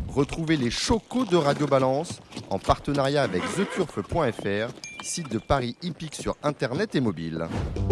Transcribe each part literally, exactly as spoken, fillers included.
Retrouvez les chocos de Radio Balance en partenariat avec the turf point f r, site de paris hippique sur internet et mobile.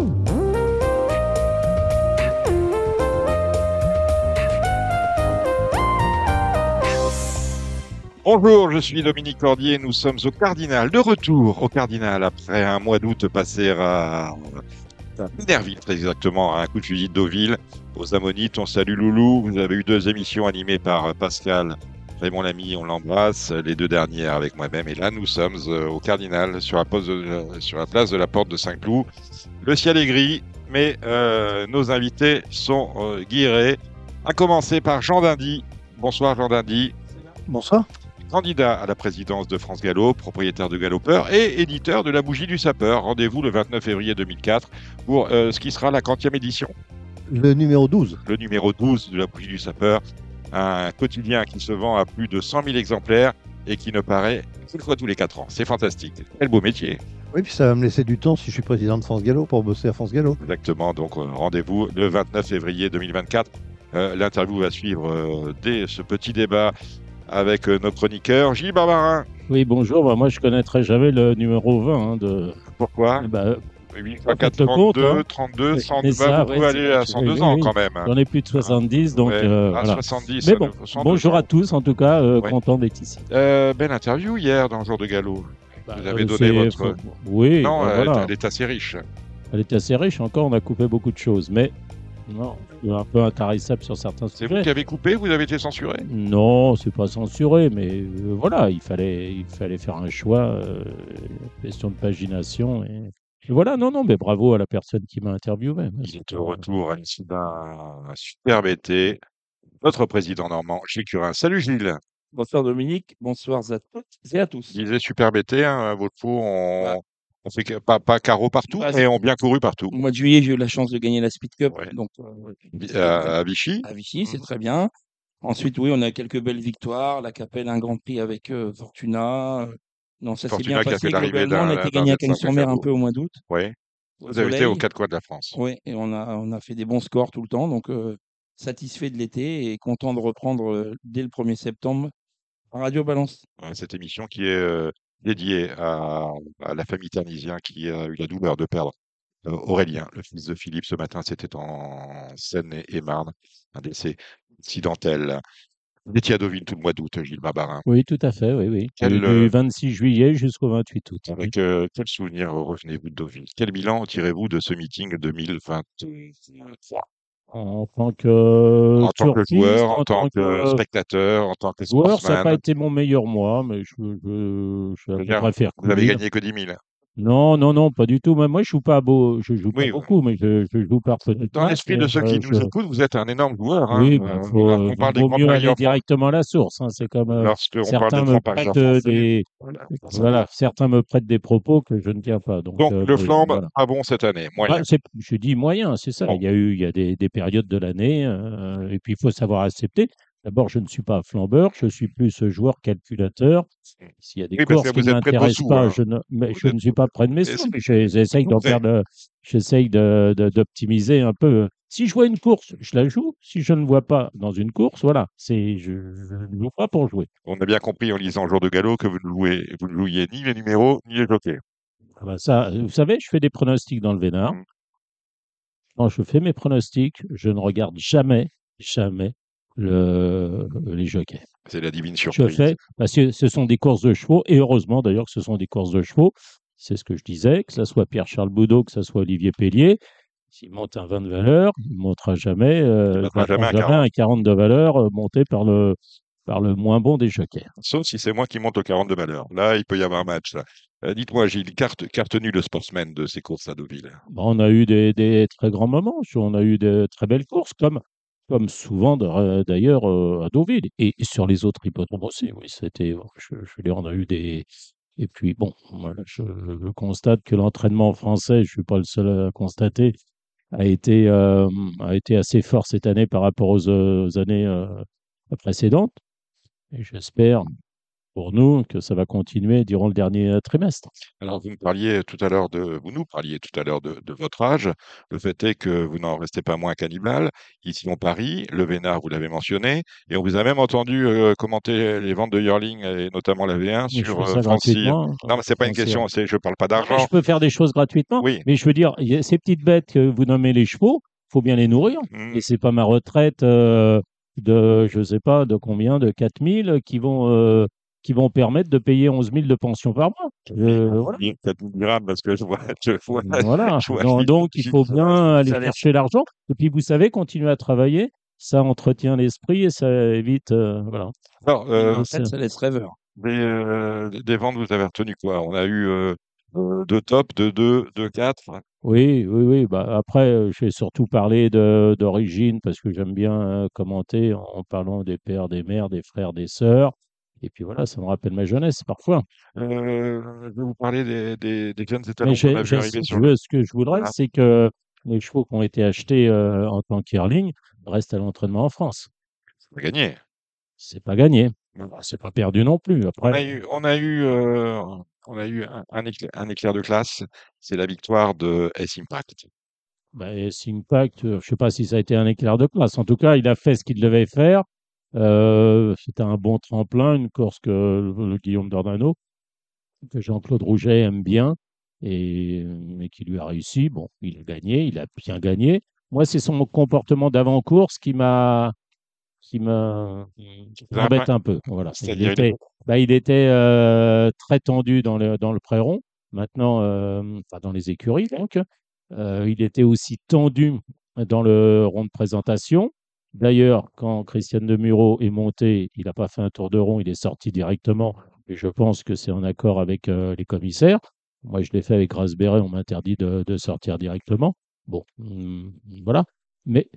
Bonjour, je suis Dominique Cordier, nous sommes au Cardinal, de retour au Cardinal après un mois d'août passé à Minerville, très exactement, à un coup de fusil de Deauville, aux Ammonites. On salue Loulou, vous avez eu deux émissions animées par Pascal Raymond Lamy, on l'embrasse, les deux dernières avec moi-même, et là nous sommes au Cardinal, sur la, de, sur la place de la Porte de Saint-Cloud. Le ciel est gris, mais euh, nos invités sont euh, guirés, à commencer par Jean Dindy. Bonsoir Jean Dindy. Bonsoir. Candidat à la présidence de France Gallo, propriétaire de Galopeur et éditeur de La Bougie du Sapeur. Rendez-vous le vingt-neuf février deux mille quatre pour euh, ce qui sera la quantième édition. Le numéro douze. Le numéro douze de La Bougie du Sapeur, un quotidien qui se vend à plus de cent mille exemplaires et qui ne paraît qu'une fois tous les quatre ans. C'est fantastique. Quel beau métier. Oui, puis ça va me laisser du temps si je suis président de France Gallo pour bosser à France Gallo. Exactement, donc euh, rendez-vous le vingt-neuf février deux mille vingt-quatre. Euh, l'interview va suivre euh, dès ce petit débat avec euh, nos chroniqueurs. Gilles Barbarin. Oui, bonjour. Bah, moi, je ne connaîtrais jamais le numéro vingt. Hein, de... Pourquoi bah, huit fois quatre, trente-deux, hein. trente-deux, cent deux, ça, vous pouvez ouais, aller à cent deux oui, ans oui. quand même. J'en ai plus de soixante-dix, donc ouais, euh, à voilà. soixante-dix, mais bon, bonjour ans. à tous, en tout cas, euh, ouais. content d'être ici. Euh, belle interview hier dans le jour de galop. Bah, vous avez donné votre... Faut... Oui, non, bah, elle, voilà. elle est assez riche. Elle est assez riche, encore, on a coupé beaucoup de choses, mais... Non, je suis un peu intarissable sur certains sujets. C'est vous qui avez coupé, vous avez été censuré? Non, c'est pas censuré, mais euh, voilà, il fallait, il fallait faire un choix, euh, question de pagination. Et, et voilà, non, non, mais bravo à la personne qui m'a interviewé. Il est au retour à l'issue d'un superbe été. Notre président normand, Gilles Curin. Salut Gilles. Bonsoir Dominique, bonsoir à toutes et à tous. Il disait superbe été, hein, votre fou, on... Ouais. On fait pas, pas carreau partout, bah, mais on bien couru partout. Au mois de juillet, j'ai eu la chance de gagner la Speed Cup. Ouais. Donc, euh, à, à Vichy. À Vichy, mmh. C'est très bien. Ensuite, oui, on a quelques belles victoires. La Capelle, un grand prix avec euh, Fortuna. Non, ça s'est bien passé. Globalement, on a été gagné à Cagnes-sur-Mer un peu au mois d'août. Oui. Vous avez été aux quatre coins de la France. Oui, et on a, on a fait des bons scores tout le temps. Donc, euh, satisfait de l'été et content de reprendre euh, dès le premier septembre à Radio Balance. Ouais, cette émission qui est... Euh... dédié à, à la famille Ternisien qui a eu la douleur de perdre euh, Aurélien, le fils de Philippe. Ce matin, c'était en Seine-et-Marne, un décès accidentel. Vous étiez à Deauville tout le mois d'août, Gilles Barbarin. Oui, tout à fait, oui, oui. Quel, du vingt-six juillet jusqu'au vingt-huit août. Avec oui. euh, quel souvenir revenez-vous de Deauville? Quel bilan tirez-vous de ce meeting deux mille vingt-trois? En tant que, en tant que joueur, en, en tant, tant que, que spectateur, en tant que joueur, sportsman. Ça n'a pas été mon meilleur mois, mais je, je, je, je préfère. Vous n'avez gagné que dix mille. Non, non, non, pas du tout. Même moi, je joue pas beau, je joue pas oui, beaucoup, mais je, je joue par fenêtre. Dans l'esprit de ceux qui euh, nous je... écoutent, vous êtes un énorme joueur. Hein. Oui, bah, faut, on parle vaut mieux aller directement à la source. Hein. C'est comme euh, certains me prêtent des, voilà. voilà, certains me prêtent des propos que je ne tiens pas. Donc, Donc euh, le flambe voilà. pas bon cette année, moyen. Bah, je dis moyen, c'est ça. Bon. Il y a eu, il y a des, des périodes de l'année, euh, et puis il faut savoir accepter. D'abord, je ne suis pas flambeur, je suis plus joueur calculateur. S'il y a des oui, courses qui ne m'intéressent pas, hein. je, ne, mais je êtes... ne suis pas près de mes sous. J'essaye d'en faire de, j'essaye de, de, d'optimiser un peu. Si je vois une course, je la joue. Si je ne vois pas dans une course, voilà, c'est, je ne joue pas pour jouer. On a bien compris en lisant le jour de galop que vous ne jouez, vous ne jouiez ni les numéros ni les jockeys. Ah ben ça, vous savez, je fais des pronostics dans le Vénard. Mmh. Quand je fais mes pronostics, je ne regarde jamais, jamais Le, les jockeys. C'est la divine surprise. Je fais, parce que ce sont des courses de chevaux, et heureusement d'ailleurs que ce sont des courses de chevaux, c'est ce que je disais, que ce soit Pierre-Charles Boudot, que ce soit Olivier Pellier, s'il monte un vingt de valeur, il ne montera jamais, euh, il jamais, un, jamais un quarante de valeur euh, monté par le, par le moins bon des jockeys. Sauf si c'est moi qui monte au quarante de valeur. Là, il peut y avoir un match. Là. Euh, dites-moi, Gilles, carte, carte nue le sportsman de ces courses à Deauville. Bon, on a eu des, des très grands moments, on a eu de très belles courses, comme comme souvent d'ailleurs euh, à Deauville et, et sur les autres hippodromes aussi. Oui, c'était, je, je veux dire, on a eu des. Et puis bon, voilà, je, je constate que l'entraînement français, je suis pas le seul à constater, a été euh, a été assez fort cette année par rapport aux, aux années euh, précédentes. Et j'espère pour nous que ça va continuer durant le dernier euh, trimestre. Alors, vous me parliez tout à l'heure de, vous nous parliez tout à l'heure de, de votre âge. Le fait est que vous n'en restez pas moins cannibale. Ici, en Paris, le Vénard, vous l'avez mentionné, et on vous a même entendu euh, commenter les ventes de Yearling, et notamment la V un, Mais je sur fais euh, ça France Cyr. gratuitement. Non, mais c'est pas une Enfin, c'est- question, c'est, je parle pas Non, mais d'argent. je peux faire des choses gratuitement, Oui. mais je veux dire, il y a ces petites bêtes que vous nommez les chevaux, faut bien les nourrir. Mm. Et c'est pas ma retraite euh, de, je sais pas, de combien, de quatre mille qui vont, euh, qui vont permettre de payer onze mille de pension par mois. Je- voilà. quatre mille grammes, parce que je vois, je vois, Voilà. je vois Donc, Gilles- donc, il Gilles- faut bien aller Ça laisse, chercher l'argent. Et puis, vous savez, continuer à travailler, ça entretient l'esprit et ça évite, euh, voilà. Alors, une euh, retraite, ça laisse rêveur. des, euh, des ventes, vous avez retenu quoi? On a eu euh, euh, deux tops, deux deux, deux quatre. Oui, oui, oui. Bah, après, euh, je vais surtout parler de, d'origine parce que j'aime bien euh, commenter en, en parlant des pères, des mères, des frères, des sœurs. Et puis voilà, ça me rappelle ma jeunesse parfois. Euh, je vais vous parler des, des, des jeunes Mais étalons qu'on j'ai, a vu j'ai- arriver sur je le. veux, ce que je voudrais, Ah, c'est que les chevaux qui ont été achetés euh, en tant qu'Yearling restent à l'entraînement en France. on a gagné. C'est pas gagné. C'est pas perdu non plus. On a Après, eu, on a eu, euh, on a eu un, un éclair, un éclair de classe. C'est la victoire de S-Impact. bah, Impact, euh, je sais pas si ça a été un éclair de classe. En tout cas, il a fait ce qu'il devait faire. Euh, c'était un bon tremplin, une course que le, le Guillaume Dornano, que Jean-Claude Rouget aime bien et, et qui lui a réussi. Bon, il a gagné, il a bien gagné. Moi, c'est son comportement d'avant-course qui m'a qui m'a qui Vous avez m'embête un- un peu. Voilà. Il C'est-à-dire, il est- était, bah, il était euh, très tendu dans le, dans le pré-rond. Maintenant, euh, enfin, dans les écuries, donc, Euh, il était aussi tendu dans le rond de présentation. D'ailleurs, quand Christiane Demuro est monté, il n'a pas fait un tour de rond, il est sorti directement. Et je pense que c'est en accord avec euh, les commissaires. Moi, je l'ai fait avec Rasberry, on m'interdit de, de sortir directement. Bon, hum, voilà. Mais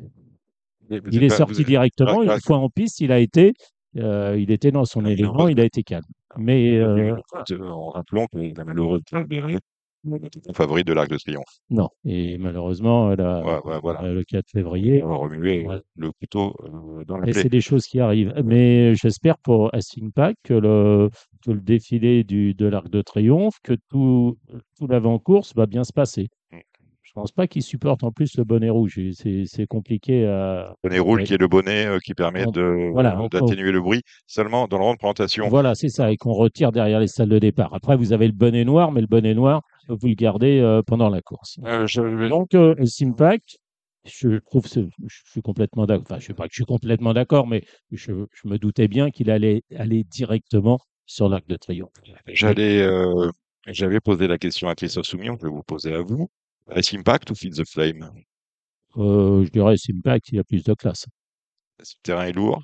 vous il êtes est pas- vous sorti êtes- ah, directement. ah, Une fois en piste, il a été, euh, il était dans son la élément, malheureuse. il a été calme. Mais euh, Euh, en rappelant que la malheureuse Rasberry était mon favori de l'Arc de Triomphe. non. Et malheureusement, la- Ouais, ouais, voilà. le quatre On février, va remuer ouais. le couteau euh, dans la Et plaie. c'est des choses qui arrivent. Mais j'espère pour Racing Pack que le, que le défilé du, de l'Arc de Triomphe, que tout, tout l'avant-course va bien se passer. Je pense pas qu'ils supportent en plus le bonnet rouge. Et C'est c'est compliqué à. Bonnet rouge Ouais. qui est le bonnet euh, qui permet On- de, voilà, on- on- d'atténuer le bruit seulement dans le rond de présentation. voilà, c'est ça, et qu'on retire derrière les salles de départ. Après, vous avez le bonnet noir, mais le bonnet noir, vous le gardez euh, pendant la course. Euh, je- Donc, euh, Simpact, je trouve, ce- je suis complètement d'accord. Enfin, je sais pas que je suis complètement d'accord, mais je, je me doutais bien qu'il allait aller directement sur l'Arc de Triomphe. Mais, J'allais, euh, j'avais posé la question à Christophe Soumillon, je vais vous poser à vous. Est-ce Impact ou Feed the Flame? euh, je dirais Simpact, il a plus de classe. Ce terrain est lourd.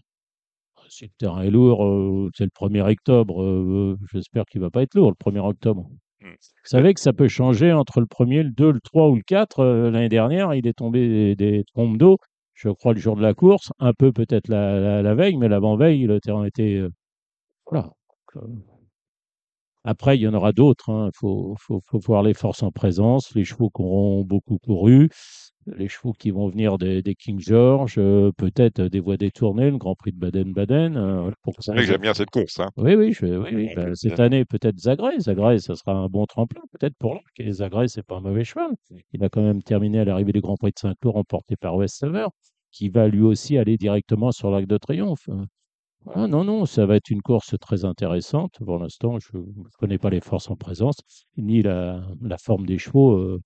Si le terrain est lourd, euh, c'est le premier octobre. euh, J'espère qu'il va pas être lourd le premier octobre. Hmm. Vous savez que ça peut changer entre le premier, le deux, le trois ou le quatre. Euh, L'année dernière, il est tombé des, des trompes d'eau, je crois, le jour de la course. Un peu peut-être la, la- la veille, mais l'avant-veille, le terrain était. euh, voilà. Donc, euh, Après, il y en aura d'autres. Il faut, faut, faut voir les forces en présence, les chevaux qui auront beaucoup couru, les chevaux qui vont venir des, des King George, euh, peut-être des voies détournées, le Grand Prix de Baden-Baden. euh, pour C'est vrai que j'aime bien cette course. Hein. oui, oui, je- oui, oui, bah, Ouais, cette année, peut-être Zagreb. Zagreb, ça sera un bon tremplin, peut-être pour l'Arc. Et Zagreb, c'est pas un mauvais cheval. Il a quand même terminé à l'arrivée du Grand Prix de Saint-Cloud, remporté par Westhover, qui va lui aussi aller directement sur l'Arc de Triomphe. Voilà, non, non, ça va être une course très intéressante. Pour l'instant, je ne connais pas les forces en présence, ni la, la forme des chevaux euh,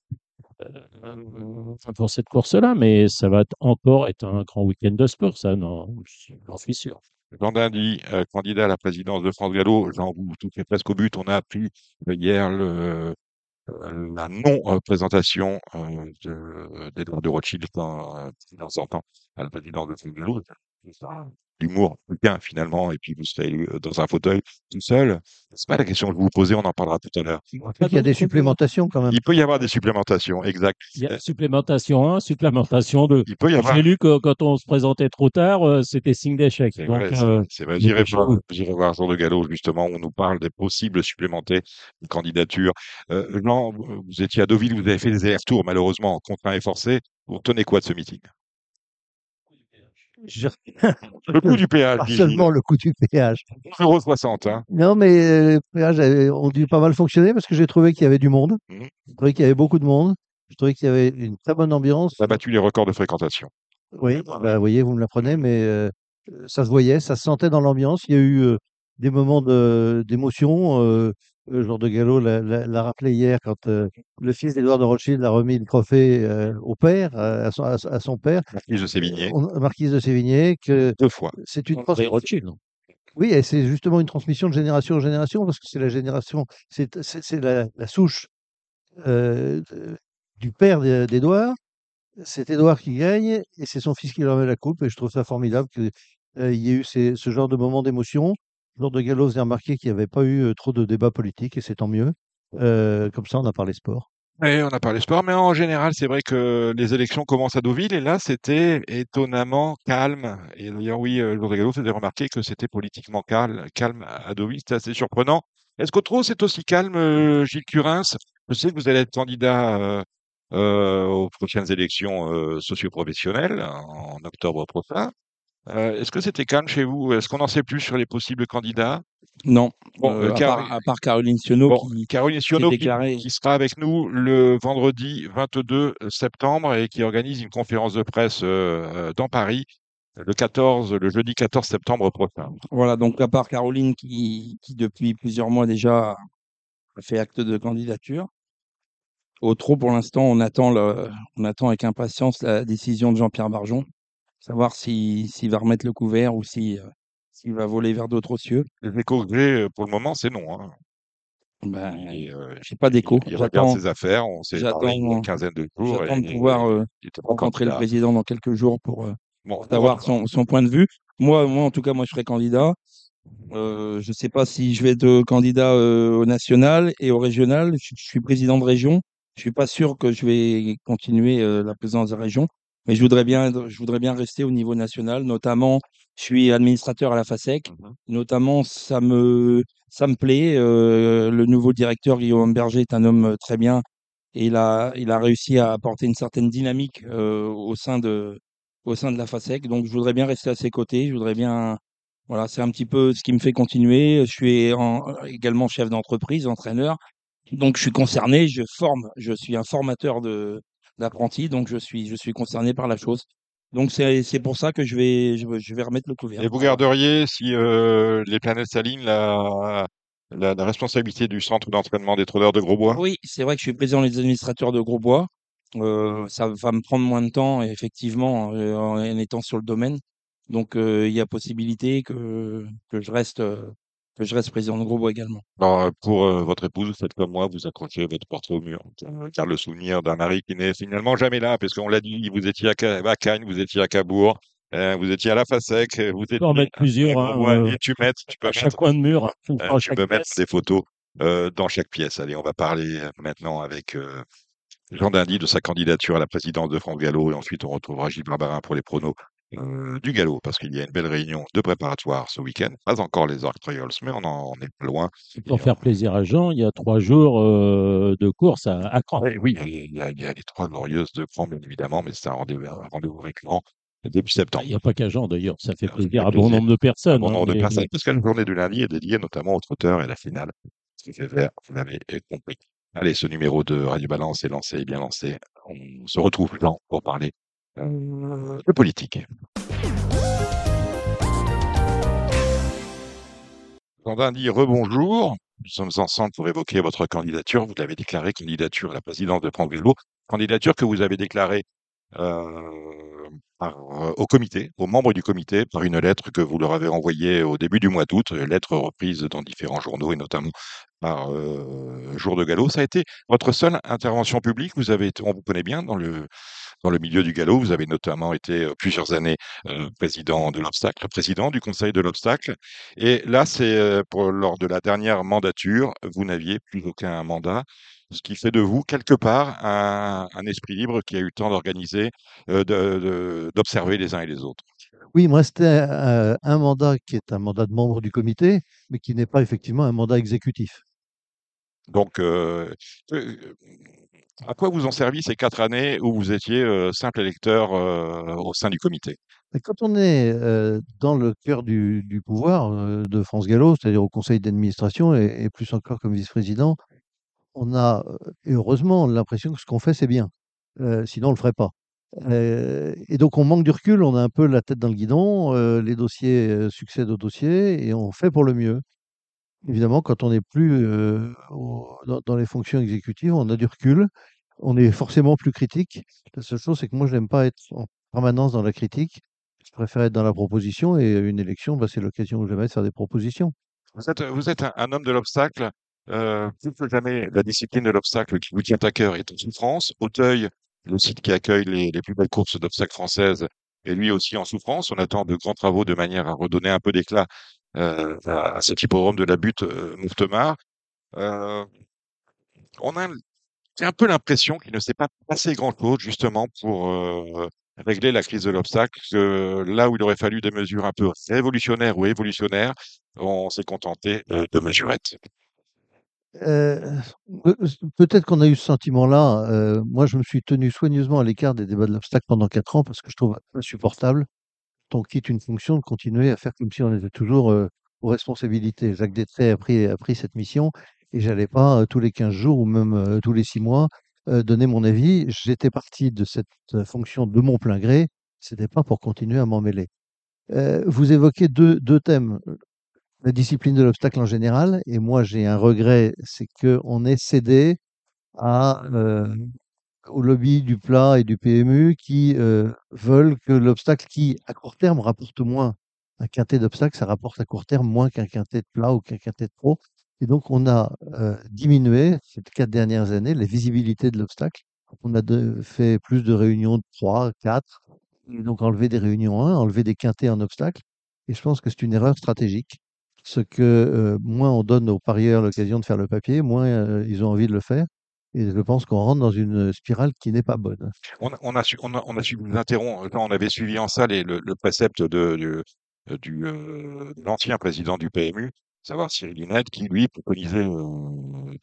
euh, pour cette course-là, mais ça va être encore être un grand week-end de sport, ça, non, j'en suis sûr. Jean Dindy, euh, candidat à la présidence de France Gallo, Jean, vous touchez presque au but. On a appris euh, hier le, euh, la non-présentation euh, de- d'Edouard de Rothschild dans, euh, dans son temps à la présidence de France Gallo. L'humour, bien finalement, et puis vous serez euh, dans un fauteuil tout seul. C'est pas la question que je vais vous posez, on en parlera tout à l'heure. Il y a des supplémentations quand même. Il peut y avoir des supplémentations, exact. Il y a Euh, supplémentation un, supplémentation deux. Il peut y avoir. J'ai lu que quand on se présentait trop tard, euh, c'était signe d'échec. C'est Donc, vrai, c'est euh, c'est vrai. il J'irai était voir, chaud. j'irai voir Jean de Gallo, justement, où on nous parle des possibles supplémentés de candidatures. Euh, Jean, vous vous étiez à Deauville, vous avez fait des allers-retours, malheureusement, contraints et forcés. Vous retenez quoi de ce meeting? Je- Le coût du péage, Pas dit seulement Gilles. le coût du péage. onze euros soixante. Hein. Non, mais euh, les péages avaient- ont dû pas mal fonctionner parce que j'ai trouvé qu'il y avait du monde. Mhm. J'ai trouvé qu'il y avait beaucoup de monde. Je trouvais qu'il y avait une très bonne ambiance. On a battu les records de fréquentation. Oui, bah, vous voyez, vous me l'apprenez, mais euh, euh, ça se voyait, ça se sentait dans l'ambiance. Il y a eu euh, des moments de, d'émotion. Euh, le joueur de galop l'a, l'a- l'a rappelé hier quand euh, le fils d'Édouard de Rothschild a remis le trophée euh, au père, euh, à son, à son- à son père, Marquise de euh, Sévigné, on- Marquise de Sévigné, que deux fois. c'est une André transmission. Rothschild. Oui, et c'est justement une transmission de génération en génération, parce que c'est la génération, c'est, c'est, c'est la, la souche euh, de- du père d'É- d'Édouard. C'est Édouard qui gagne et c'est son fils qui leur met la coupe. Et je trouve ça formidable qu'il y ait eu ces- ce genre de moment d'émotion. Lors de Gallo faisait remarquer qu'il n'y avait pas eu euh, trop de débats politiques et c'est tant mieux. Euh, comme ça, on a parlé sport. Oui, on a parlé sport, mais en général, c'est vrai que les élections commencent à Deauville, et là, c'était étonnamment calme. Et d'ailleurs, oui, euh, Laurent Gallo faisait remarquer que c'était politiquement calme, calme à Deauville, c'était assez surprenant. Est-ce qu'au trop, c'est aussi calme, euh, Gilles Curins? Je sais que vous allez être candidat euh, euh, aux prochaines élections euh, socio-professionnelles en octobre prochain. Euh, est-ce que c'était calme chez vous? Est-ce qu'on en sait plus sur les possibles candidats? Non, Bon, euh, euh, à Car- part, à part Caroline Sionneau Bon, qui Caroline s'est Sionneau qui, déclarée. qui sera avec nous le vendredi vingt-deux septembre et qui organise une conférence de presse euh, euh, dans Paris le quatorze, le jeudi quatorze septembre prochain. Voilà, donc à part Caroline qui, qui depuis plusieurs mois déjà a fait acte de candidature. Au trot, pour l'instant, on attend le, on attend avec impatience la décision de Jean-Pierre Barjon, savoir si, s'il va remettre le couvert ou si, euh, s'il va voler vers d'autres cieux. Les échos que j'ai euh, pour le moment, c'est non. Hein. Ben, Et, euh, j'ai pas il, d'écho. il regarde J'attends, ses affaires. On s'est parlé il y a une j'attends, quinzaine de jours j'attends de et, pouvoir et euh, il était pas rencontrer le candidat. président dans quelques jours pour, euh, Bon, pour on va- savoir son, son point de vue. Moi, moi, en tout cas, moi, je serai candidat. Euh, je ne sais pas si je vais être euh, candidat euh, au national et au régional. Je, je suis président de région. Je suis pas sûr que je vais continuer euh, la présidence de région, mais je voudrais bien, je voudrais bien rester au niveau national. Notamment, je suis administrateur à la FASEC. Mhm. Notamment, ça me, ça me plaît. Euh, le nouveau directeur Guillaume Berger est un homme euh, très bien et il a, il a réussi à apporter une certaine dynamique euh, au sein de, au sein de la FASEC. Donc, je voudrais bien rester à ses côtés. Je voudrais bien voilà, c'est un petit peu ce qui me fait continuer. Je suis en- également chef d'entreprise, entraîneur. Donc, je suis concerné, je forme, je suis un formateur de d'apprentis, donc je suis, je suis concerné par la chose. Donc, c'est, c'est pour ça que je vais, je, vais je vais remettre le couvert. Et vous Voilà. garderiez, si euh, les planètes s'alignent, la, la, la responsabilité du centre d'entraînement des traders de Grosbois? Oui, c'est vrai que je suis président des administrateurs de Grosbois. Euh, ça va me prendre moins de temps, effectivement, euh, en en étant sur le domaine. Donc, euh, il y a possibilité que, que je reste, euh, que je reste président de Grosbois également. Alors, euh, pour euh, votre épouse, vous faites comme moi, vous accrochez votre portrait au mur. Euh, Car le souvenir d'un mari qui n'est finalement jamais là, parce qu'on l'a dit, vous étiez à, Ca- à Cagnes, vous étiez à Cabourg, euh, vous étiez à la Fasec, euh, vous Tu peux en étiez mettre plusieurs, à hein, Grosbois, euh, et tu, mets, tu peux à chaque mettre, coin de mur, euh, dans tu chaque peux mettre pièce. des photos euh, dans chaque pièce. Allez, on va parler euh, maintenant avec euh, Jean Dindy de sa candidature à la présidence de France Gallo, et ensuite on retrouvera Gilles Barbarin pour les pronos euh, du galop, parce qu'il y a une belle réunion de préparatoire ce week-end. Pas encore les Arc Trials, mais on en on est pas loin. Et Et pour faire plaisir à Jean, il y a trois jours euh, de course à, à Caen. oui, oui, il y a, il y a les trois glorieuses de France, bien évidemment, mais c'est un rendez-vous, un rendez-vous récurrent début Ah, septembre. il n'y a pas qu'à Jean d'ailleurs, ça fait Alors, ça plaisir fait à bon plaisir. nombre de Un personnes. bon hein, nombre de mais- personnes, parce que la journée du lundi est dédiée notamment aux trotteurs et la finale. Ce qui fait faire, vous l'avez compris. Allez, ce numéro de Radio Balance est lancé, est bien lancé. On se retrouve là pour parler euh, de politique. Quentin dit rebonjour. Nous sommes ensemble pour évoquer votre candidature. Vous l'avez déclaré, candidature à la présidence de France Vélo. Candidature que vous avez déclarée euh, par, euh, au comité, aux membres du comité, par une lettre que vous leur avez envoyée au début du mois d'août, une lettre reprise dans différents journaux et notamment par euh, Jour de Galop. Ça a été votre seule intervention publique. Vous avez été, on vous connaît bien dans le dans le milieu du galop. Vous avez notamment été euh, plusieurs années euh, président de l'obstacle, président du conseil de l'obstacle. Et là, c'est euh, pour lors de la dernière mandature, vous n'aviez plus aucun mandat, ce qui fait de vous quelque part un, un esprit libre qui a eu le temps d'organiser, euh, de- de- d'observer les uns et les autres. Oui, il me restait euh, un mandat qui est un mandat de membre du comité, mais qui n'est pas effectivement un mandat exécutif. Donc, euh, euh, À quoi vous ont servi ces quatre années où vous étiez euh, simple électeur euh, au sein du comité? Et quand on est euh, dans le cœur du, du pouvoir euh, de France Gallo, c'est-à-dire au conseil d'administration et, et plus encore comme vice-président, on a, euh, et heureusement, l'impression que ce qu'on fait, c'est bien. Euh, sinon, on le ferait pas. Euh, et donc, on manque du recul, on a un peu la tête dans le guidon, euh, les dossiers euh, succèdent aux dossiers et on fait pour le mieux. Évidemment, quand on n'est plus euh, au- dans, dans les fonctions exécutives, on a du recul, on est forcément plus critique. La seule chose, c'est que moi, je n'aime pas être en permanence dans la critique. Je préfère être dans la proposition et une élection, bah, c'est l'occasion jamais de faire des propositions. Vous êtes, vous êtes un, un homme de l'obstacle. Euh, plus que jamais, la discipline de l'obstacle qui vous tient à cœur est en souffrance. Auteuil, le site qui accueille les, les plus belles courses d'obstacles françaises, est lui aussi en souffrance. On attend de grands travaux de manière à redonner un peu d'éclat euh, à, à cet hippodrome de la Butte, euh, Mouffetard. Euh, on a J'ai un peu l'impression qu'il ne s'est pas passé grand-chose justement pour euh, régler la crise de l'obstacle. Que là où il aurait fallu des mesures un peu révolutionnaires ou évolutionnaires, on s'est contenté euh, de mesurettes. Euh, pe- Peut-être qu'on a eu ce sentiment-là. Euh, moi, je me suis tenu soigneusement à l'écart des débats de l'obstacle pendant quatre ans parce que je trouve insupportable, quand on quitte une fonction, de continuer à faire comme si on était toujours euh, aux responsabilités. Jacques Détray a pris, a pris cette mission et j'allais pas euh, tous les quinze jours ou même euh, tous les six mois euh, donner mon avis. J'étais parti de cette euh, fonction de mon plein gré. C'était pas pour continuer à m'en mêler. Euh, vous évoquez deux, deux thèmes, la discipline de l'obstacle en général, et moi j'ai un regret, c'est qu'on ait cédé à, euh, au lobby du plat et du P M U qui euh, veulent que l'obstacle qui, à court terme, rapporte moins. Un quintet d'obstacle, ça rapporte à court terme moins qu'un quintet de plat ou qu'un quintet de pro. Et donc, on a euh, diminué ces quatre dernières années la visibilité de l'obstacle. On a de- fait plus de réunions de trois, quatre, et donc enlever des réunions un, enlever des quintets en obstacle. Et je pense que c'est une erreur stratégique. Ce que euh, moins on donne aux parieurs l'occasion de faire le papier, moins euh, ils ont envie de le faire. Et je pense qu'on rentre dans une spirale qui n'est pas bonne. On, a- on a su, on a, on a su vous interrompre. Quand on avait suivi en salle et le, le précepte de, de- du, euh, de l'ancien président du P M U, savoir Cyril Linette, qui lui préconisait euh,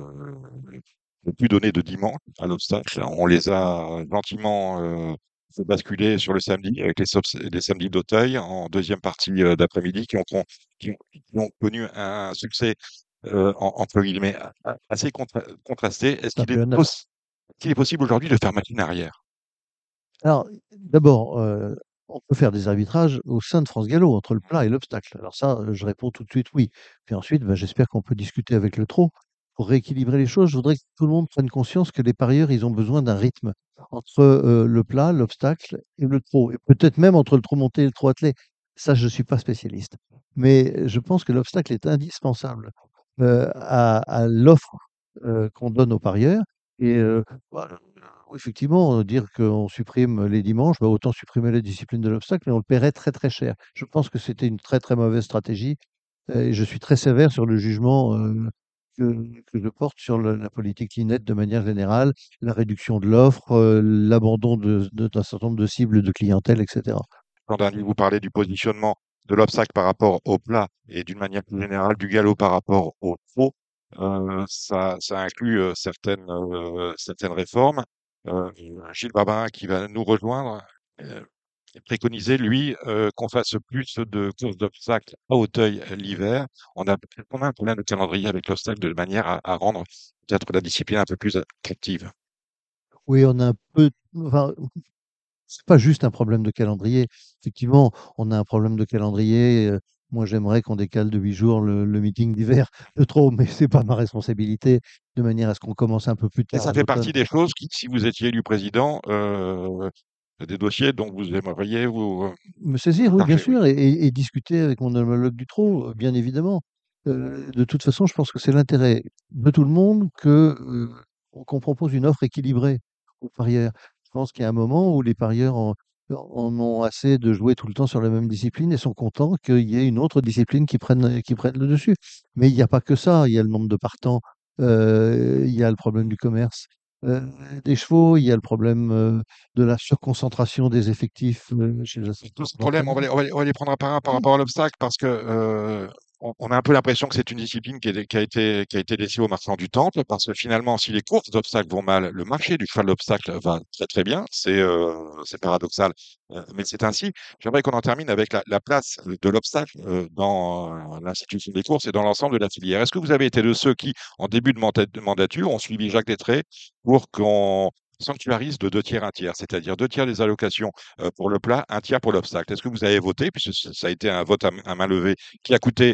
de ne plus donner de dimanche à l'obstacle. On les a gentiment euh, fait basculer sur le samedi avec les, sobs- les samedis d'Auteuil en deuxième partie euh, d'après-midi qui ont, con- qui, ont, qui ont connu un succès euh, en- entre guillemets a- a- assez contra- contrasté. Est-ce C'est un qu'il est, peu un poss- qu'il est possible aujourd'hui de faire machine arrière? Alors, d'abord, euh, on peut faire des arbitrages au sein de France Gallo entre le plat et l'obstacle. Alors ça, euh, je réponds tout de suite oui. Puis ensuite, ben, j'espère qu'on peut discuter avec le trot pour rééquilibrer les choses. Je voudrais que tout le monde prenne conscience que les parieurs, ils ont besoin d'un rythme entre euh, le plat, l'obstacle et le trot. Et peut-être même entre le trot monté et le trot attelé. Ça, je ne suis pas spécialiste. Mais je pense que l'obstacle est indispensable euh, à, à l'offre euh, qu'on donne aux parieurs. Et euh, voilà, oui, effectivement, heu, dire qu'on supprime les dimanches, bah, autant supprimer la discipline de l'obstacle, mais on le paierait très, très cher. Je pense que c'était une très, très mauvaise stratégie, heu, et je suis très sévère sur le jugement, heu, que que je porte sur le la politique Linette de manière générale, la réduction de l'offre, heu, l'abandon de de d'un certain nombre de cibles de clientèle et cetera. Quand Dany, vous parlez du positionnement de l'obstacle par rapport au plat et d'une manière plus générale du galop par rapport au trot, euh, ça, ça inclut euh, certaines, euh, certaines réformes. Euh, Gilles Babin, qui va nous rejoindre, euh, préconisait, lui, euh, qu'on fasse plus de courses d'obstacles à Auteuil euh, l'hiver. On a, on a un problème de calendrier avec l'obstacle de manière à, à rendre peut-être la discipline un peu plus attractive. Oui, on a un peu enfin, c'est pas juste un problème de calendrier. Effectivement, on a un problème de calendrier. euh, Moi, j'aimerais qu'on décale de huit jours le, le meeting d'hiver de trop, mais c'est pas ma responsabilité, de manière à ce qu'on commence un peu plus Et tard ça à fait l'automne. partie des choses qui, si vous étiez élu président, euh, des dossiers dont vous aimeriez vous, euh, Me vous saisir, oui, bien charger, oui. sûr, et, et- et discuter avec mon homologue du trot, euh, bien évidemment. Euh, de toute façon, je pense que c'est l'intérêt de tout le monde que euh, qu'on propose une offre équilibrée aux parieurs. Je pense qu'il y a un moment où les parieurs en, en ont assez de jouer tout le temps sur la même discipline et sont contents qu'il y ait une autre discipline qui prenne, qui prenne le dessus. Mais il n'y a pas que ça. Il y a le nombre de partants, euh, il y a le problème du commerce euh, des chevaux, il y a le problème euh, de la surconcentration des effectifs euh, chez les Tous ces associations problèmes, on va d'entraînement. les, on va les, on va les prendre un par un par Oui, rapport à l'obstacle parce que euh, on, on a un peu l'impression que c'est une discipline qui, est- qui a été, qui a été laissée aux marchands du temple, parce que finalement, si les courses d'obstacles vont mal, le marché du cheval d'obstacles va très très bien. C'est euh, c'est paradoxal, euh, mais c'est ainsi. J'aimerais qu'on en termine avec la, la place de l'obstacle euh, dans euh, l'institution des courses et dans l'ensemble de la filière. Est-ce que vous avez été de ceux qui, en début de manda- de mandature, ont suivi Jacques Détré pour qu'on sanctuarise de deux tiers, un tiers, c'est-à-dire deux tiers des allocations euh, pour le plat, un tiers pour l'obstacle? Est-ce que vous avez voté, puisque ça ça a été un vote à, à main levée qui a coûté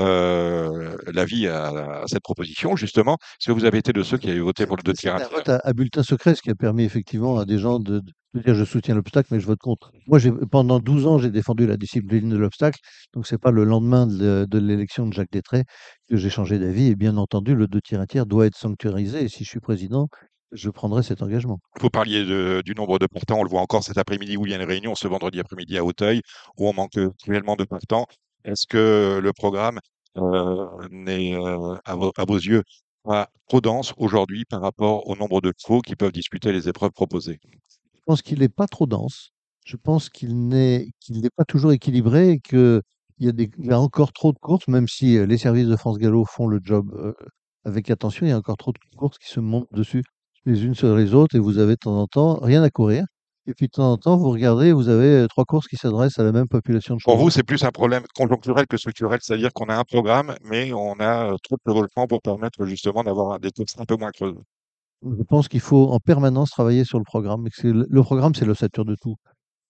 euh, la vie à, à cette proposition, justement? Est-ce que vous avez été de ceux qui avaient voté pour le deux tiers, un C'était un tiers? vote à, à bulletin secret, ce qui a permis effectivement à des gens de, de- de dire je soutiens l'obstacle, mais je vote contre. Moi, j'ai, pendant douze ans, j'ai défendu la discipline de l'obstacle, donc c'est pas le lendemain de, de l'élection de Jacques Détré que j'ai changé d'avis. Et bien entendu, le deux tiers un tiers doit être sanctuarisé. Et si je suis président, je prendrai cet engagement. Vous parliez de- du nombre de partants, on le voit encore cet après-midi où il y a une réunion, ce vendredi après-midi à Auteuil, où on manque cruellement de partants. Est-ce que le programme euh, n'est, euh, à, vo- à vos yeux, pas trop dense aujourd'hui par rapport au nombre de chevaux qui peuvent disputer les épreuves proposées? Je pense qu'il n'est pas trop dense. Je pense qu'il n'est qu'il n'est pas toujours équilibré et qu'il y a des, il y a encore trop de courses, même si euh, les services de France Gallo font le job euh, avec attention, il y a encore trop de courses qui se montent dessus les unes sur les autres et vous avez de temps en temps rien à courir. Et puis de temps en temps, vous regardez, vous avez euh, trois courses qui s'adressent à la même population de Pour vous, chevaux. c'est plus un problème conjoncturel que structurel, c'est-à-dire qu'on a un programme, mais on a euh, trop de développement pour permettre justement d'avoir des courses un peu moins creuses. Je pense qu'il faut en permanence travailler sur le programme. Et que c'est le le programme, c'est l'ossature de tout.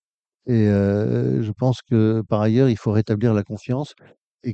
Et heu, je pense que par ailleurs, il faut rétablir la confiance et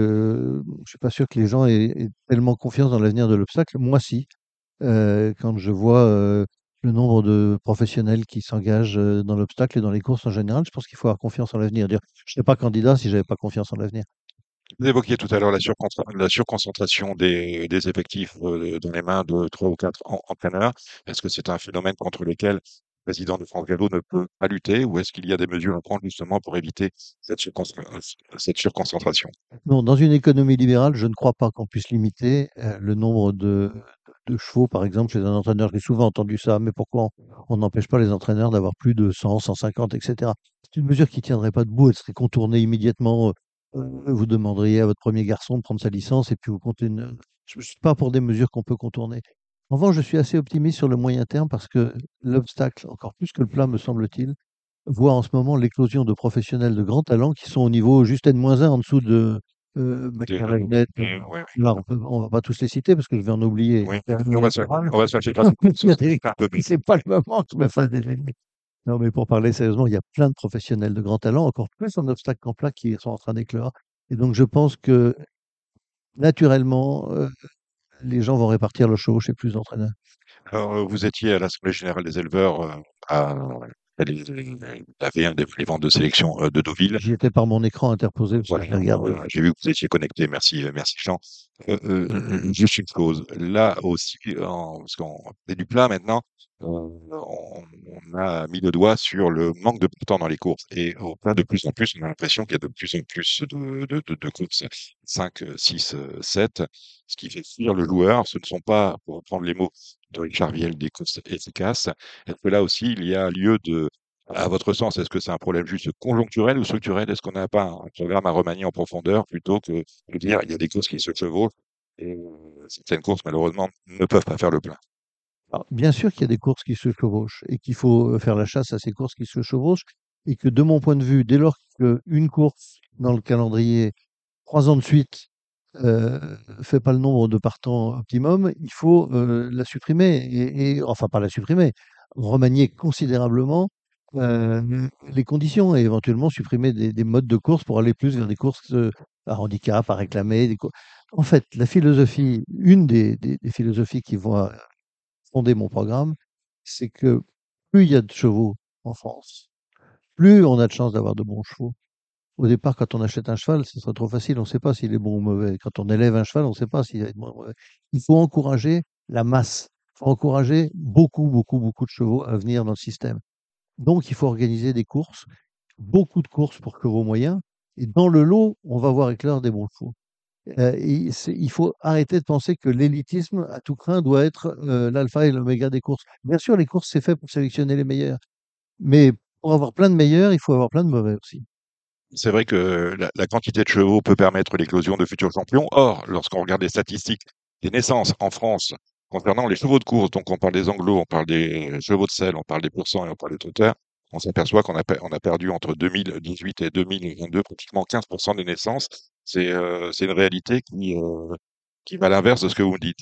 que je suis pas sûr que les gens aient aient tellement confiance dans l'avenir de l'obstacle. Moi, si, heu, quand je vois, heu, le nombre de professionnels qui s'engagent, heu, dans l'obstacle et dans les courses en général, je pense qu'il faut avoir confiance en l'avenir. Dire: «Je serais pas candidat si j'avais pas confiance en l'avenir». Vous évoquiez tout à l'heure la, surcontra- la surconcentration des, des effectifs euh, dans les mains de trois ou quatre en- entraîneurs. Est-ce que c'est un phénomène contre lequel le président de France Gallo ne peut pas lutter, ou est-ce qu'il y a des mesures à prendre justement pour éviter cette, surconcentra- cette surconcentration? Non, dans une économie libérale, je ne crois pas qu'on puisse limiter, heu, le nombre de de chevaux, par exemple, chez un entraîneur. J'ai souvent entendu ça, mais pourquoi on on n'empêche pas les entraîneurs d'avoir plus de cent, cent cinquante et cetera? C'est une mesure qui tiendrait pas debout, elle serait contournée immédiatement, heu heu, vous demanderiez à votre premier garçon de prendre sa licence et puis vous comptez une je ne suis pas pour des mesures qu'on peut contourner. En revanche, je suis assez optimiste sur le moyen terme parce que l'obstacle, encore plus que le plat, me semble-t-il, voit en ce moment l'éclosion de professionnels de grand talent qui sont au niveau juste N moins un en dessous de euh, De- McLaren. euh, ouais, Là, on peut, on va pas tous les citer parce que je vais en oublier. oui, Perrin on va se, Latéral. on va se fâcher gratuitement. Ce serait un peu bête. C'est pas le moment que je me fasse des ennemis. Non, mais pour parler sérieusement, il y a plein de professionnels de grand talent, encore plus en obstacle qu'en plat, qui sont en train d'éclore. Et donc, je pense que naturellement, euh, les gens vont répartir leurs chevaux chez plus d'entraîneurs. Alors, euh, vous étiez à l'Assemblée générale des éleveurs euh, à, à les, la V un des les ventes de sélection euh, de Deauville. J'y étais par mon écran interposé parce que Voilà, je l'ai regardé. voilà, j'ai vu que vous étiez connecté. Merci, euh, merci Jean. Euh, euh, juste une chose. Là aussi, en, parce qu'on fait du plat maintenant, euh, on, on a mis le doigt sur le manque de pourtant dans les courses. Et au plat, de plus en plus, on a l'impression qu'il y a de plus en plus de, de, de, de courses. cinq, six, sept. Ce qui fait fuir le joueur. Ce ne sont pas, pour reprendre les mots de Richard Viel, des courses efficaces. Est-ce que là aussi, il y a lieu de à votre sens, est-ce que c'est un problème juste conjoncturel ou structurel? Est-ce qu'on n'a pas un programme à remanier en profondeur plutôt que de dire il y a des courses qui se chevauchent et euh, certaines courses, malheureusement, ne peuvent pas faire le plein? Alors, bien sûr qu'il y a des courses qui se chevauchent et qu'il faut euh, faire la chasse à ces courses qui se chevauchent et que de mon point de vue, dès lors qu'une course dans le calendrier, trois ans de suite, euh, fait pas le nombre de partants optimum, il faut euh, la supprimer et, et- enfin pas la supprimer, remanier considérablement euh, les conditions et éventuellement supprimer des, des modes de course pour aller plus vers des courses euh, à handicap, à réclamer. Des cour- En fait, la philosophie, une des, des- des philosophies qui vont fonder mon programme, c'est que plus il y a de chevaux en France, plus on a de chances d'avoir de bons chevaux. Au départ, quand on achète un cheval, ce serait trop facile, on ne sait pas s'il est bon ou mauvais. Quand on élève un cheval, on ne sait pas s'il va être bon ou mauvais. Il faut encourager la masse. Il faut encourager beaucoup, beaucoup, beaucoup de chevaux à venir dans le système. Donc, il faut organiser des courses, beaucoup de courses pour chevaux moyens. Et dans le lot, on va voir éclore des bons chevaux. Euh, et c'est- il faut arrêter de penser que l'élitisme, à tout craint, doit être euh, l'alpha et l'oméga des courses. Bien sûr, les courses, c'est fait pour sélectionner les meilleurs. Mais pour avoir plein de meilleurs, il faut avoir plein de mauvais aussi. c'est vrai que la, la quantité de chevaux peut permettre l'éclosion de futurs champions. Or, lorsqu'on regarde les statistiques des naissances en France concernant les chevaux de course, donc on parle des anglos, on parle des chevaux de selle, on parle des pur sang et on parle des trotteurs, on s'aperçoit qu'on a, pe- on a perdu entre deux mille dix-huit et deux mille vingt-deux pratiquement quinze pour cent des naissances. C'est euh, c'est une réalité qui, euh, qui va à l'inverse de ce que vous me dites.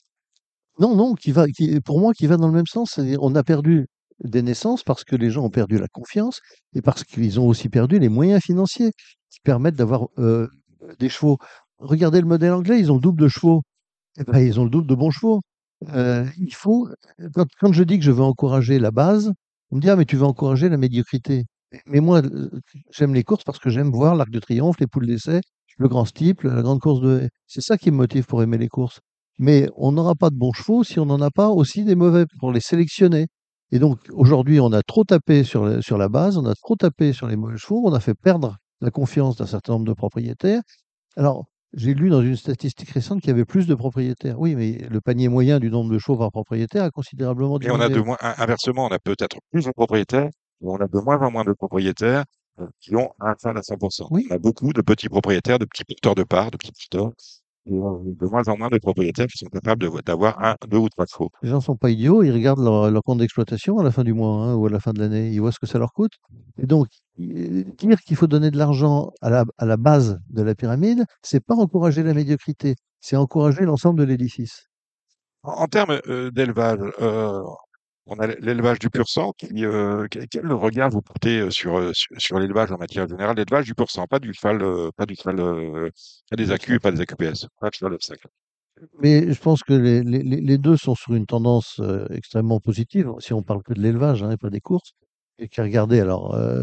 Non, non, qui va, qui, pour moi, qui va dans le même sens. C'est-à-dire, on a perdu des naissances parce que les gens ont perdu la confiance et parce qu'ils ont aussi perdu les moyens financiers qui permettent d'avoir euh, des chevaux. Regardez le modèle anglais, ils ont le double de chevaux. Eh ben, ils ont le double de bons chevaux. Euh, il faut, quand, quand je dis que je veux encourager la base, on me dit, ah, mais tu veux encourager la médiocrité. Mais moi, euh, j'aime les courses parce que j'aime voir l'Arc de Triomphe, les poules d'essai, le Grand Steeple, la grande course de haie. C'est ça qui me motive pour aimer les courses. Mais on n'aura pas de bons chevaux si on n'en a pas aussi des mauvais pour les sélectionner. Et donc, aujourd'hui, on a trop tapé sur, la- sur la base, on a trop tapé sur les mauvais chevaux, on a fait perdre la confiance d'un certain nombre de propriétaires. Alors, j'ai lu dans une statistique récente qu'il y avait plus de propriétaires. Oui, mais le panier moyen du nombre de chevaux par propriétaire a considérablement Et on a de diminué. moins, in- inversement, on a peut-être plus de propriétaires, mais on a de moins en moins de propriétaires euh, qui ont un cheval à cent pour cent. Oui, On a beaucoup de petits propriétaires, de petits porteurs de parts, de petits porteurs, et euh, de moins en moins de propriétaires qui sont capables de- d'avoir un, deux ou trois chevaux. les gens sont pas idiots, ils regardent leur, leur compte d'exploitation à la fin du mois hein, ou à la fin de l'année, ils voient ce que ça leur coûte. Et donc, i- dire qu'il faut donner de l'argent à la, à la base de la pyramide, c'est pas encourager la médiocrité, c'est encourager l'ensemble de l'édifice. En, en termes euh, d'élevage, euh, on a l'élevage du pur sang. Qui, euh, quel quel regard vous portez euh, sur, euh, sur, sur l'élevage en matière générale? L'élevage du pur sang, pas du cheval, euh, pas du cheval, euh, pas des A Q et pas L'obstacle. des A Q P S, pas de cheval obstacle. Mais je pense que les, les- les- les deux sont sur une tendance euh, extrêmement positive, si on parle que de l'élevage hein, et pas des courses. Et qui regardez alors euh,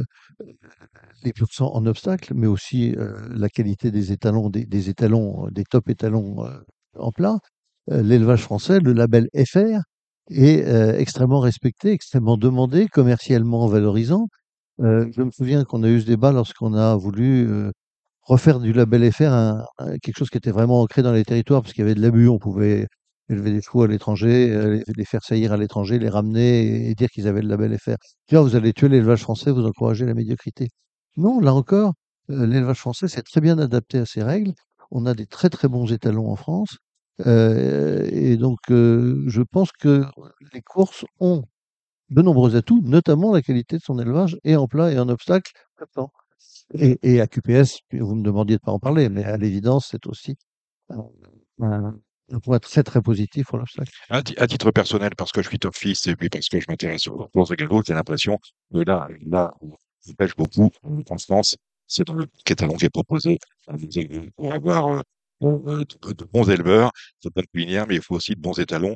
les pur sang en obstacle, mais aussi euh, la qualité des étalons, des, des étalons, euh, des top étalons euh, en plat. Euh, l'élevage français, le label F R, est euh, extrêmement respecté, extrêmement demandé, commercialement valorisant. Euh, je me souviens qu'on a eu ce débat lorsqu'on a voulu euh, refaire du label F R un- un- quelque chose qui était vraiment ancré dans les territoires, parce qu'il y avait de l'abus, on pouvait élever des chevaux à l'étranger, euh, les, les faire saillir à l'étranger, les ramener et, et dire qu'ils avaient le label F R. Là, vous allez tuer l'élevage français, vous encouragez la médiocrité. Non, là encore, euh, l'élevage français s'est très bien adapté à ces règles. On a des très très bons étalons en France. Euh, et donc, euh, je pense que les courses ont de nombreux atouts, notamment la qualité de son élevage, et en plat et en obstacle. Attends. Et, et à Q P S, vous me demandiez de ne pas en parler, mais à l'évidence, c'est aussi un, un- un point très très positif pour l'obstacle. À, ti- à titre personnel, parce que je suis top fils et puis parce que je m'intéresse aux courses de galop, j'ai l'impression que là, là, où je pêche beaucoup en Constance, c'est dans le étalon qui est proposé euh, pour avoir euh, euh, de, de bons éleveurs, de bonnes culinières, mais il faut aussi de bons étalons.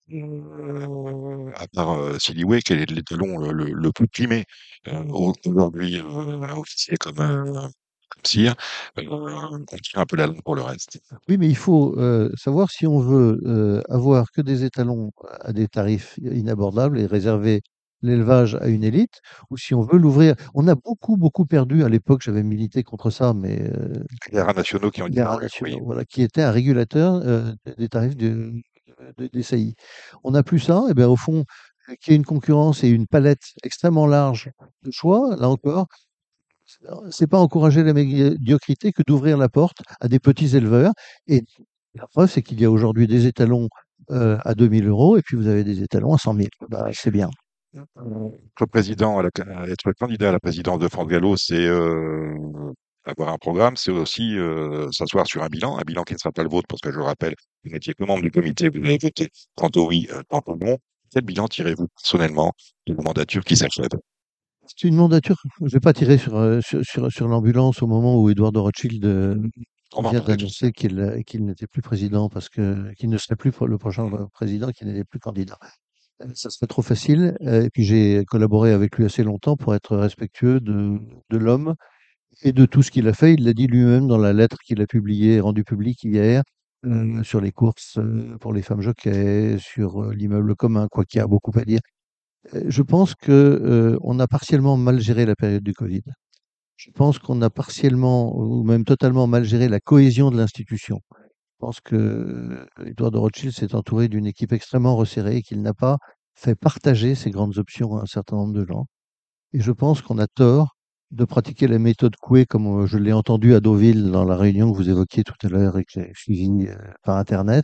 Euh, à part euh, Siliway, qui est l'étalon le, le, le plus primé euh, au- aujourd'hui euh, officier comme, euh, comme cire, euh, on tient un peu la langue pour le reste. Oui, mais il faut euh, savoir si on veut euh, avoir que des étalons à des tarifs inabordables et réserver l'élevage à une élite, ou si on veut l'ouvrir. On a beaucoup, beaucoup perdu à l'époque, j'avais milité contre ça, mais euh, Les rats nationaux qui ont les rats disparu, oui. nationaux, voilà, qui était un régulateur euh, des tarifs de, de- des saillies. On n'a plus ça, et bien au fond, euh, qu'il y ait une concurrence et une palette extrêmement large de choix, là encore, c'est pas encourager la médiocrité que d'ouvrir la porte à des petits éleveurs. Et la preuve, c'est qu'il y a aujourd'hui des étalons euh, à deux mille euros et puis vous avez des étalons à cent mille. Bah, c'est bien. Être président, à la- à être candidat à la présidence de France Gallo, c'est euh, avoir un programme, c'est aussi euh, s'asseoir sur un bilan, un bilan qui ne sera pas le vôtre, parce que je le rappelle, vous n'étiez que membre du comité, vous avez voté tantôt oui, euh, tantôt non. Quel bilan tirez-vous personnellement de la mandature qui s'achève? C'est une mandature. Je ne vais pas tirer sur, euh, sur, sur, sur l'ambulance au moment où Édouard de Rothschild euh, On va en vient parler tout de suite. d'annoncer qu'il euh, qu'il n'était plus président parce que qu'il ne serait plus le prochain président, qu'il n'était plus candidat. Euh, Ça serait trop facile. Euh, Et puis j'ai collaboré avec lui assez longtemps pour être respectueux de, de l'homme et de tout ce qu'il a fait. Il l'a dit lui-même dans la lettre qu'il a publiée et rendue publique hier euh, sur les courses euh, pour les femmes jockeys, sur euh, l'immeuble commun, quoi qu'il y a beaucoup à dire. Euh, Je pense que euh, on a partiellement mal géré la période du Covid. Je pense qu'on a partiellement ou même totalement mal géré la cohésion de l'institution. Je pense que euh, Édouard de Rothschild s'est entouré d'une équipe extrêmement resserrée et qu'il n'a pas fait partager ses grandes options à un certain nombre de gens. Et je pense qu'on a tort de pratiquer la méthode Coué comme euh, je l'ai entendu à Deauville dans la réunion que vous évoquiez tout à l'heure et que j'ai suivie euh, par Internet.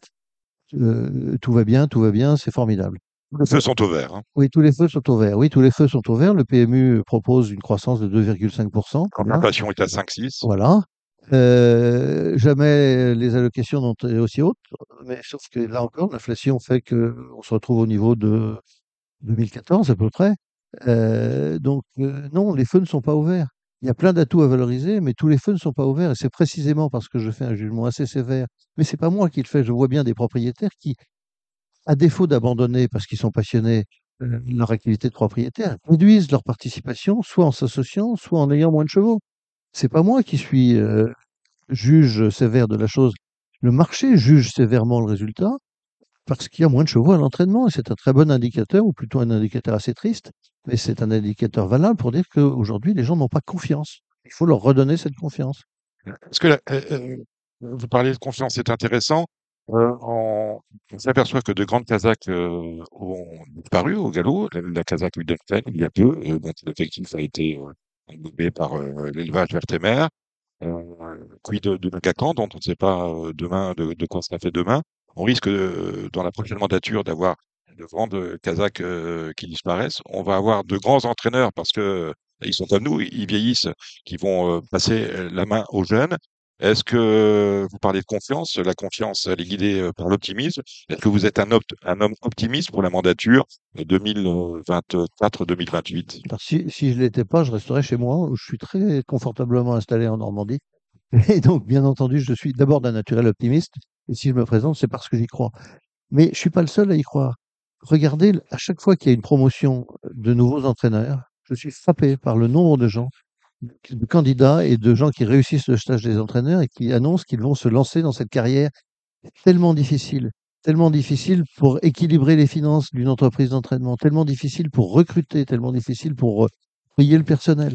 Euh, tout va bien, tout va bien, c'est formidable. Les feux sont au vert. Hein. Oui, tous les feux sont au vert. Oui, tous les feux sont au vert. Le P M U propose une croissance de deux virgule cinq pour cent. Quand Bien. l'inflation est à cinq six. Voilà. Euh, jamais les allocations n'ont été aussi hautes, mais sauf que là encore, l'inflation fait qu'on se retrouve au niveau de deux mille quatorze à peu près. Euh, donc, euh, non, les feux ne sont pas ouverts. Il y a plein d'atouts à valoriser, mais tous les feux ne sont pas ouverts. Et c'est précisément parce que je fais un jugement assez sévère. Mais c'est pas moi qui le fais. Je vois bien des propriétaires qui, à défaut d'abandonner parce qu'ils sont passionnés euh, leur activité de propriétaire, réduisent leur participation, soit en s'associant, soit en ayant moins de chevaux. C'est pas moi qui suis euh, juge sévère de la chose. Le marché juge sévèrement le résultat parce qu'il y a moins de chevaux à l'entraînement. Et c'est un très bon indicateur, ou plutôt un indicateur assez triste, mais c'est un indicateur valable pour dire qu'aujourd'hui, les gens n'ont pas confiance. Il faut leur redonner cette confiance. Parce que là, euh, euh, vous parlez de confiance, c'est intéressant. Euh, on, on s'aperçoit que de grandes casaques euh, ont disparu au galop. La, la casaque Wittgenstein, il y a peu, euh, dont l'effectif a été euh, englobé par euh, l'élevage vertébraire. Euh, quid de, de Cacan, dont on ne sait pas euh, demain de, de quoi sera fait demain. On risque euh, dans la prochaine mandature d'avoir de grandes casaques euh, qui disparaissent. On va avoir de grands entraîneurs parce que euh, ils sont comme nous, ils vieillissent, qui vont euh, passer la main aux jeunes. Est-ce que vous parlez de confiance? La confiance, elle est guidée euh, par l'optimisme. Est-ce que vous êtes un, opt- un homme optimiste pour la mandature deux mille vingt-quatre deux mille vingt-huit? Alors, si, si je ne l'étais pas, je resterais chez moi, où je suis très confortablement installé en Normandie. Et donc, bien entendu, je suis d'abord d'un naturel optimiste. Et si je me présente, c'est parce que j'y crois. Mais je suis pas le seul à y croire. Regardez, à chaque fois qu'il y a une promotion de nouveaux entraîneurs, je suis frappé par le nombre de gens, de candidats et de gens qui réussissent le stage des entraîneurs et qui annoncent qu'ils vont se lancer dans cette carrière tellement difficile, tellement difficile pour équilibrer les finances d'une entreprise d'entraînement, tellement difficile pour recruter, tellement difficile pour euh, payer le personnel.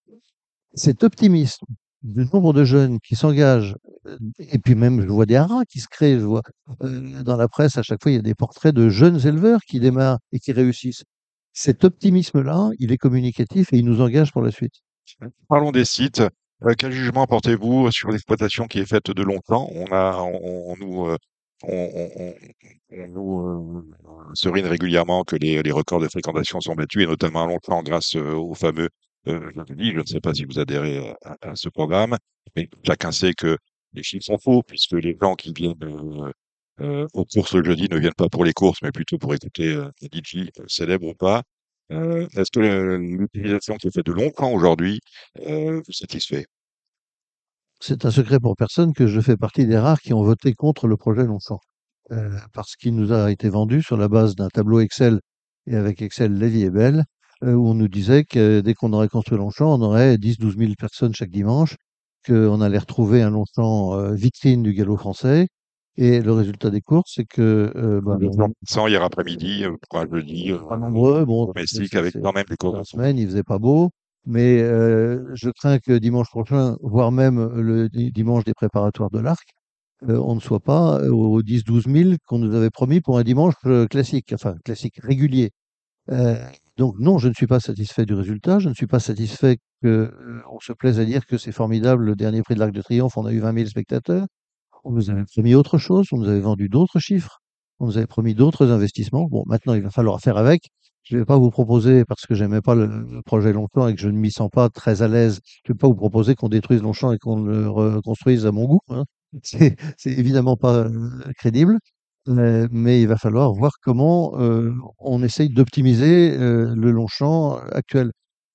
Cet optimisme du nombre de jeunes qui s'engagent, euh, et puis même je vois des haras qui se créent, je vois euh, dans la presse à chaque fois il y a des portraits de jeunes éleveurs qui démarrent et qui réussissent. Cet optimisme-là, il est communicatif et il nous engage pour la suite. Parlons des sites. Euh, quel jugement portez-vous sur l'exploitation qui est faite de longtemps? On a, on, on nous, euh, on, on- on- on nous euh, serine régulièrement que les, les records de fréquentation sont battus, et notamment à Longchamp grâce euh, au fameux euh, jeudi. Je ne sais pas si vous adhérez à, à ce programme, mais chacun sait que les chiffres sont faux, puisque les gens qui viennent euh, euh, aux courses le jeudi ne viennent pas pour les courses, mais plutôt pour écouter euh, un D J, euh, célèbre ou pas. Euh, est-ce que le- l'utilisation qui est faite de Longchamp aujourd'hui euh, vous satisfait? C'est un secret pour personne que je fais partie des rares qui ont voté contre le projet Longchamp. Euh, parce qu'il nous a été vendu sur la base d'un tableau Excel et avec Excel la vie est belle, euh, où on nous disait que dès qu'on aurait construit Longchamp, on aurait dix douze mille personnes chaque dimanche, qu'on allait retrouver un Longchamp euh, vitrine du galop français. Et le résultat des courses, c'est que euh, bah, Le plan passant hier après-midi, euh, pour un jeudi euh, pas nombreux, bon, domestique, c'est avec c'est quand même des dans la courses. semaine, il faisait pas beau, mais euh, je crains que dimanche prochain, voire même le di- dimanche des préparatoires de l'Arc, euh, on ne soit pas euh, aux dix douze mille qu'on nous avait promis pour un dimanche euh, classique, enfin classique, régulier. Euh, donc non, je ne suis pas satisfait du résultat, je ne suis pas satisfait que euh, on se plaise à dire que c'est formidable, le dernier prix de l'Arc de Triomphe, on a eu vingt mille spectateurs. On nous avait promis autre chose, on nous avait vendu d'autres chiffres, on nous avait promis d'autres investissements. Bon, maintenant, il va falloir faire avec. Je ne vais pas vous proposer, parce que j'aimais pas le, le projet Longchamp et que je ne m'y sens pas très à l'aise, je ne vais pas vous proposer qu'on détruise Longchamp et qu'on le reconstruise à mon goût. Hein. C'est, c'est évidemment pas euh, crédible. Euh, mais il va falloir voir comment euh, on essaye d'optimiser euh, le Longchamp actuel.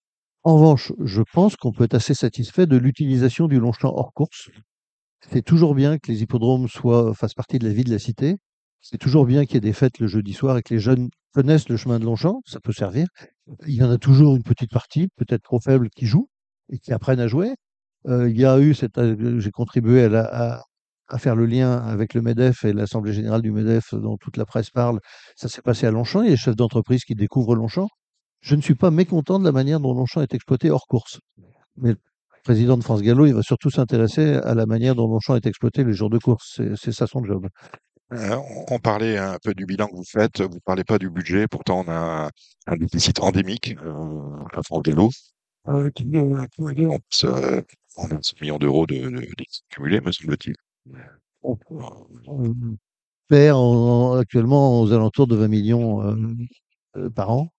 En revanche, je pense qu'on peut être assez satisfait de l'utilisation du Longchamp hors course. C'est toujours bien que les hippodromes soient, fassent partie de la vie de la cité. C'est toujours bien qu'il y ait des fêtes le jeudi soir et que les jeunes connaissent le chemin de Longchamp. Ça peut servir. Il y en a toujours une petite partie, peut-être trop faible, qui joue et qui apprennent à jouer. Euh, il y a eu cette, euh, j'ai contribué à, la- à- à faire le lien avec le MEDEF et l'Assemblée générale du MEDEF dont toute la presse parle. Ça s'est passé à Longchamp. Il y a des chefs d'entreprise qui découvrent Longchamp. Je ne suis pas mécontent de la manière dont Longchamp est exploité hors course. Mais le président de France Gallo, il va surtout s'intéresser à la manière dont Longchamp est exploité les jours de course. C'est c'est ça son job. Euh, on, on parlait un peu du bilan que vous faites, vous ne parlez pas du budget, pourtant on a un, un déficit endémique euh, à France Vélo. Euh, qui, euh, qui, on, passe, euh, on a cinq millions d'euros de, de, de cumulés, me semble-t-il. On, on perd en- en- actuellement aux alentours de vingt millions euh, euh, par an.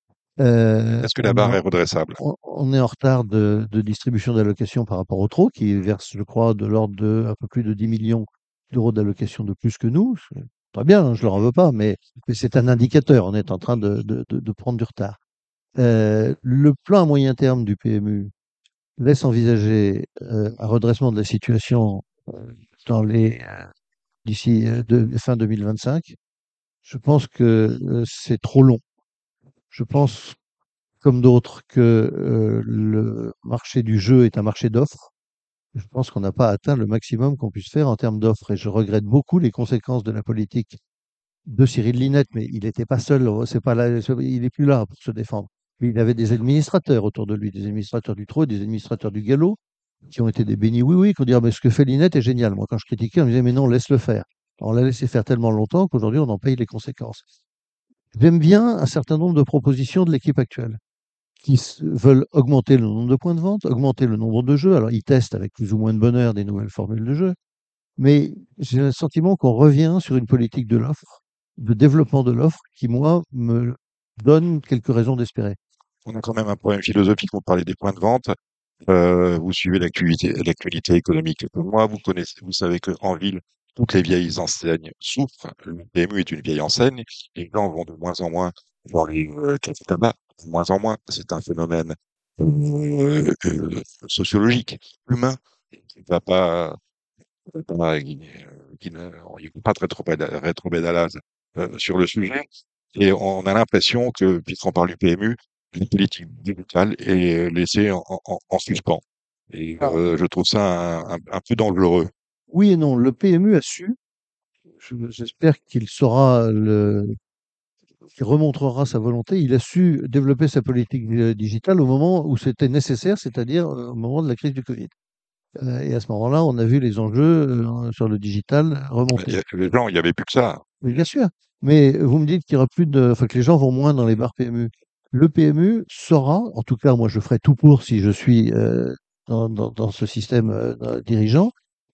Euh, Est-ce que la on est barre en, est redressable? on- on est en retard de, de distribution d'allocations par rapport au T R O, qui verse, je crois, de l'ordre de un peu plus de dix millions d'euros d'allocations de plus que nous. C'est très bien, hein, je ne leur en veux pas, mais, mais c'est un indicateur. On est en train de, de- de- de prendre du retard. Euh, le plan à moyen terme du P M U laisse envisager euh, un redressement de la situation euh, dans les euh, d'ici euh, de- fin deux mille vingt-cinq. Je pense que euh, c'est trop long. Je pense, comme d'autres, que euh, le marché du jeu est un marché d'offres. Je pense qu'on n'a pas atteint le maximum qu'on puisse faire en termes d'offres et je regrette beaucoup les conséquences de la politique de Cyril Linette, mais il n'était pas seul, c'est pas là, il n'est plus là pour se défendre. Il avait des administrateurs autour de lui, des administrateurs du trot et des administrateurs du galop, qui ont été des bénis oui-oui, qui ont dit ah, mais ce que fait Linette est génial. Moi, quand je critiquais, on me disait mais non, laisse-le faire. On l'a laissé faire tellement longtemps qu'aujourd'hui, on en paye les conséquences. J'aime bien un certain nombre de propositions de l'équipe actuelle qui s- veulent augmenter le nombre de points de vente, augmenter le nombre de jeux. Alors, ils testent avec plus ou moins de bonheur des nouvelles formules de jeu, mais j'ai le sentiment qu'on revient sur une politique de l'offre, de développement de l'offre, qui, moi, me donne quelques raisons d'espérer. On a quand même un problème philosophique. Vous parlez des points de vente. Euh, vous suivez l'actualité, l'actualité économique comme moi. Vous connaissez, vous savez que en ville, toutes les vieilles enseignes souffrent. Le P M U est une vieille enseigne. Les gens vont de moins en moins voir les euh, cafés tabac. De moins en moins. C'est un phénomène euh, euh, sociologique, humain, qui ne va pas, pas qui, euh, qui ne, il n'y a pas de rétropédalage, rétropédalage euh, sur le sujet. Et on a l'impression que, puisqu'on parle du P M U, la politique digitale est laissée en, en, en suspens. Et Alors, euh, je trouve ça un, un, un peu dangereux. oui et non, le P M U a su, je- j'espère qu'il saura le, qu'il remontrera sa volonté, il a su développer sa politique euh, digitale au moment où c'était nécessaire, c'est-à-dire euh, au moment de la crise du Covid. Euh, et à ce moment-là, on a vu les enjeux euh, sur le digital Il y remonter. a- Les gens, il n'y avait plus que ça. Oui, bien sûr. Mais vous me dites qu'il y aura plus de, enfin que les gens vont moins dans les bars P M U. Le P M U saura, en tout cas, moi je ferai tout pour si je suis euh, dans, dans, dans ce système euh, dirigeant,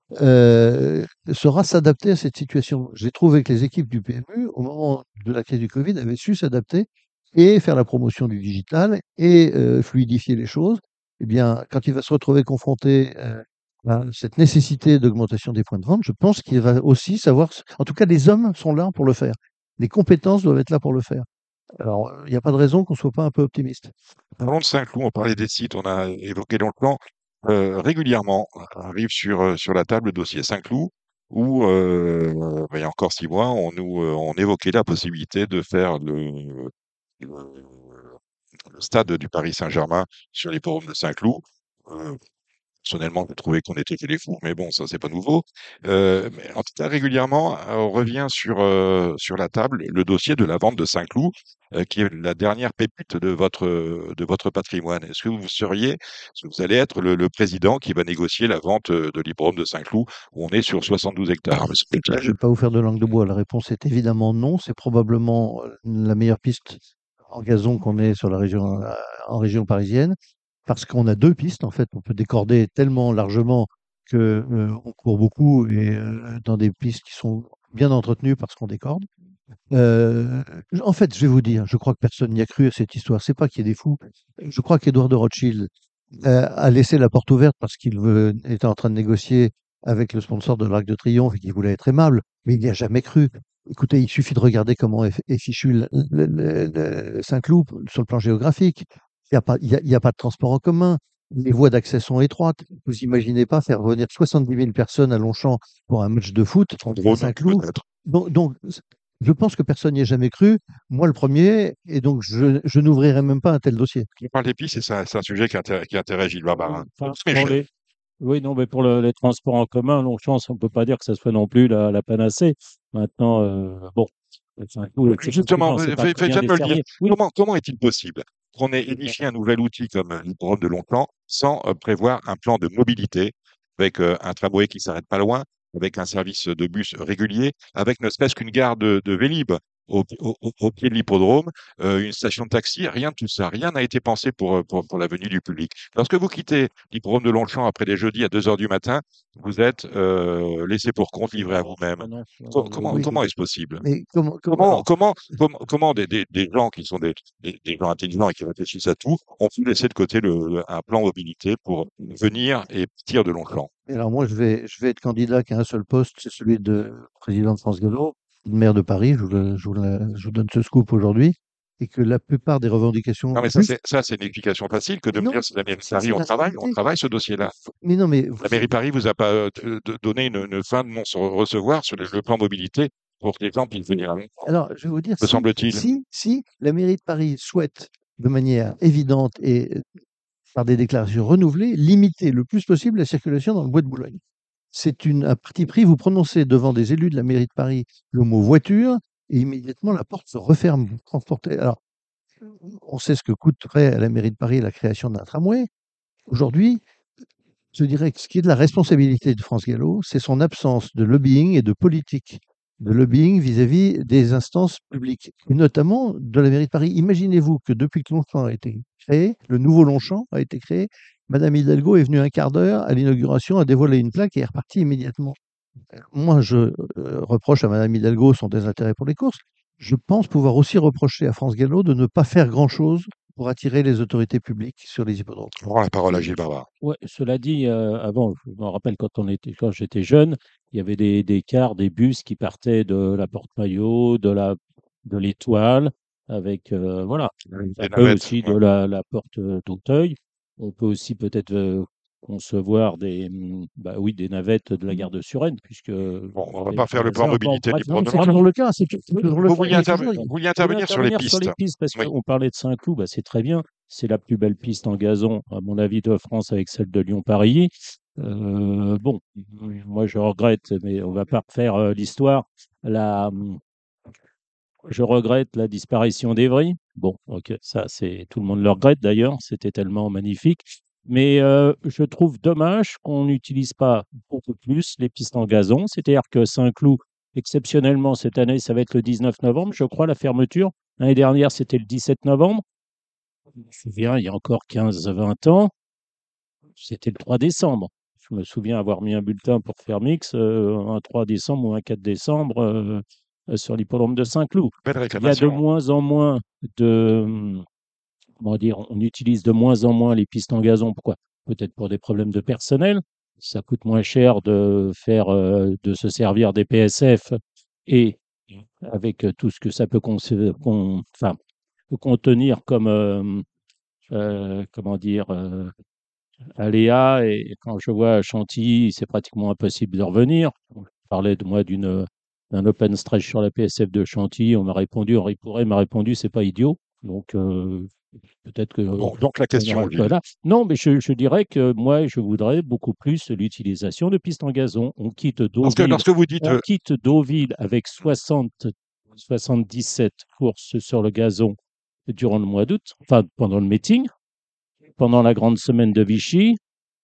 euh, saura s'adapter à cette situation. J'ai trouvé que les équipes du P M U, au moment de la crise du Covid, avaient su s'adapter et faire la promotion du digital et euh, fluidifier les choses. Eh bien, quand il va se retrouver confronté euh, à cette nécessité d'augmentation des points de vente, je pense qu'il va aussi savoir. En tout cas, les hommes sont là pour le faire. Les compétences doivent être là pour le faire. Alors, il n'y a pas de raison qu'on ne soit pas un peu optimiste. Parlons de Saint-Cloud, on parlait des sites, on a évoqué longtemps. Euh, régulièrement, arrive sur, euh, sur la table le dossier Saint-Cloud, où, euh, ben, il y a encore six mois, on nous euh, on évoquait la possibilité de faire le, le, le stade du Paris Saint-Germain sur les forums de Saint-Cloud. Euh, Personnellement, j'ai trouvé qu'on était chez les fous, mais bon, ça, c'est pas nouveau. Heu, mais en tout cas, régulièrement, heu, on revient sur, heu, sur la table le dossier de la vente de Saint-Cloud, heu, qui est la dernière pépite de votre, de votre patrimoine. Est-ce que vous seriez est-ce que vous allez être le le président qui va négocier la vente, heu, de l'hippodrome de Saint-Cloud, où on est sur soixante-douze hectares, monsieur Je ne Pétage? vais pas vous faire de langue de bois. La réponse est évidemment non. C'est probablement euh, la meilleure piste en gazon qu'on ait sur la région, euh, en région parisienne, parce qu'on a deux pistes. En fait, on peut décorder tellement largement que euh, on court beaucoup et euh, dans des pistes qui sont bien entretenues parce qu'on décorde. Euh, en fait, je vais vous dire, je crois que personne n'y a cru à cette histoire. C'est pas qu'il y ait des fous. Je crois qu'Édouard de Rothschild euh, a laissé la porte ouverte parce qu'il veut- était en train de négocier avec le sponsor de l'Arc de Triomphe et qu'il voulait être aimable, mais il n'y a jamais cru. Écoutez, il suffit de regarder comment est, est fichu le, le- le- le Saint-Cloud sur le plan géographique. Il n'y a pas, il y a, il y a pas de transport en commun. Les voies d'accès sont étroites. Vous imaginez pas faire venir soixante-dix mille personnes à Longchamp pour un match de foot En à drone, Saint-Cloud. peut-être? Donc, donc, je pense que personne n'y a jamais cru. Moi, le premier, et donc je, je n'ouvrirai même pas un tel dossier. Je parle d'épices, c'est ça, c'est un sujet qui intéresse qui intéresse Gilles Barbarin. Enfin, pour Michel. les, oui, non, mais pour le- les transports en commun, Longchamp, on ne peut pas dire que ça soit non plus la, la panacée. Maintenant, euh, bon, c'est un coup, Justement, effectivement, c'est fais pas fais- très fais- bien viens de me le dire. desservi. Oui, Comment, comment est-il possible qu'on ait édifié un nouvel outil comme euh, l'hippodrome de Longchamp sans euh, prévoir un plan de mobilité avec euh, un tramway qui s'arrête pas loin, avec un service de bus régulier, avec ne serait-ce qu'une gare de, de Vélib? au, au, au- au pied de l'hippodrome, euh, une station de taxi, rien de tout ça. Rien n'a été pensé pour, euh, pour, pour la venue du public. Lorsque vous quittez l'hippodrome de Longchamp après les jeudis à deux heures du matin, vous êtes euh, laissé pour compte, livré à vous-même. Ah non, Co- euh, Comment, Oui, comment est-ce possible? mais comment, comment Comment, alors, comment, comment, comment des, des, des gens qui sont des, des, des gens intelligents et qui réfléchissent à tout ont pu laisser de côté le, le- un plan mobilité pour venir et partir de Longchamp? alors moi, je vais, je vais être candidat qu'à un seul poste, c'est celui de président de France Gallo, maire de Paris, je vous, le- je vous la- je vous donne ce scoop aujourd'hui, et que la plupart des revendications Non, mais ça, justes, c'est, ça, c'est une explication facile que de me non, dire c'est la mairie de ça Paris, c'est on la travaille, on réalité. travaille ce dossier-là. Mais non, mais vous, La mairie de Paris vous a pas euh, de- de- donné une, une fin de non-recevoir sur le, le plan mobilité pour que les gens puissent venir à Longchamp, alors je vais vous dire, me si, semble-t-il. si, si la mairie de Paris souhaite de manière évidente et euh, par des déclarations renouvelées, limiter le plus possible la circulation dans le bois de Boulogne. C'est une, un parti pris, vous prononcez devant des élus de la mairie de Paris le mot voiture, et immédiatement la porte se referme. Vous transportez. Alors, on sait ce que coûterait à la mairie de Paris la création d'un tramway. Aujourd'hui, je dirais que ce qui est de la responsabilité de France Gallo, c'est son absence de lobbying et de politique, de lobbying vis-à-vis des instances publiques, et notamment de la mairie de Paris. Imaginez-vous que depuis que Longchamp a été créé, le nouveau Longchamp a été créé, Madame Hidalgo est venue un quart d'heure à l'inauguration, a dévoilé une plaque et est repartie immédiatement. Moi, je euh, reproche à Madame Hidalgo son désintérêt pour les courses. Je pense pouvoir aussi reprocher à France Gallo de ne pas faire grand-chose pour attirer les autorités publiques sur les hippodromes. Je rends la parole à Gilles Bavard. Ouais, cela dit, euh, avant, je me rappelle quand on était, quand j'étais jeune, il y avait des, des cars, des bus qui partaient de la Porte-Maillot, de la, de l'Étoile, avec, euh, voilà, un Des peu navettes. aussi de Ouais. la, la Porte euh, d'Auteuil. On peut aussi peut-être euh, concevoir des, hum, bah oui, des navettes de la gare de Suresnes, puisque Bon, on va les pas faire le plan magasins, bon, mobilité bref, du Non, mais pronom. c'est voilà. toujours le cas, c'est tou- c'est Oui, toujours le Vous cas. Il vouliez, y a interve- toujours, vous vouliez je voulais intervenir sur les intervenir sur pistes. les pistes parce Oui. qu'on parlait de Saint-Cloud, bah, c'est très bien. C'est la plus belle piste en gazon, à mon avis, de France avec celle de Lyon-Paris. Euh, bon, moi je regrette, mais on va pas refaire euh, l'histoire. La, je regrette la disparition d'Evry. Bon, ok, ça c'est tout le monde le regrette d'ailleurs. C'était tellement magnifique. Mais euh, je trouve dommage qu'on n'utilise pas beaucoup plus les pistes en gazon. C'est-à-dire que Saint-Cloud, exceptionnellement cette année, ça va être le dix-neuf novembre, je crois, la fermeture. L'année dernière, c'était le dix-sept novembre. Je me souviens, il y a encore quinze vingt ans, c'était le trois décembre. Je me souviens avoir mis un bulletin pour faire mix euh, un trois décembre ou un quatre décembre euh, euh, sur l'hippodrome de Saint-Cloud. Belle Il y a de réclamation. moins en moins de, hum, comment dire, on utilise de moins en moins les pistes en gazon. Pourquoi? Peut-être pour des problèmes de personnel. Ça coûte moins cher de faire, euh, de se servir des P S F et avec euh, tout ce que ça peut con- con- enfin, peut contenir comme, euh, euh, comment dire, euh, aléa. Et quand je vois Chantilly, c'est pratiquement impossible de revenir. Je parlais de moi d'une d'un open stretch sur la P S F de Chantilly. On m'a répondu, Henri Pourret m'a répondu, c'est pas idiot. Donc euh, peut-être que Bon, donc la on ira question, pas Gilles. là. Non, mais je, je dirais que moi, je voudrais beaucoup plus l'utilisation de pistes en gazon. On quitte Lorsque, Deauville, lorsque vous dites, on euh, quitte Deauville avec soixante, soixante-dix-sept courses sur le gazon durant le mois d'août, enfin pendant le meeting, pendant la grande semaine de Vichy,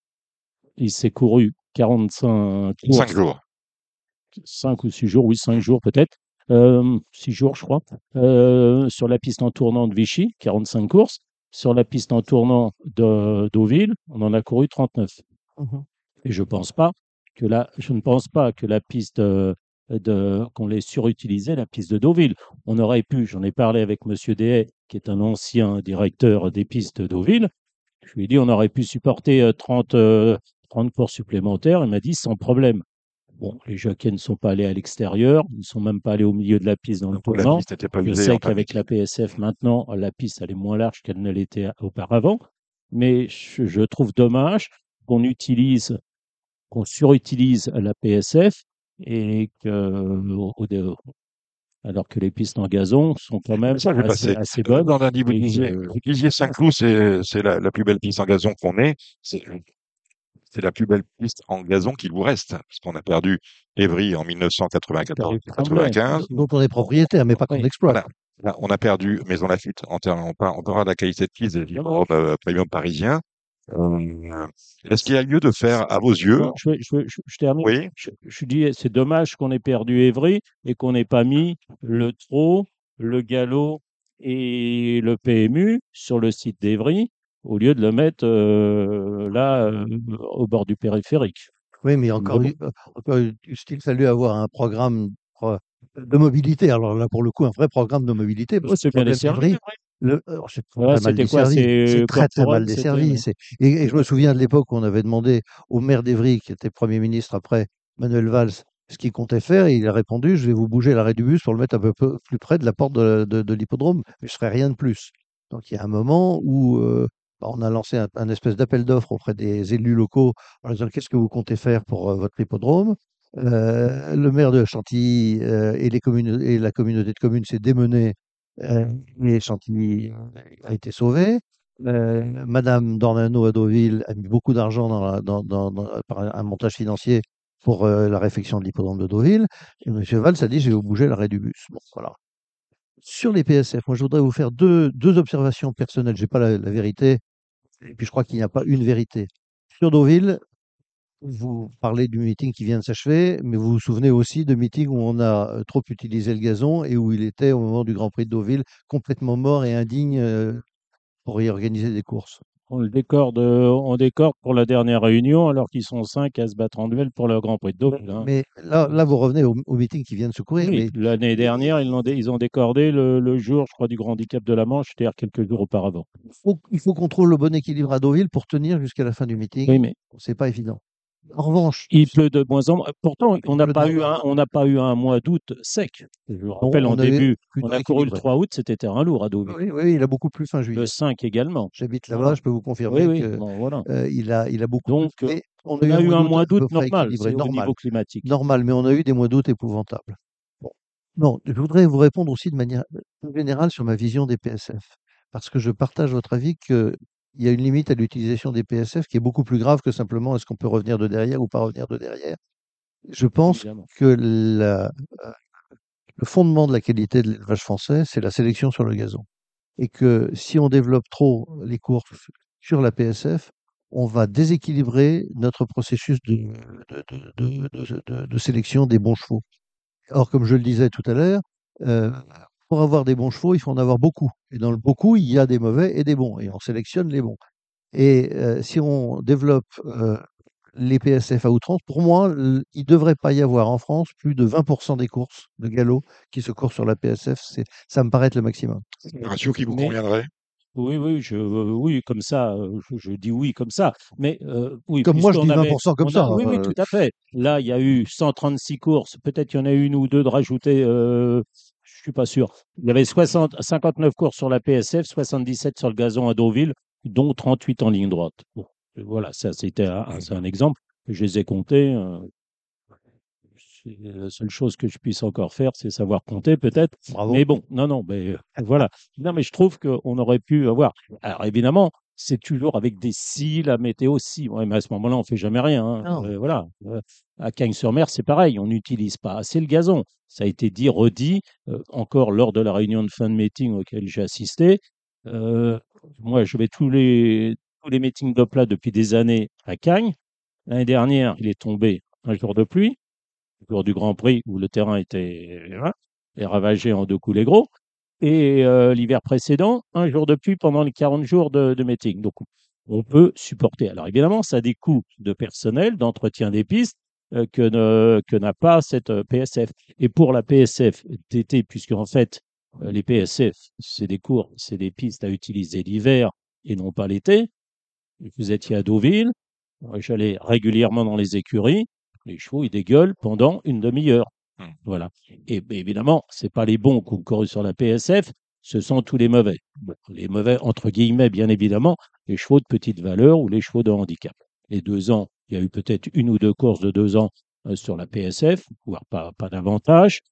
il s'est couru quarante-cinq cinq courses, jours. cinq ou six jours, oui, cinq jours peut-être, euh, six jours je crois, euh, sur la piste en tournant de Vichy, quarante-cinq courses. Sur la piste en tournant de Deauville, on en a couru trente-neuf. Mhm. Et je pense pas que la, je ne pense pas que la piste euh, de, qu'on l'ait surutilisée, la piste de Deauville. On aurait pu, j'en ai parlé avec Monsieur Dehaye, qui est un ancien directeur des pistes de Deauville. Je lui ai dit, on aurait pu supporter euh, trente, euh, trente courses supplémentaires. Il m'a dit, sans problème. Bon, les jockeys ne sont pas allés à l'extérieur, ils ne sont même pas allés au milieu de la piste dans le Donc la tournant. piste n'était pas Je usée en sais plein qu'avec meeting. la P S F maintenant, la piste elle est moins large qu'elle ne l'était auparavant. Mais je, je trouve dommage qu'on utilise, qu'on surutilise la P S F et que, au- au- alors que les pistes en gazon sont quand Mais même ça, je vais assez, passer. assez Euh, bonnes. Dans lundi, vous Et disiez, euh, vous disiez Saint-Cloud, c'est, c'est la, la plus belle piste en gazon qu'on ait. C'est, c'est la plus belle piste en gazon qu'il vous reste, parce qu'on a perdu Évry en Paris Tremblay, mille neuf cent quatre-vingt-quinze. Dont on est On, propriétaire, mais pas qu'on oui. exploite. voilà. Là, on a perdu Maison Lafitte en termes, on, par- on parlera de la qualité de piste des Dommage. hippodromes euh, premium parisiens. Euh, Est-ce qu'il y a lieu de faire, à vos yeux, Non, je, vais- je, vais- je- je termine. oui, Je, je dis, c'est dommage qu'on ait perdu Évry et qu'on n'ait pas mis le trot, le galop et le P M U sur le site d'Évry au lieu de le mettre euh, là euh, au bord du périphérique. Oui, mais Mais encore, bon, eu- euh, encore eu- il fallu avoir un programme pro- de mobilité. Alors là, pour le coup, un vrai programme de mobilité, parce ouais, que le c'est bien problème desservi, d'Evry, Évry. le, alors, c'est Voilà, très mal c'était quoi? desservi. C'est C'est très, très mal corporel, c'était. desservi. Ouais. C'est, et, et je me souviens de l'époque où on avait demandé au maire d'Evry, qui était Premier ministre après Manuel Valls, ce qu'il comptait faire, et il a répondu, je vais vous bouger l'arrêt du bus pour le mettre un peu peu plus près de la porte de, de- de l'hippodrome, mais je ferai rien de plus. Donc il y a un moment où euh, bah, on a lancé un, un espèce d'appel d'offres auprès des élus locaux en leur disant qu'est-ce que vous comptez faire pour euh, votre hippodrome. Euh, le maire de Chantilly euh, et, les communes, et la communauté de communes s'est démenée euh, et Chantilly a été sauvé. Euh, Madame Dornano à Deauville a mis beaucoup d'argent dans, la- dans, dans- dans- par un un montage financier pour euh, la réfection de l'hippodrome de Deauville. Et M. Valls a dit je vais vous bouger l'arrêt du bus. Bon, voilà. Sur les P S F, moi je voudrais vous faire deux, deux observations personnelles. Je n'ai pas la, la vérité, et puis je crois qu'il n'y a pas une vérité. Sur Deauville, vous parlez du meeting qui vient de s'achever, mais vous vous souvenez aussi de meetings où on a euh, trop utilisé le gazon et où il était au moment du Grand Prix de Deauville complètement mort et indigne euh, pour y organiser des courses. On le décore de, on décore pour la dernière réunion alors qu'ils sont cinq à se battre en duel pour le Grand Prix de Deauville, hein. Mais là, là vous revenez au, au meeting qui vient de se courir, Oui, mais l'année dernière, ils l'ont dé- ils ont décordé le, le jour, je crois, du Grand Handicap de la Manche, c'est-à-dire quelques jours auparavant. il faut, il faut qu'on trouve le bon équilibre à Deauville pour tenir jusqu'à la fin du meeting. Oui, mais C'est pas évident. En revanche, il pleut de moins en moins. Pourtant, il on n'a pleut pas dans- eu un, on n'a pas eu un mois d'août sec. Je me bon, rappelle en on avait début, on plutôt a couru le équilibré. trois août, c'était terrain lourd à Deauville. Oui, oui, il a beaucoup plu fin Le juillet. cinq également. J'habite là-bas, Voilà. je peux vous Oui, confirmer oui, que bon, voilà. euh, il a, il a beaucoup plu. Donc, euh, Mais on a on eu un a eu mois un d'août mois à d'août peu près normal, équilibré, c'est au normal. niveau climatique. Normal, mais on a eu des mois d'août épouvantables. Bon. Non, je voudrais vous répondre aussi de manière plus générale sur ma vision des P S F. Parce que je partage votre avis qu'il y a une limite à l'utilisation des P S F qui est beaucoup plus grave que simplement est-ce qu'on peut revenir de derrière ou pas revenir de derrière. Je pense Évidemment. que la- euh, le fondement de la qualité de l'élevage français, c'est la sélection sur le gazon. Et que si on développe trop les courses sur la P S F, on va déséquilibrer notre processus de, de, de- de- de- de- de sélection des bons chevaux. Or, comme je le disais tout à l'heure, euh, pour avoir des bons chevaux, il faut en avoir beaucoup. Et dans le beaucoup, il y a des mauvais et des bons. Et on sélectionne les bons. Et euh, si on développe euh, les P S F à outrance, pour moi, l- il ne devrait pas y avoir en France plus de vingt pour cent des courses de galop qui se courent sur la P S F. C'est, ça me paraît être le maximum. un ratio qui vous Mais conviendrait? oui, oui, je, euh, oui, comme ça, euh, je, je dis oui comme ça. Mais euh, oui, Comme moi, je puisqu'on dis avait, vingt pour cent comme on ça. a, oui, oui, euh, tout à fait. Là, il y a eu cent trente-six courses. Peut-être qu'il y en a une ou deux de rajouter. Euh, je suis pas sûr. Il y avait soixante, cinquante-neuf courses sur la P S F, soixante-dix-sept sur le gazon à Deauville, dont trente-huit en ligne droite. Bon, voilà, ça, c'était un, un- c'est un exemple. Je les ai comptés. euh, c'est la seule chose que je puisse encore faire, c'est savoir compter peut-être. bravo. Mais bon, non, non, mais euh, voilà. Non, mais je trouve qu'on aurait pu avoir. Alors évidemment, c'est toujours avec des si, la météo si. Ouais, mais à ce moment-là, on fait jamais rien, hein. Non. Euh, voilà. Euh, à Cagnes-sur-Mer, c'est pareil. On n'utilise pas assez le gazon. Ça a été dit, redit, euh, encore lors de la réunion de fin de meeting auquel j'ai assisté. Euh, Moi, je vais tous les tous les meetings de plat depuis des années à Cagnes. L'année dernière, il est tombé un jour de pluie jour du Grand Prix où le terrain était voilà, et ravagé en deux coups les gros. Et euh, l'hiver précédent, un jour de pluie pendant les quarante jours de, de meeting. Donc, on peut supporter. Alors, évidemment, ça a des coûts de personnel, d'entretien des pistes euh, que, ne, que n'a pas cette euh, P S F. Et pour la P S F d'été, puisque en fait, euh, les P S F, c'est des cours, c'est des pistes à utiliser l'hiver et non pas l'été. Vous étiez à Deauville, moi, j'allais régulièrement dans les écuries, les chevaux, ils dégueulent pendant une demi-heure. Hmm. Voilà. Et ben, évidemment, c'est pas les bons qui ont couru sur la P S F, ce sont tous les mauvais. Bon, les mauvais, entre guillemets, bien évidemment, les chevaux de petite valeur ou les chevaux de handicap. Les deux ans, il y a eu peut-être une ou deux courses de deux ans euh, sur la P S F, voire pas, pas davantage.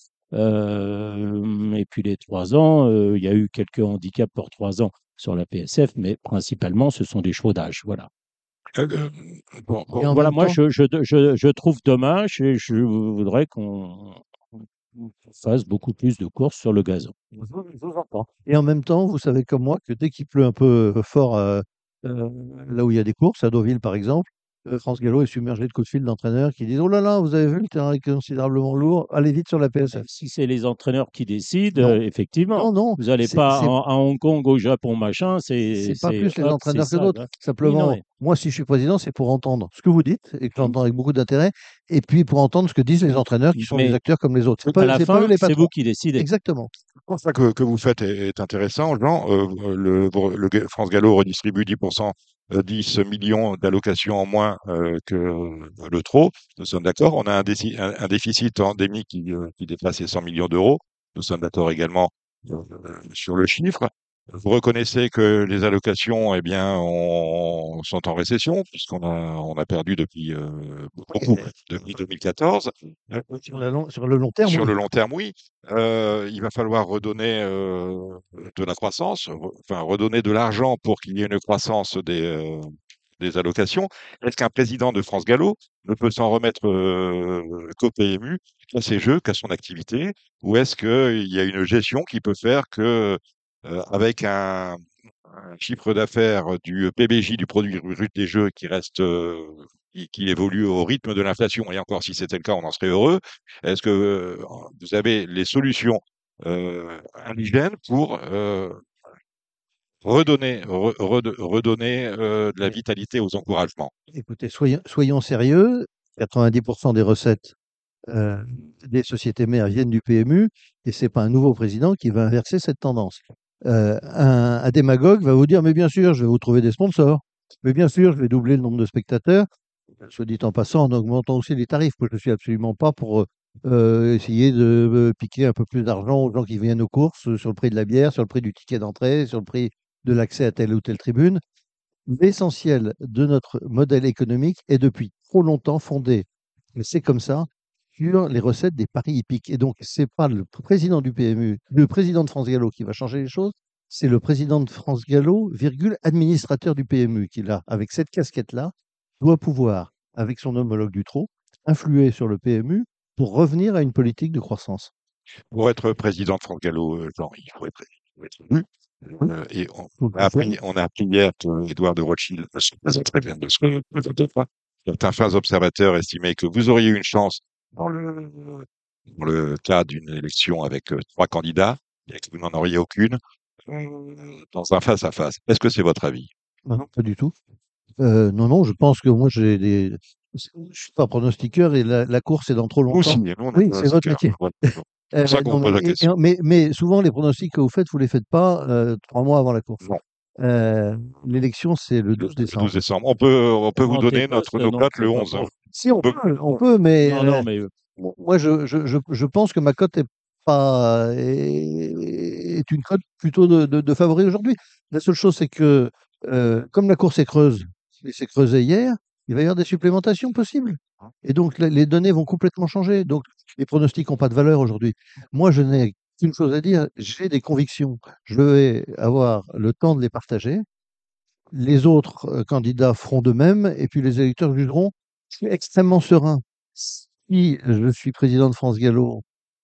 Euh, et puis les trois ans, euh, il y a eu quelques handicaps pour trois ans sur la P S F, mais principalement, ce sont des chevaux d'âge. Voilà. Euh, euh, bon, Et bon, en Voilà, même moi, temps, je, je, je, je trouve dommage et je voudrais qu'on qu'on fasse beaucoup plus de courses sur le gazon. je vous je vous entends. Et en même temps, vous savez comme moi que dès qu'il pleut un peu fort euh, euh, là où il y a des courses, à Deauville par exemple, euh, France Gallo est submergé de coups de fil d'entraîneurs qui disent: «Oh là là, vous avez vu, le terrain est considérablement lourd, allez vite sur la Ben, P S F». si c'est les entraîneurs qui décident, Non, euh, effectivement. non, non, Vous n'allez c'est pas c'est en- à Hong Kong, au Japon, machin, c'est, c'est pas c'est, plus les hop, c'est entraîneurs que ça, d'autres. là. Oui, non, Simplement, mais moi, si je suis président, c'est pour entendre ce que vous dites et que j'entends avec beaucoup d'intérêt, et puis pour entendre ce que disent les entraîneurs qui sont des mais acteurs comme les autres. C'est à pas, la c'est pas eux fin, les c'est patrons. vous qui décidez. Exactement. Le constat que, que vous faites est, est intéressant, Jean. Euh, le, le Ga- France Gallo redistribue dix pour cent, euh, dix millions d'allocations en moins euh, que le trop. Nous sommes d'accord. On a un, déci- un, un déficit endémique qui, euh, qui dépasse les cent millions d'euros. Nous sommes d'accord également euh, sur le chiffre. Vous reconnaissez que les allocations, eh bien, on- sont en récession puisqu'on a, on a perdu depuis euh, beaucoup Et depuis deux mille quatorze. Euh, sur, la long- sur le long terme, Sur oui. le long terme, oui. Euh, il va falloir redonner euh, de la croissance, re- enfin redonner de l'argent pour qu'il y ait une croissance des, euh, des allocations. Est-ce qu'un président de France Gallo ne peut s'en remettre euh, qu'au P M U, qu'à ses jeux, qu'à son activité, ou est-ce qu'il y a une gestion qui peut faire que, euh, avec un, un chiffre d'affaires du P B J, du produit brut des jeux, qui reste, euh, qui, qui évolue au rythme de l'inflation, et encore si c'était le cas, on en serait heureux. Est-ce que euh, vous avez les solutions euh, indigènes pour euh, redonner, re- rede- redonner euh, de la Mais vitalité aux encouragements? écoutez, soyons, soyons sérieux. quatre-vingt-dix pour cent des recettes euh, des sociétés mères viennent du P M U, et c'est pas un nouveau président qui va inverser cette tendance. Euh, un, un démagogue va vous dire: mais bien sûr, je vais vous trouver des sponsors, mais bien sûr, je vais doubler le nombre de spectateurs, soit dit en passant, en augmentant aussi les tarifs. Moi, je ne suis absolument pas pour euh, essayer de euh, piquer un peu plus d'argent aux gens qui viennent aux courses, euh, sur le prix de la bière, sur le prix du ticket d'entrée, sur le prix de l'accès à telle ou telle tribune. L'essentiel de notre modèle économique est depuis trop longtemps fondé, mais c'est comme ça, sur les recettes des paris hippiques. Et donc, c'est pas le président du P M U, le président de France Gallo qui va changer les choses, c'est le président de France Gallo, virgule, administrateur du P M U, qui là, avec cette casquette-là, doit pouvoir, avec son homologue du trot, influer sur le P M U pour revenir à une politique de croissance. Pour être président de France Gallo, euh, Jean, il faut être, il faut être élu. Euh, et on Je vous le a appris, confirme. on a appris hier que Édouard de Rothschild, c'est très bien de ce que certains fins observateurs estimaient que vous auriez eu une chance dans le, dans le cas d'une élection avec euh, trois candidats et que vous n'en auriez aucune euh, dans un face-à-face. Est-ce que c'est votre avis? Non, non, pas du tout. Euh, non, non, je pense que moi, j'ai des. Je suis pas pronostiqueur, et la, la course est dans trop Nous aussi, longtemps. nous, on est Oui, c'est votre pronostiqueurs. métier. Voilà. C'est pour ça Euh, qu'on non, me mais, pose la et- et- question. mais, mais souvent, les pronostics que vous faites, vous les faites pas euh, trois mois avant la course. Non, Euh, L'élection, c'est le le, douze le douze décembre. décembre. On peut, on peut vous Inventez donner pas, notre, ça, nos non, cotes le c'est pas onze. bon. Si, on On peut- peut, on peut, mais Non, euh, non, mais euh, bon, moi, je, je, je, je pense que ma cote est pas est, est une cote plutôt de, de, de favori aujourd'hui. La seule chose, c'est que euh, comme la course est creuse, et s'est creusée hier, il va y avoir des supplémentations possibles. Et donc, la- les données vont complètement changer. Donc, les pronostics n'ont pas de valeur aujourd'hui. Moi, je n'ai qu'une chose à dire: j'ai des convictions. Je vais avoir le temps de les partager. Les autres euh, candidats feront de même, et puis les électeurs jugeront. Je suis extrêmement serein. Si je suis président de France Gallo,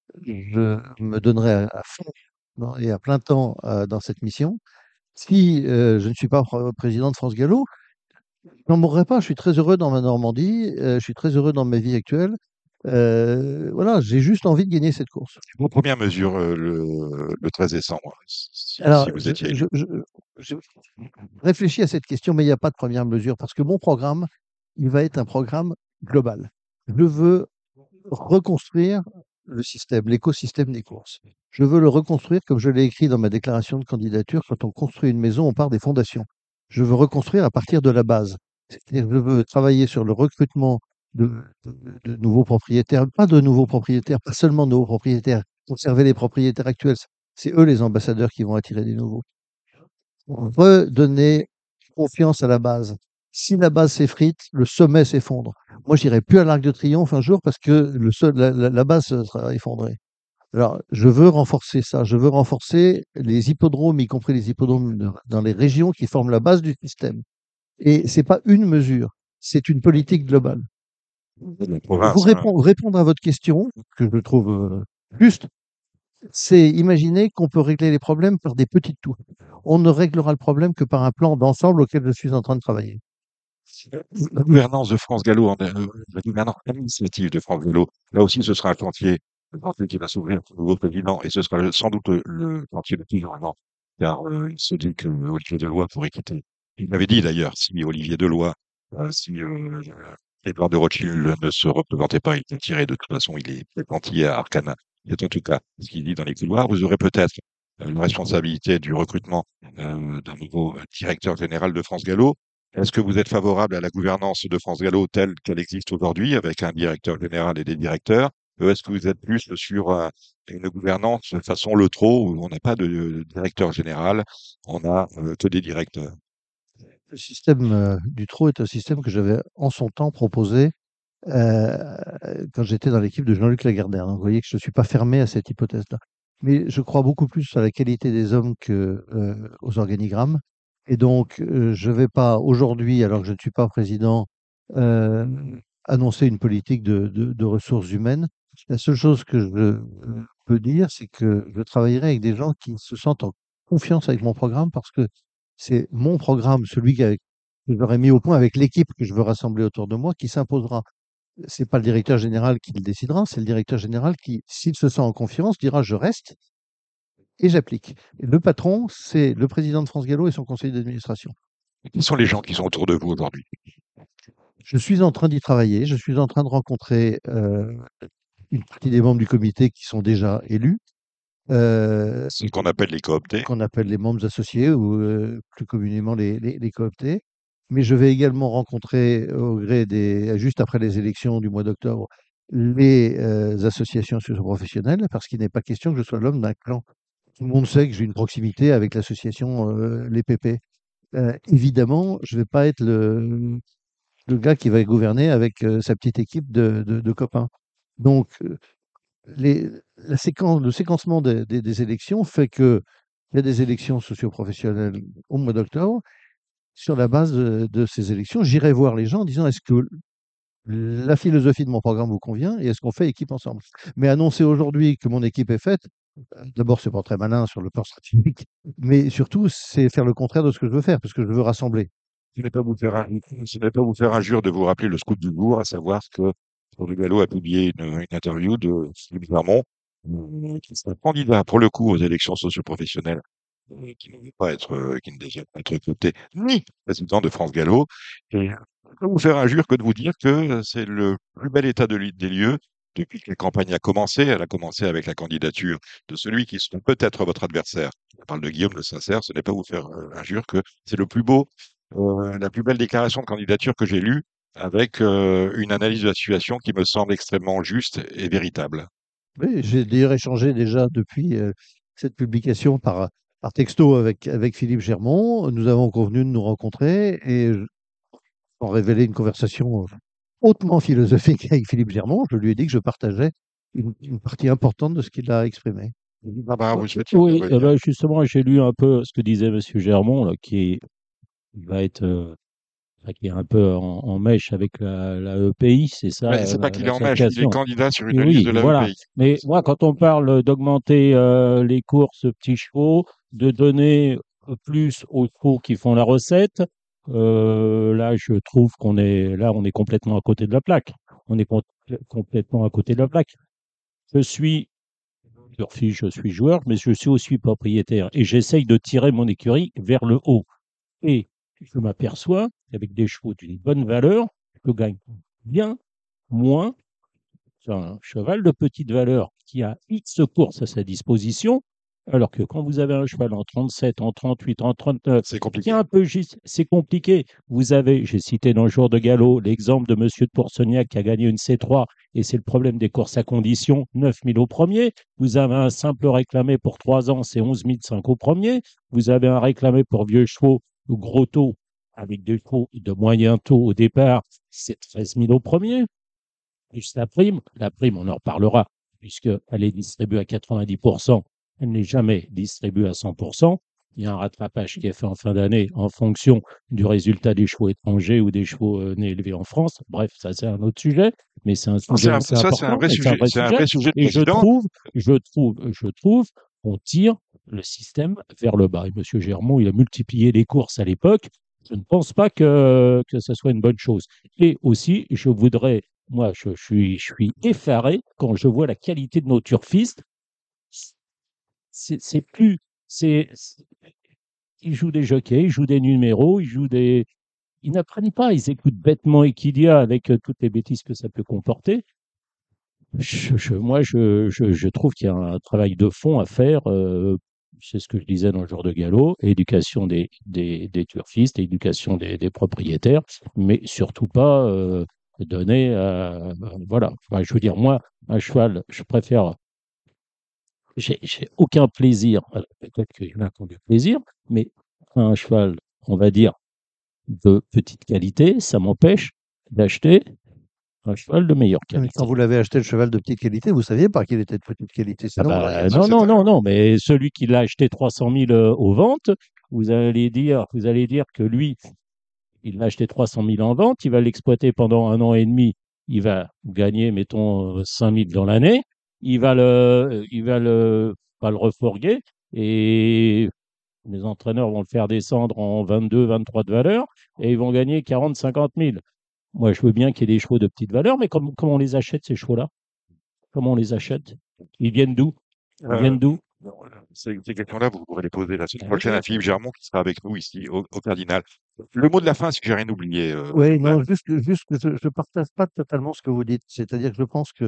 je me donnerai à, à fond dans- et à plein temps euh, dans cette mission. Si euh, je ne suis pas pr- président de France Gallo, je n'en mourrai pas. Je suis très heureux dans ma Normandie, euh, je suis très heureux dans ma vie actuelle. Euh, voilà, j'ai juste envie de gagner cette course. Vos premières mesures euh, le, le treize décembre, si, Alors, si vous je, étiez je- élu. je- je réfléchis à cette question, mais il n'y a pas de première mesure, parce que mon programme, il va être un programme global. Je veux reconstruire le système, l'écosystème des courses. Je veux le reconstruire comme je l'ai écrit dans ma déclaration de candidature. Quand on construit une maison, on part des fondations. Je veux reconstruire à partir de la base. C'est-à-dire que je veux travailler sur le recrutement de, de- de nouveaux propriétaires, pas de nouveaux propriétaires, pas seulement de nouveaux propriétaires, conserver les propriétaires actuels. C'est eux les ambassadeurs qui vont attirer des nouveaux. Redonner confiance à la base. Si la base s'effrite, le sommet s'effondre. Moi, j'irai plus à l'Arc de Triomphe un jour parce que le sol- la, la- la base se sera effondrée. Alors, je veux renforcer ça. Je veux renforcer les hippodromes, y compris les hippodromes de- dans les régions qui forment la base du système. Et c'est pas une mesure, c'est une politique globale. La Pour vous province, hein. répondre, répondre à votre question, que je trouve euh, juste, c'est imaginer qu'on peut régler les problèmes par des petites touches. On ne réglera le problème que par un plan d'ensemble auquel je suis en train de travailler. La gouvernance de France Gallo, en- euh, la gouvernance administrative de France Gallo, là aussi, ce sera un chantier, le chantier qui va s'ouvrir pour le nouveau président, et ce sera le- sans doute le, le chantier le plus urgent, car euh, il se dit que Olivier Deloy pourrait quitter. Il m'avait dit d'ailleurs, si Olivier Deloy, euh, si euh, Édouard de Rothschild ne se représentait pas, il était tiré de toute façon, il est apprenti à Arcana. C'est en tout cas ce qu'il dit dans les couloirs. Vous aurez peut-être euh, une responsabilité du recrutement euh, d'un nouveau euh, directeur général de France Gallo. Est-ce que vous êtes favorable à la gouvernance de France Gallo telle qu'elle existe aujourd'hui, avec un directeur général et des directeurs? Euh, Est-ce que vous êtes plus sur euh, une gouvernance de façon Le Trot, où on n'a pas de, de directeur général, on a euh, que des directeurs? Le système euh, du trot est un système que j'avais en son temps proposé euh, quand j'étais dans l'équipe de Jean-Luc Lagardère. Donc, vous voyez que je ne suis pas fermé à cette hypothèse-là. Mais je crois beaucoup plus à la qualité des hommes que euh, aux organigrammes. Et donc, euh, je ne vais pas aujourd'hui, alors que je ne suis pas président, euh, annoncer une politique de, de- de ressources humaines. La seule chose que je euh, peux dire, c'est que je travaillerai avec des gens qui se sentent en confiance avec mon programme parce que c'est mon programme, celui qu'avec- que j'aurais mis au point avec l'équipe que je veux rassembler autour de moi, qui s'imposera. C'est pas le directeur général qui le décidera, c'est le directeur général qui, s'il se sent en confiance, dira je reste et j'applique. Et le patron, c'est le président de France Gallo et son conseil d'administration. Qui sont les gens qui sont autour de vous aujourd'hui? Je suis en train d'y travailler, je suis en train de rencontrer euh, une partie des membres du comité qui sont déjà élus, euh, C'est ce qu'on appelle les cooptés. qu'on appelle les membres associés ou euh, plus communément les, les, les cooptés. Mais je vais également rencontrer au gré des, juste après les élections du mois d'octobre, les euh, associations socio-professionnelles, parce qu'il n'est pas question que je sois l'homme d'un clan. Tout le monde sait que j'ai une proximité avec l'association euh, Les P P. Euh, évidemment, je ne vais pas être le, le gars qui va gouverner avec euh, sa petite équipe de, de- de copains. Donc, euh, les, la séquence, le séquencement des, des- des élections fait qu'il y a des élections socio-professionnelles au mois d'octobre. Sur la base de, de ces élections, j'irai voir les gens en disant est-ce que la philosophie de mon programme vous convient et est-ce qu'on fait équipe ensemble? Mais annoncer aujourd'hui que mon équipe est faite, euh, d'abord, c'est pas très malin sur le plan stratégique, mais surtout, c'est faire le contraire de ce que je veux faire, parce que je veux rassembler. Ce n'est pas vous faire un, ce n'est pas vous faire injure de vous rappeler le scoop du jour, à savoir que Henri Gallo a publié une, une interview de Philippe Clermont, euh, qui sera candidat pour le coup aux élections socioprofessionnelles, euh, qui ne veut pas être, euh, qui ne désire pas être coopté, ni président de France Gallo. Et je ne peux pas vous faire injure que de vous dire que c'est le plus bel état de, li- des lieux depuis que la campagne a commencé. Elle a commencé avec la candidature de celui qui sera peut-être votre adversaire. Je parle de Guillaume Le Sincère. Ce n'est pas vous faire euh, injure que c'est le plus beau, euh, la plus belle déclaration de candidature que j'ai lue, avec euh, une analyse de la situation qui me semble extrêmement juste et véritable. Oui, j'ai d'ailleurs échangé déjà depuis euh, cette publication par, par texto avec, avec Philippe Germont. Nous avons convenu de nous rencontrer et je- sans révéler une conversation euh, hautement philosophique avec Philippe Germont, je lui ai dit que je partageais une, une partie importante de ce qu'il a exprimé. Barbara, vous souhaitiez Oui, eh intervenir. ben, justement, j'ai lu un peu ce que disait Monsieur Germont, là, qui va être, euh, enfin, qui est un peu en, en mèche avec la, la E P I, c'est ça, Mais c'est pas la- qu'il est en mèche, il est l'association. candidat sur Et une liste oui, de voilà. l'A E P I. Mais moi, quand on parle d'augmenter euh, les courses petits chevaux, de donner plus aux chevaux qui font la recette, euh, là, je trouve qu'on est là, on est complètement à côté de la plaque. On est com- complètement à côté de la plaque. Je suis turfi, je suis joueur, mais je suis aussi propriétaire et j'essaye de tirer mon écurie vers le haut. Et je m'aperçois qu'avec des chevaux d'une bonne valeur, je gagne bien moins un cheval de petite valeur qui a X courses à sa disposition, alors que quand vous avez un cheval en trente-sept, en trente-huit, en trente-neuf, C'est qui est compliqué. un peu juste, c'est compliqué. Vous avez, j'ai cité dans le jour de galop, l'exemple de Monsieur de Poursognac qui a gagné une C trois, et c'est le problème des courses à condition, neuf mille au premier. Vous avez un simple réclamé pour trois ans, c'est onze mille cinq au premier. Vous avez un réclamé pour vieux chevaux, ou gros taux, avec des chevaux de moyen taux au départ, c'est treize mille au premier. Plus la prime, la prime, on en reparlera, puisqu'elle est distribuée à quatre-vingt-dix pour cent, elle n'est jamais distribuée à cent pour cent. il y a un rattrapage qui est fait en fin d'année en fonction du résultat des chevaux étrangers ou des chevaux euh, nés élevés en France. Bref, ça c'est un autre sujet, mais c'est un Non, c'est sujet un- assez ça, c'est un important vrai et c'est un sujet. vrai C'est un sujet. vrai sujet de Et je président. trouve, je trouve, je trouve qu'on tire le système vers le bas. Et M. Germont, il a multiplié les courses à l'époque. Je ne pense pas que, que ce soit une bonne chose. Et aussi, je voudrais, moi, je, je suis, je suis effaré quand je vois la qualité de nos turfistes. C'est c'est plus, c'est, c'est- ils jouent des jockeys, ils jouent des numéros, ils jouent des, ils n'apprennent pas, ils écoutent bêtement Equidia avec euh, toutes les bêtises que ça peut comporter. Je, je- moi, je, je, je trouve qu'il y a un travail de fond à faire. Euh, c'est ce que je disais dans le jour de galop, éducation des, des, des turfistes, éducation des, des propriétaires, mais surtout pas euh, donner. à- voilà. Enfin, je veux dire, moi, un cheval, je préfère. J'ai j'ai aucun plaisir. Alors, peut-être qu'il y en a qui ont du plaisir, mais un cheval, on va dire, de petite qualité, ça m'empêche d'acheter un cheval de meilleure Mais quand qualité. vous l'avez acheté le cheval de petite qualité, vous saviez pas qu'il était de petite qualité. Ah Sinon, vous l'auriez bah, acheté. non, C'est non, ça. non, non, mais celui qui l'a acheté trois cent mille euh, aux ventes, vous allez dire, vous allez dire que lui, il l'a acheté trois cent mille en vente, il va l'exploiter pendant un an et demi, il va gagner, mettons, euh, cinq mille dans l'année, il va le, il va le, pas le refourguer et les entraîneurs vont le faire descendre en vingt-deux, vingt-trois de valeur et ils vont gagner quarante, cinquante mille. Moi, je veux bien qu'il y ait des chevaux de petite valeur, mais comment, comment on les achète, ces chevaux-là? Comment on les achète? Ils viennent d'où? Ils Euh, viennent d'où? non, voilà. Ces, ces questions-là, vous pourrez les poser la semaine Ah prochaine oui. à Philippe Germont qui sera avec nous ici au, au Cardinal. Le mot de la fin, c'est que j'ai rien oublié. Euh, Oui, Johan. non, juste, que- juste que je ne partage pas totalement ce que vous dites. C'est-à-dire que je pense que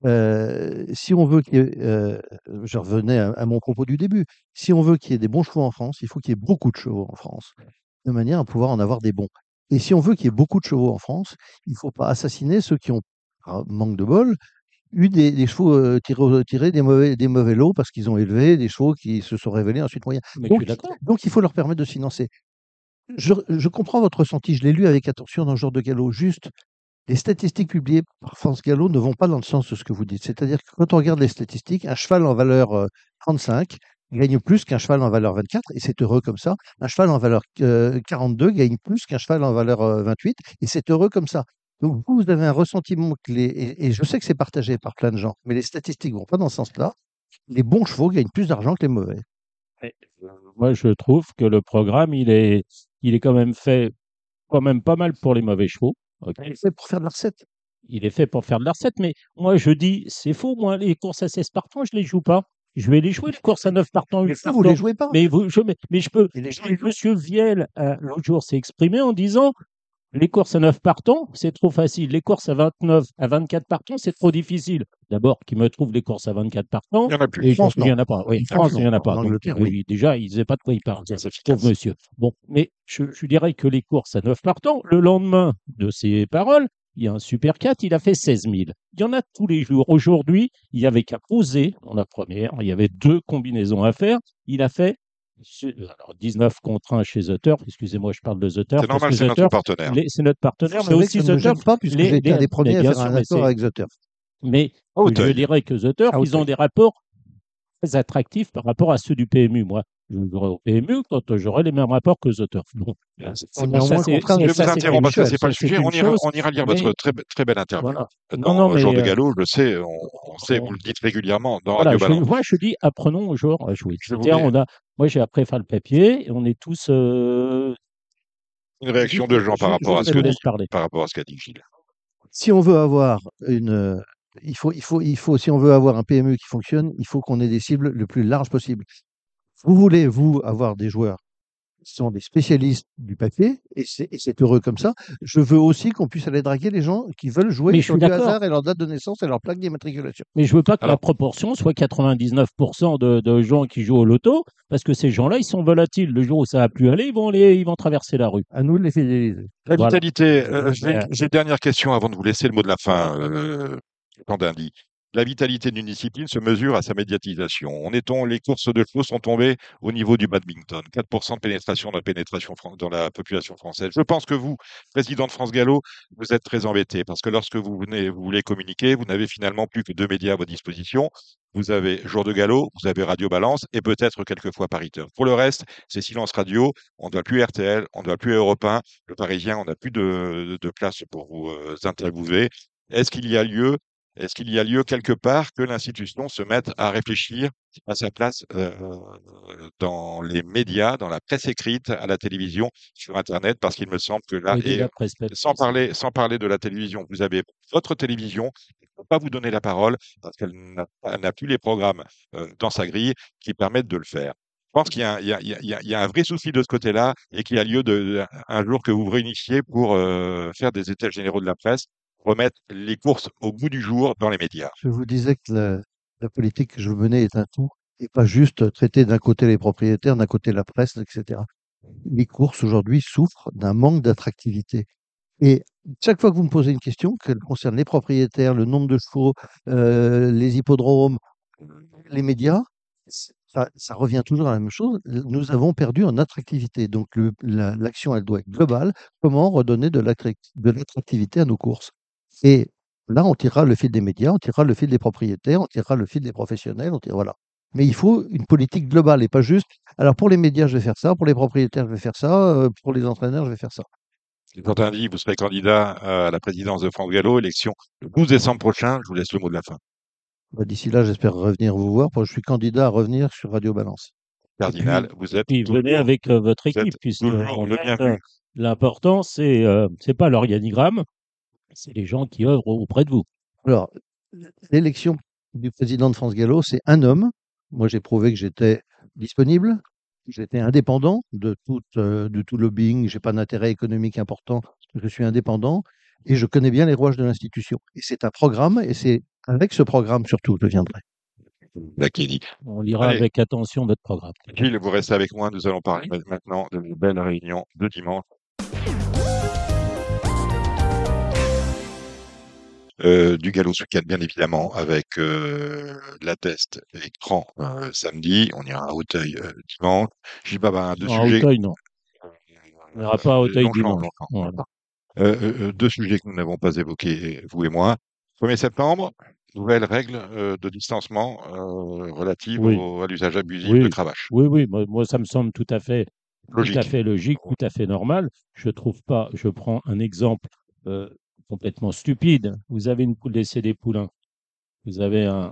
euh, si on veut qu'il y ait, euh, je revenais à, à mon propos du début, si on veut qu'il y ait des bons chevaux en France, il faut qu'il y ait beaucoup de chevaux en France, de manière à pouvoir en avoir des bons. Et si on veut qu'il y ait beaucoup de chevaux en France, il ne faut pas assassiner ceux qui ont, par manque de bol, eu des, des chevaux euh, tirés, au- tirés des mauvais, des mauvais lots parce qu'ils ont élevé des chevaux qui se sont révélés ensuite moyens. Mais je Donc, suis d'accord. donc il faut leur permettre de se financer. Je, je comprends votre ressenti, je l'ai lu avec attention dans le genre de galop. Juste, les statistiques publiées par France Gallo ne vont pas dans le sens de ce que vous dites. C'est-à-dire que quand on regarde les statistiques, un cheval en valeur euh, trente-cinq gagne plus qu'un cheval en valeur vingt-quatre, et c'est heureux comme ça. Un cheval en valeur euh, quarante-deux gagne plus qu'un cheval en valeur euh, vingt-huit, et c'est heureux comme ça. Donc vous, vous avez un ressentiment que les, et, et je sais que c'est partagé par plein de gens, mais les statistiques vont pas dans ce sens-là. Les bons chevaux gagnent plus d'argent que les mauvais. Et, euh, Moi, je trouve que le programme, il est, il est quand même fait quand même pas mal pour les mauvais chevaux. Ok. C'est pour faire de la recette. Il est fait pour faire de la recette, mais moi, je dis, c'est faux. Moi, les courses à seize partants, je les joue pas. Je vais les jouer, les courses à neuf partants, Mais huit ça, vous les partants. jouez pas. Mais, vous, je, mais, mais je peux. Et les je- gens, ils jouent. Monsieur Viel, euh, l'autre jour, s'est exprimé en disant les courses à neuf partants, c'est trop facile. Les courses à vingt-neuf, à vingt-quatre partants, c'est trop difficile. D'abord, qui me trouve les courses à vingt-quatre partants. Il n'y en a En plus. Et France, il n'y non. en a pas. Oui, En en France, France, il n'y non. en a En pas. Donc, Angleterre, euh, oui. oui, déjà, il ne sait pas de quoi il parle. C'est Pauvre efficace. monsieur. Bon, mais je, je dirais que les courses à neuf partants, le lendemain de ces paroles, il y a un Super quatre, il a fait seize mille. Il y en a tous les jours. Aujourd'hui, il n'y avait qu'à poser dans la première. Il y avait deux combinaisons à faire. Il a fait ce- alors, dix-neuf contre un chez The Turf. Excusez-moi, je parle de The Turf C'est parce normal, que c'est The notre Turf, partenaire. les- c'est notre Vous partenaire, mais savez que aussi ça ne me The gêne Turf. pas puisque Les, j'ai été un les- des premiers mais à bien faire un sûr, mais accord c'est. avec The Turf. Mais À je Auteuil. dirais que The Turf, À ils ont Auteuil. des rapports très attractifs par rapport à ceux du P M U. Moi, je jouerai au P M U quand euh, j'aurai les mêmes rapports que The Turf. Bon, C'est- c'est On est pour ça, néanmoins ça. c'est contraint Je de vais ça, vous c'est interrompre une parce que chose. c'est pas le C'est sujet. On une ira, chose, on ira lire mais votre très, très belle interview voilà. Non, dans non, euh, Jour mais de euh, Galop. Je sais, on, on sait, vous on- le dites régulièrement dans voilà, Radio je, Balance. moi je dis apprenons au joueurs à jouer. Je vous C'est-à-dire, mets on a, moi j'ai appris à faire le papier et on est tous. euh, une réaction Juste, de Jean par ju- rapport à juste ce je que vous pour, laisse dit, parler. par rapport à ce qu'a dit Gilles. si on veut avoir une, euh, il faut, il faut, il faut, si on veut avoir un P M U qui fonctionne, il faut qu'on ait des cibles le plus larges possible. Vous voulez, vous, avoir des joueurs qui sont des spécialistes du papier, et c'est et c'est heureux comme ça. Je veux aussi qu'on puisse aller draguer les gens qui veulent jouer Mais je sur suis du d'accord. hasard et leur date de naissance et leur plaque d'immatriculation. Mais je veux pas que la Alors, proportion soit quatre-vingt-dix-neuf pour cent de, de gens qui jouent au loto, parce que ces gens-là, ils sont volatiles. Le jour où ça va plus aller, ils vont aller, ils vont traverser la rue. À nous de les fidéliser. la Voilà. vitalité, euh, j'ai Euh, j'ai une dernière question avant de vous laisser le mot de la fin, euh, Candindy. La vitalité d'une discipline se mesure à sa médiatisation. On est on, les courses de chevaux sont tombées au niveau du badminton. quatre pour cent de pénétration dans la, pénétration fran- dans la population française. Je pense que vous, président de France Gallo, vous êtes très embêté parce que lorsque vous venez, vous voulez communiquer, vous n'avez finalement plus que deux médias à votre disposition. vous avez Jour de Galop, vous avez Radio Balance et peut-être quelquefois Paris Turf. Pour le reste, c'est silence radio. On ne doit plus R T L, on ne doit plus Europe un. Le Parisien, on n'a plus de, de place pour vous euh, interviewer. Est-ce qu'il y a lieu, est-ce qu'il y a lieu quelque part que l'institution se mette à réfléchir à sa place euh, dans les médias, dans la presse écrite, à la télévision, sur Internet, parce qu'il me semble que là, Aider et la presse sans papier, c'est parler, sans parler de la télévision, vous avez votre télévision, elle ne peut pas vous donner la parole parce qu'elle n'a pas- elle n'a plus les programmes euh, dans sa grille qui permettent de le faire. Je pense qu'il y a, un- il y a- il y a- il y a- il y a un vrai souci de ce côté-là et qu'il y a lieu de, un jour que vous vous réunissiez pour euh, faire des états généraux de la presse, remettre les courses au goût du jour dans les médias. Je vous disais que la, la politique que je menais est un tout, et pas juste traiter d'un côté les propriétaires, d'un côté la presse, et cetera. Les courses aujourd'hui souffrent d'un manque d'attractivité. Et chaque fois que vous me posez une question, qu'elle concerne les propriétaires, le nombre de chevaux, euh, les hippodromes, les médias, c- ça, ça revient toujours à la même chose. Nous avons perdu en attractivité. Donc le- la- l'action, elle doit être globale. Comment redonner de l'attract- de l'attractivité à nos courses? Et là, on tirera le fil des médias, on tirera le fil des propriétaires, on tirera le fil des professionnels, on tirera, voilà. Mais il faut une politique globale et pas juste. Alors pour les médias, je vais faire ça, pour les propriétaires, je vais faire ça, euh, pour les entraîneurs, je vais faire ça. Quand on dit vous serez candidat à la présidence de France Gallo, élection le douze décembre prochain, je vous laisse le mot de la fin. Bah, d'ici là, j'espère revenir vous voir, parce que je suis candidat à revenir sur Radio Balance. Et Cardinal, puis, vous et êtes puis venez toujours, avec euh, votre vous êtes équipe, puisque toujours en le fait, euh, bienvenu. l'important, c'est euh, c'est pas l'organigramme, c'est les gens qui œuvrent auprès de vous. Alors, l'élection du président de France Gallo, c'est un homme. Moi, j'ai prouvé que j'étais disponible, j'étais indépendant de tout, euh, de tout lobbying, j'ai pas d'intérêt économique important, je suis indépendant et je connais bien les rouages de l'institution. Et c'est un programme, et c'est avec ce programme surtout que je viendrai. Là qui est dit. On lira Allez, avec attention votre programme. Gilles, vous restez avec moi. Nous allons parler maintenant de nos belles réunions de dimanche. Euh, du galop week-end, bien évidemment, avec euh, la test écran euh, samedi. On ira à Auteuil euh, dimanche. Gilles Babin, deux Non, à sujets. Auteuil, non. On n'ira pas à Euh, Auteuil Longchamp, dimanche. Longchamp, Voilà. d'accord. Euh, euh, euh, deux sujets que nous n'avons pas évoqués, vous et moi. premier septembre, nouvelles règles euh, de distancement euh, relatives Oui, au- à l'usage abusif de oui, cravache. oui, oui. Moi, moi, ça me semble tout à fait, tout à Logique. fait logique, tout à fait normal. Je trouve pas. Je prends un exemple euh, complètement stupide. Vous avez une poule laissée des poulains. Vous avez un,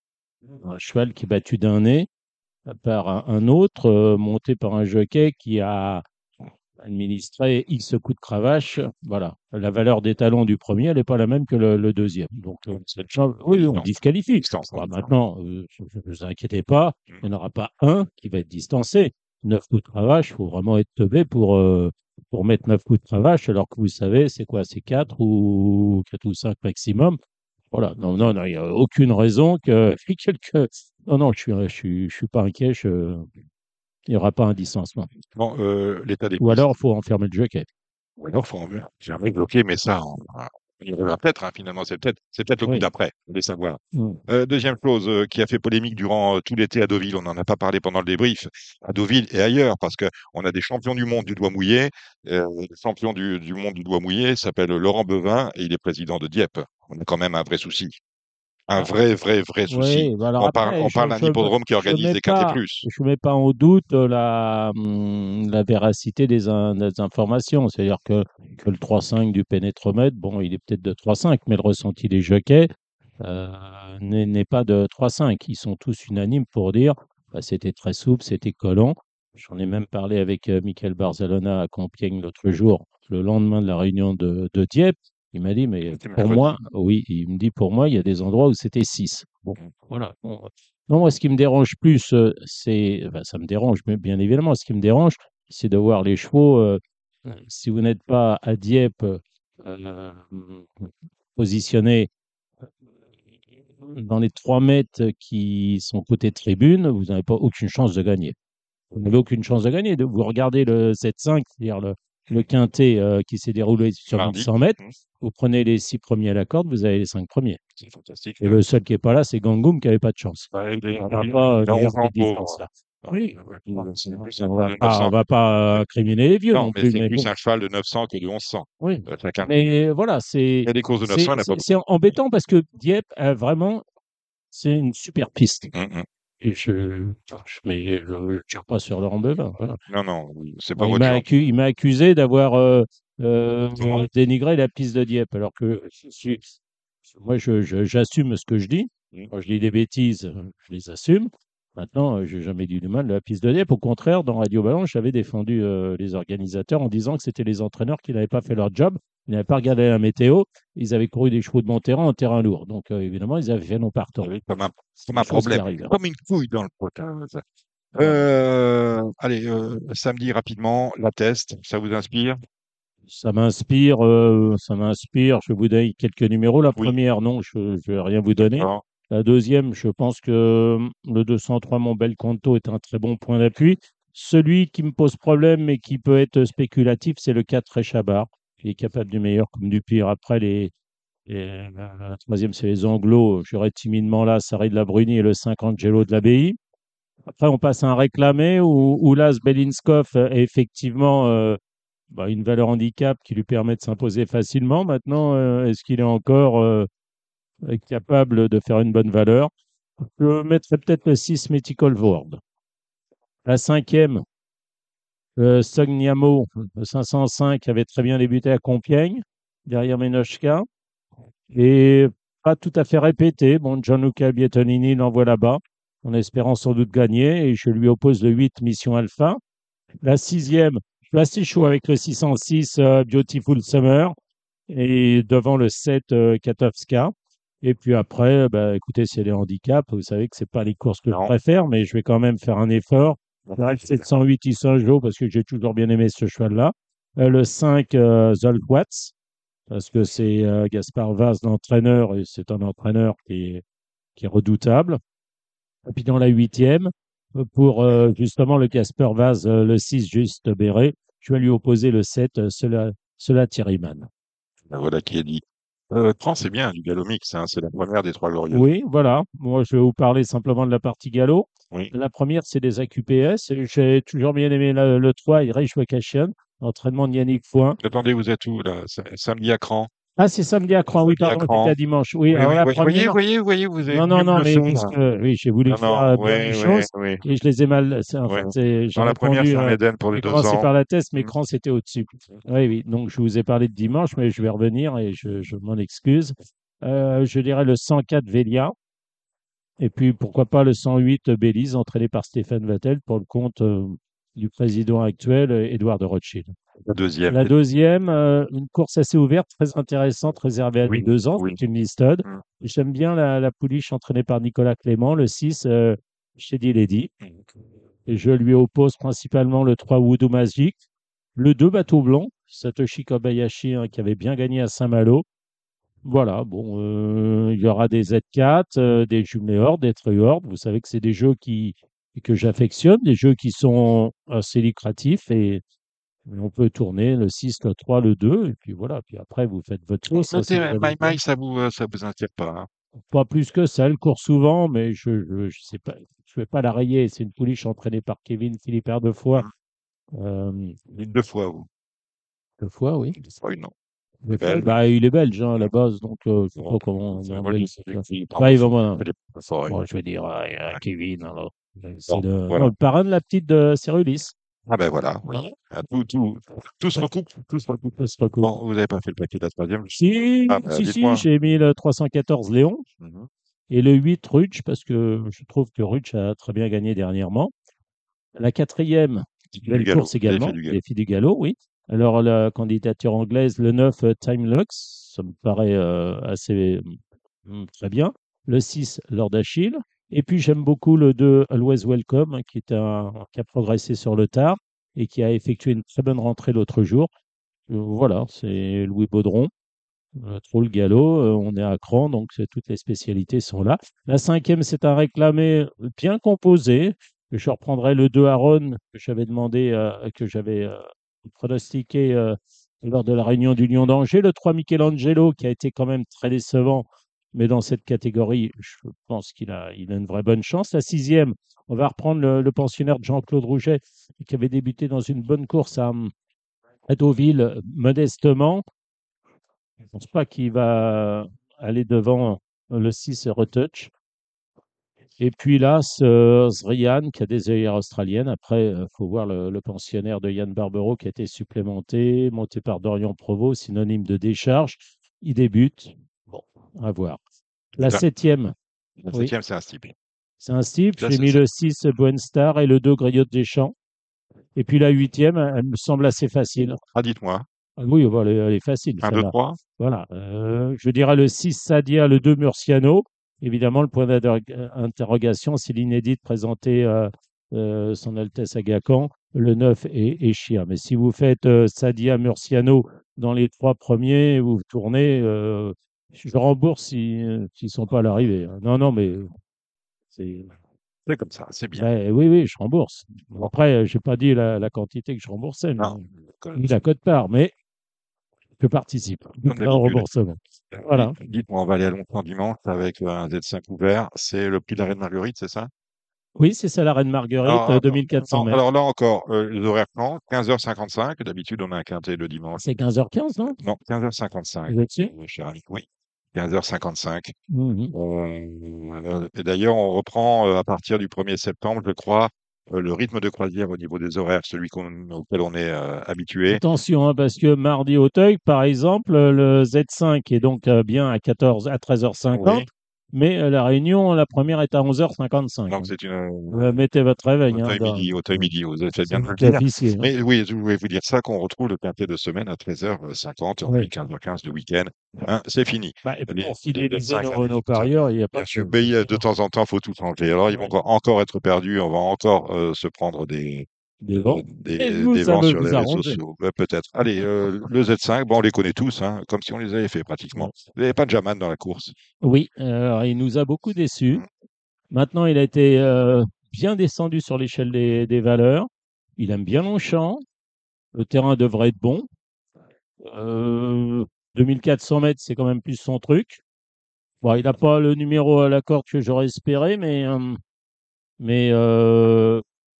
un cheval qui est battu d'un nez par un, un autre, euh, monté par un jockey qui a administré X coups de cravache. Voilà. La valeur des talons du premier, elle n'est pas la même que le, le deuxième. Donc, euh, cette chambre, oui, on Distance. disqualifie. Distance. Bah, maintenant, euh, ne vous inquiétez pas, il n'y en aura pas un qui va être distancé. Neuf coups de cravache, il faut vraiment être teubé pour, euh, pour mettre neuf coups de cravache, alors que vous savez, c'est quoi? C'est quatre ou quatre ou cinq maximum. Voilà. Non, non, non, il n'y a aucune raison que quelques. Non, non, je suis, je suis, je suis pas inquiet. je- Il n'y aura pas un distancement. Bon, euh, l'état des Ou pistes. alors, il faut enfermer le jockey. Ou alors, faut en ver- j'aimerais bloquer, mais ça, on, on y reviendra peut-être, hein, finalement. C'est peut-être, c'est peut-être le coup Oui. d'après. Vous voulez savoir. Mm. Euh, deuxième chose euh, qui a fait polémique durant euh, tout l'été à Deauville, on n'en a pas parlé pendant le débrief, à Deauville et ailleurs, parce qu'on a des champions du monde du doigt mouillé. Euh, le champion du, du monde du doigt mouillé s'appelle Laurent Bevin et il est président de Dieppe. On a quand même un vrai souci. Un Ah, vrai, vrai, vrai souci. oui, bah alors On parle, après, on je parle d'un je me- hippodrome qui je organise mets des quatre et pas, plus. je mets pas en doute la, hum, la véracité des, in- des informations. C'est-à-dire que, que le trois cinq du pénétromètre, bon, il est peut-être de trois cinq, mais le ressenti des jockeys euh, n'est n'est pas de trois cinq. Ils sont tous unanimes pour dire bah, c'était très souple, c'était collant. J'en ai même parlé avec euh, Michael Barzalona à Compiègne l'autre jour, le lendemain de la réunion de, de Dieppe. Il m'a dit, mais C'était pour mercredi. moi, oui, il me dit, pour moi, il y a des endroits où c'était six. Bon, voilà. Bon, euh, non, moi, ce qui me dérange plus, euh, c'est, enfin, ça me dérange, mais bien évidemment, ce qui me dérange, c'est de voir les chevaux. euh, si vous n'êtes pas à Dieppe euh, positionné dans les trois mètres qui sont côté tribune, vous n'avez pas aucune chance de gagner. Vous n'avez aucune chance de gagner. De- Vous regardez le sept cinq, c'est-à-dire le, le quintet euh, qui s'est déroulé sur Mardi. mille cent mètres. Mmh. Vous prenez les six premiers à la corde, vous avez les cinq premiers. C'est fantastique. Et le seul qui n'est pas là, c'est Gangoum qui n'avait pas de chance. Ouais, il est- On va il est- pas il est euh, onze dire ans cette pour- distance-là. Oui, C'est- c'est- on va c'est pas, neuf cents. on va pas incriminer les vieux Non, non mais plus. c'est Mais plus bon, un cheval de neuf cents que de onze cents. oui. Euh, chacun. Mais voilà, c'est Il y a des courses de neuf c'est cents, il n'y en a pas c'est- c'est beaucoup. embêtant parce que Dieppe a vraiment c'est une super piste. Hum, hum. Et je, je, mais je ne tire pas sur Laurent Bevin. Voilà. Non, non, oui, c'est pas Bon, il votre m'a genre. accu- il m'a accusé d'avoir euh, euh, Comment? dénigré la piste de Dieppe, alors que je suis- moi, je, je- j'assume ce que je dis. Hum. Quand je dis des bêtises, euh, je les assume. Maintenant, euh, j'ai jamais dit du mal de la piste de Dieppe. Au contraire, dans Radio Ballon, j'avais défendu euh, les organisateurs en disant que c'était les entraîneurs qui n'avaient pas fait leur job, ils n'avaient pas regardé la météo, ils avaient couru des chevaux de bon terrain en terrain lourd. Donc, euh, évidemment, ils avaient fait non partant. Oui, comme un, C'est comme des un choses qui problème, arrivent. comme une couille dans le potin. ça. Voilà. Euh, allez, euh, samedi rapidement, la test, ça vous inspire? Ça m'inspire, euh, ça m'inspire. Je vais vous donner quelques numéros. La Oui, première, non, je ne vais rien vous donner. d'accord. La deuxième, je pense que euh, le deux cent trois Montbel Conto est un très bon point d'appui. Celui qui me pose problème et qui peut être spéculatif, c'est le quatre Réchabar, qui est capable du meilleur comme du pire. Après, les, les- la, la troisième, c'est les Anglos. J'aurais timidement là, Sarri de la Bruni et le cinquante Gélo de l'Abbaye. Après, on passe à un réclamé où, où là, Belinskov est effectivement euh, bah, une valeur handicap qui lui permet de s'imposer facilement. Maintenant, euh, est-ce qu'il est encore euh, capable de faire une bonne valeur? Je mettrais peut-être le six Mythical World. La cinquième, le Sognamo, le cinq cent cinq, avait très bien débuté à Compiègne, derrière Menochka. Et pas tout à fait répété. Bon, Gianluca Bietonini l'envoie là-bas, en espérant sans doute gagner. Et je lui oppose le huit Mission Alpha. La sixième, je suis assez chaud avec le six cent six euh, Beautiful Summer. Et devant le sept euh, Katowska. Et puis après, bah, écoutez, s'il y a des handicaps, vous savez que c'est pas les courses que je Non. préfère, mais je vais quand même faire un effort. Le sept cent huit Issanjo, parce que j'ai toujours bien aimé ce cheval-là. Euh, le cinq euh, Zoltwatz, parce que c'est euh, Gaspard Vaz, l'entraîneur, et c'est un entraîneur qui est, qui est redoutable. Et puis dans la huitième, euh, pour euh, justement le Gaspard Vaz, euh, le six Juste Béret, je vais lui opposer le sept, euh, cela, cela Thierryman. Ben voilà qui est dit. Euh, trente, c'est bien, du galop mix, hein, c'est la première des trois glorieuses. Oui, voilà. Moi, je vais vous parler simplement de la partie galop. Oui. La première, c'est des A Q P S. J'ai toujours bien aimé le, le trois, Reich Vacation, entraînement de Yannick Foin. Attendez, vous êtes où là? Sa- Samedi à Cran. Ah, c'est samedi à Cran, oui, Samedi à pardon, c'était Cran. à dimanche. Oui, Oui, alors oui, la oui. Voyez, première, voyez, voyez, vous avez non, voulu non, me non, mais bluffer, puisque, là. oui, j'ai voulu Non, faire non, euh, bien les oui, oui, choses oui. et je les ai mal. c'est- En Oui. fait, c'est- j'ai Dans la première, répondu, c'est un euh, Eden pour les j'ai deux commencé ans. par la test, mais Mm. Cran, c'était au-dessus. Oui, oui, donc je vous ai parlé de dimanche, mais je vais revenir et je, je m'en excuse. Euh, je dirais le cent quatre Velia. Et puis, pourquoi pas le cent huit Belize, entraîné par Stéphane Vattel pour le compte euh, du président actuel, euh, Édouard de Rothschild. La deuxième. La deuxième, euh, une course assez ouverte, très intéressante, réservée à des Oui, deux ans, oui. c'est une listade. Mm. J'aime bien la, la pouliche entraînée par Nicolas Clément, le six, euh, Shady Lady. Et je lui oppose principalement le trois Voodoo Magic, le deux Bateau Blanc, Satoshi Kobayashi, hein, qui avait bien gagné à Saint-Malo. Voilà, bon, euh, il y aura des Z quatre, euh, des jumelés Horde, des True Horde. Vous savez que c'est des jeux qui, que j'affectionne, des jeux qui sont assez lucratifs et, et on peut tourner le six, le trois, le deux, et puis voilà. Puis après, vous faites votre chose. Ça, si vous L'intérêt, avez le My temps. My, ça vous, euh, ça vous inspire pas, hein. Pas plus que ça, elle court souvent, mais je ne sais pas, je vais pas la rayer. C'est une pouliche entraînée par Kevin Philippert deux fois. Mm. Euh, Une, deux fois, vous. deux fois, oui. Deux fois, une, non. Deux fois. Belle. Bah, il est belge hein, à la Mm. base, donc euh, je sais Bon. pas comment. C'est on moi va qui le- sais qui Bah, il va, parle voilà. Elle est pas forte. Bon, je vais dire euh, euh, Kevin, alors. C'est Bon, le, voilà. non, le parrain de la petite de Cérulis. Ah ben voilà, oui. Ah, Tout, tout, tout se recoupe, tout se recoupe. Ça se recoupe. Bon, vous n'avez pas fait le paquet de la troisième. Si, Ah ben si, si, dites-moi. j'ai mis le trois cent quatorze Léon Mhm. et le huit Rutsch, parce que je trouve que Rutsch a très bien gagné dernièrement. La quatrième, Du belle galop. course Vous avez fait également, du galop. les filles du galop, oui. Alors, la candidature anglaise, le neuf euh, Time Lux, ça me paraît euh, assez mm, très bien. Le six Lord Achille. Et puis, j'aime beaucoup le deux Always Welcome, qui, est un, qui a progressé sur le tard et qui a effectué une très bonne rentrée l'autre jour. Euh, voilà, c'est Louis Baudron. Euh, trop le galop, euh, on est à cran, donc c'est- toutes les spécialités sont là. La cinquième, c'est un réclamé bien composé. Je reprendrai le deux Aaron que j'avais demandé, euh, que j'avais euh, pronostiqué euh, lors de la réunion du Lion d'Angers. Le trois Michelangelo qui a été quand même très décevant, mais dans cette catégorie, je pense qu'il a, il a une vraie bonne chance. La sixième, on va reprendre le, le pensionnaire de Jean-Claude Rouget qui avait débuté dans une bonne course à, à Deauville modestement. Je ne pense pas qu'il va aller devant le six Retouch. Et puis là, ce Zrian, qui a des œillères australiennes. Après, il faut voir le, le pensionnaire de Yann Barbero qui a été supplémenté, monté par Dorian Provo, synonyme de décharge. Il débute. Bon, à voir. La La, septième, la oui, septième, c'est un style. c'est un Steve. Là, J'ai c'est mis c'est- le six, Buenstar, et le deux, Griotte des Champs. Et puis la huitième, elle me semble assez facile. Ah, dites-moi. Ah oui, bah, elle est, elle est facile, Un, deux, celle-là. trois. Voilà. Euh, je dirais le six, Sadia, le deux, Murciano. Évidemment, le point d'interrogation, c'est l'inédite présentée à euh, Son Altesse Aga Khan, le neuf et, et Chia. Mais si vous faites euh, Sadia, Murciano dans les trois premiers, vous tournez, euh, je rembourse si, euh, s'ils ne sont pas à l'arrivée, hein. Non, non, mais c'est. C'est comme ça, c'est bien. Ben oui, oui, je rembourse. Bon. Après, je n'ai pas dit la, la quantité que je remboursais, mais Non, comme, ni la cote-part, mais je participe comme au d'habitude. remboursement. Voilà. Dites- Dites-moi, on va aller à Longchamp dimanche avec euh, un Z cinq ouvert. C'est le prix de la Reine Marguerite, c'est ça? Oui, c'est ça la Reine Marguerite, Alors, euh, ah, deux mille quatre cents non, mètres. alors là encore, euh, les horaires quand? quinze heures cinquante-cinq. D'habitude, on a un quintet le dimanche. C'est quinze heures quinze, non? Non, quinze heures cinquante-cinq, Vous êtes sûr? euh, cher ami. Oui, quinze heures cinquante-cinq. Mhm. Euh, et d'ailleurs, on reprend euh, à partir du premier septembre, je crois, euh, le rythme de croisière au niveau des horaires, celui qu'on- auquel on est euh, habitué. Attention, hein, parce que mardi Auteuil, par exemple, le Z cinq est donc euh, bien à quatorze, à treize heures cinquante, Oui, mais euh, la réunion, la première est à onze heures cinquante-cinq, donc hein. c'est une euh, Euh, mettez votre réveil, hein, Auteuil dans- midi, Auteuil midi, vous avez fait c'est bien de vous me le qui dire. officiez, hein. Mais oui, je voulais vous dire ça, qu'on retrouve le quintet de semaine à treize heures cinquante, Oui. puis quinze heures quinze de week-end. Hein, c'est fini. Bah, et Les, pour les, les fidéliser cinq, nos, allez, nos comme ça. parieurs, il n'y a pas Bien de sûr, souci. mais euh, de temps en temps, il faut tout changer. Alors, ils vont Ouais. encore encore être perdus, on va encore euh, se prendre des, Des euh, vents. Et des, vous, des ça vents va sur les vous réseaux arranger. sociaux. Ouais, peut-être. Allez, euh, le Z cinq, bon, on les connaît tous, hein, comme si on les avait fait pratiquement. Ouais. Vous n'avez pas de Jaman dans la course. Oui, alors, il nous a beaucoup déçus. Hum. Maintenant, il a été euh, bien descendu sur l'échelle des, des valeurs. Il aime bien Longchamp. Le terrain devrait être bon. Euh, deux mille quatre cents mètres, c'est quand même plus son truc. Bon, il n'a pas le numéro à la corde que j'aurais espéré, mais, euh, mais euh,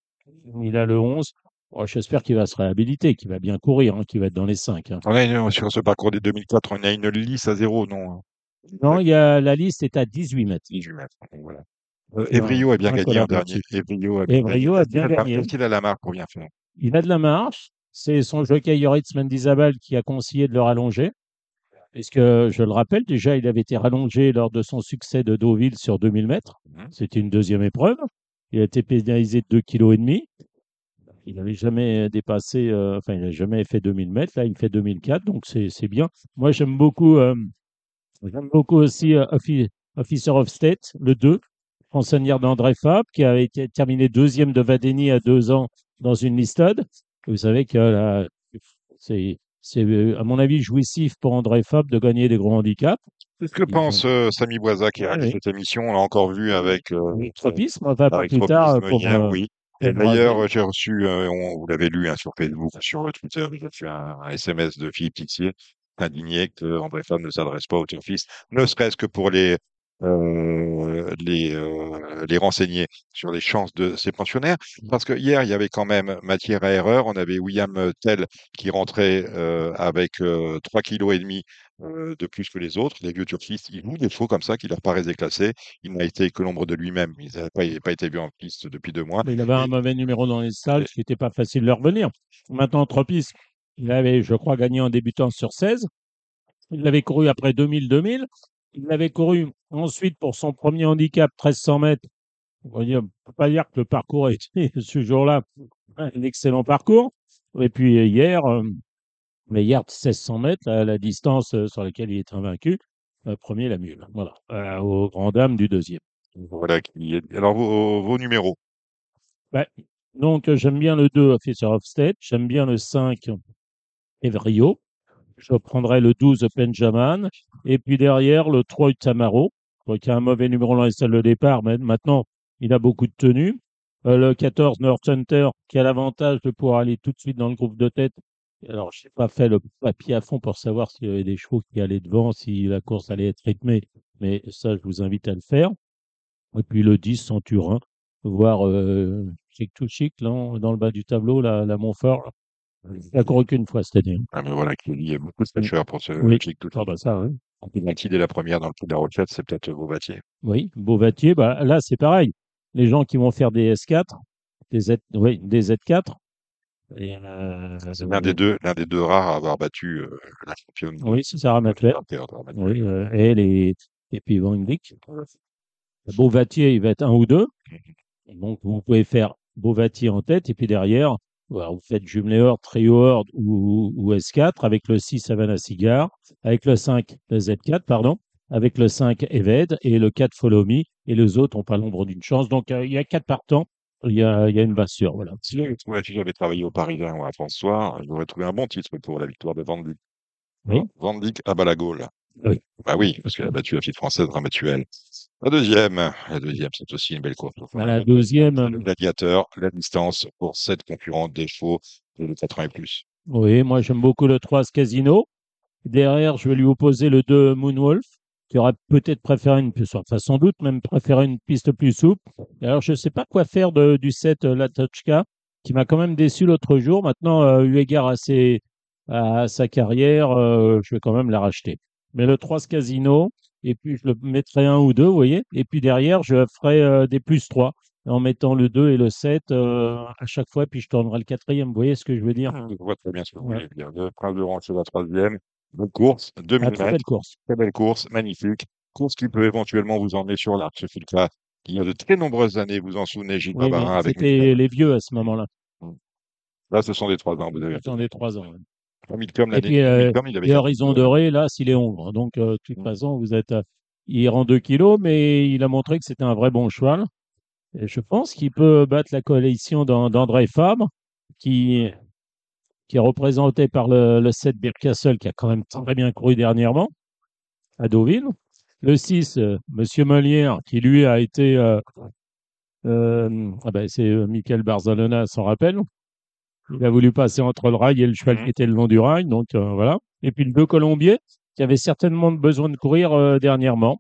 il a le onze. Bon, j'espère qu'il va se réhabiliter, qu'il va bien courir, hein, qu'il va être dans les cinq, hein. On a une- sur ce parcours des deux mille quatre, on a une lisse à zéro, non? Hein. Non, il y a, la liste est à dix-huit mètres. dix-huit mètres. Donc, voilà. Euh, Non, Evrio a bien gagné en incollable dernier. là-dessus. Evrio a bien Et gagné. Brio a Est-ce qu'il bien a, de la- gagné. est-ce qu'il a la marque pour bien faire? Il a de la marche. C'est son jockey Yoritz Mendizabal qui a conseillé de le rallonger. Puisque, je le rappelle, déjà, il avait été rallongé lors de son succès de Deauville sur deux mille mètres. Mhm. C'était une deuxième épreuve. Il a été pénalisé de deux virgule cinq kilos. Il n'avait jamais dépassé, euh, enfin, il n'a jamais fait deux mille mètres. Là, il fait deux mille quatre, donc c'est c'est bien. Moi, j'aime beaucoup, euh, j'aime beaucoup aussi euh, Offi- Officer of State, le deux, pensionnaire d'André Fabre, qui a été terminé deuxième de Vadeni à deux ans dans une listade. Vous savez que là, c'est, c'est, euh, à mon avis, jouissif pour André Fabre de gagner des gros handicaps. C'est ce que Ils ont pense euh, Samy Boisa qui Oui, réalise oui. cette émission. On l'a encore vu avec, euh, Oui, tropisme, enfin, pas avec plus tard euh, Tropisme pour, hier, euh, oui. pour Et d'ailleurs, Brasil. euh, j'ai reçu, euh, on- vous l'avez lu hein, sur Facebook, sur euh, Twitter, j'ai reçu un, un S M S de Philippe Tixier, indigné que André Fab ne s'adresse pas au turfiste, ne serait-ce que pour les, euh, les, euh, les renseigner sur les chances de ces pensionnaires. Parce que hier, il y avait quand même matière à erreur. On avait William Tell qui rentrait euh, avec euh, trois kilos et demi euh, de plus que les autres. Les vieux turfistes, ils jouent des chevaux comme ça qui leur paraissent déclassés. Il n'a été que l'ombre de lui-même. Il n'a pas, il n'a pas été vu en piste depuis deux mois. Mais il avait un Et, mauvais numéro dans les salles, et- ce qui n'était pas facile de le revenir. Maintenant, Tropisme, il avait, je crois, gagné en débutant sur seize. Il l'avait couru après deux mille deux mille. Il l'avait couru ensuite pour son premier handicap, mille trois cents mètres. On ne peut pas dire que le parcours a été, ce jour-là, un excellent parcours. Et puis euh, hier, euh, mais hier, mille six cents mètres, la, la distance euh, sur laquelle il est invaincu, euh, premier la mule. Voilà, euh, aux grandes dames du deuxième. voilà. qui est- Alors, vos, vos numéros. Ouais. Donc, euh, j'aime bien le deux, Officer of State. J'aime bien le cinq, Evrio. Je prendrai le douze, Benjamin. Et puis derrière, le trois, Utamaro, qui a un mauvais numéro dans les salles de départ, mais maintenant, il a beaucoup de tenue. Euh, le quatorze, North Hunter, qui a l'avantage de pouvoir aller tout de suite dans le groupe de tête. Alors, je n'ai pas fait le papier à fond pour savoir s'il y avait des chevaux qui allaient devant, si la course allait être rythmée. Mais ça, je vous invite à le faire. Et puis le dix, Centurin, voir euh, Chic to Chic, là, en- dans le bas du tableau, la, la Montfort. Là. Il n'a couru qu'une fois cette année. Ah, mais voilà, qu'il y a beaucoup de Mm. pêcheurs pour ce Oui. clic tout Ah bah ça, oui. En penalty dès la première dans le coup de la Rochette, c'est peut-être Beauvatier. Oui, Beauvatier, bah, là, c'est pareil. Les gens qui vont faire des S quatre, des Z, oui, des Z quatre, et, euh, C'est l'un des deux, l'un des deux rares à avoir battu euh, la championne de oui, c'est Sarah Matuel. Matuelle. Oui, euh, elle et, et puis Van Dijk. Beauvatier, il va être un ou deux. Donc, vous pouvez faire Beauvatier en tête, et puis derrière, voilà, vous faites Jumelé-Horde, Trio-Horde ou, ou S quatre avec le six Havana Cigar, avec le cinq, le Z quatre, pardon, avec le cinq Eved et le quatre Follow Me, et les autres n'ont pas l'ombre d'une chance. Donc, euh, il y a quatre partants, il y a, il y a une base sûre, voilà. Si j'avais trouvé- si j'avais travaillé au Parisien ou à François, j'aurais trouvé un bon titre pour la victoire de Van Dijk. Oui, Van Dijk à Balagol. oui. Bah oui, parce qu'elle a battu la fille française Ramatuelle. La deuxième, la deuxième, c'est aussi une belle course. À la deuxième, C'est le euh, gladiateur, la distance pour sept concurrents des chevaux de quatre ans et plus. oui, moi j'aime beaucoup le trois Casino. Derrière, je vais lui opposer le deux Moonwolf, qui aurait peut-être préféré une piste, enfin sans doute même préféré une piste plus souple. Et alors, je ne sais pas quoi faire de, du sept euh, Latochka, qui m'a quand même déçu l'autre jour. Maintenant, euh, eu égard à, ses, à sa carrière, euh, je vais quand même la racheter. Mais le trois Casino, et puis je le mettrai un ou deux, vous voyez. Et puis derrière, je ferai euh, des plus trois en mettant le deux et le sept euh, à chaque fois, puis je tournerai le quatrième. Vous voyez ce que je veux dire? Je vois très bien ce que vous Ouais. voulez dire. Le Prince de Ranch, la troisième. Bonne course, deux Ah, mille très mètres. belle course. Très belle course, magnifique. Course qui peut éventuellement vous emmener sur l'arc. Ce fut le cas il y a de très nombreuses années. Vous en souvenez, Gilles Oui, mais Barbarin avec c'était Milcom. les vieux à ce moment-là. Là, ce sont des trois ans, vous avez Dans raison. les trois ans. Ouais. Milcom, Et l'année puis, de euh, Milcom, il avait et quatre. Horizon euh, Doré, là, s'il est ombre. Donc, euh, de toute mm. façon, vous êtes. euh, il rend deux kilos, mais il a montré que c'était un vrai bon cheval. Et je pense qu'il peut battre la coalition d'An- d'André Fabre, qui, qui est représenté par le, le sept Birkastle, qui a quand même très bien couru dernièrement à Deauville. Le six, euh, Monsieur Molière, qui lui a été. Euh, euh, ah ben, c'est euh, Michael Barzalona, s'en rappelle. Il a voulu passer entre le rail et le cheval qui Mhm. était le long du rail, donc euh, voilà. Et puis le deux Colombier, qui avait certainement besoin de courir euh, dernièrement.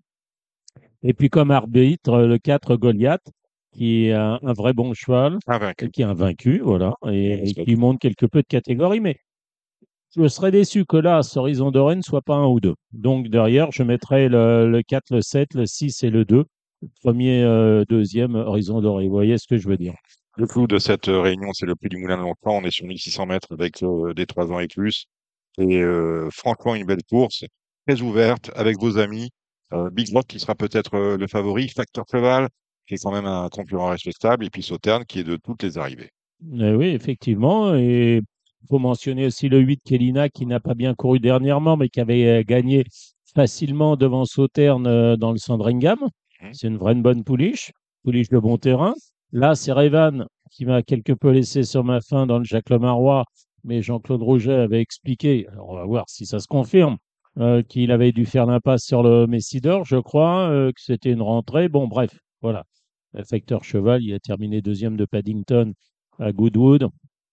Et puis comme arbitre, euh, le quatre Goliath, qui est un, un vrai bon cheval, et Invaincu. qui est un vaincu, voilà, et, et Respect. qui monte quelque peu de catégorie. Mais je serais déçu que là, ce Horizon Doré ne soit pas un ou deux. Donc derrière, je mettrai le, le quatre, le sept, le six et le deux. Premier, euh, deuxième, Horizon Doré. Vous voyez ce que je veux dire? Le clou de cette euh, réunion, c'est le prix du Moulin de Longchamp. On est sur mille six cents mètres avec euh, des trois ans et plus. Et euh, franchement, une belle course, très ouverte, avec vos amis. Euh, Big Rock qui sera peut-être euh, le favori. Facteur Cheval, qui est quand même un concurrent respectable. Et puis Sauternes, qui est de toutes les arrivées. Eh oui, effectivement. Et il faut mentionner aussi le huit Kelina qui n'a pas bien couru dernièrement, mais qui avait euh, gagné facilement devant Sauternes euh, dans le Sandringham. Mhm. C'est une vraie une bonne pouliche, pouliche de bon terrain. Là, c'est Revan qui m'a quelque peu laissé sur ma faim dans le Jacques Lemarois, mais Jean-Claude Rouget avait expliqué, alors on va voir si ça se confirme, euh, qu'il avait dû faire l'impasse sur le Messidor, je crois, euh, que c'était une rentrée. Bon, bref, voilà. Le facteur cheval, il a terminé deuxième de Paddington à Goodwood.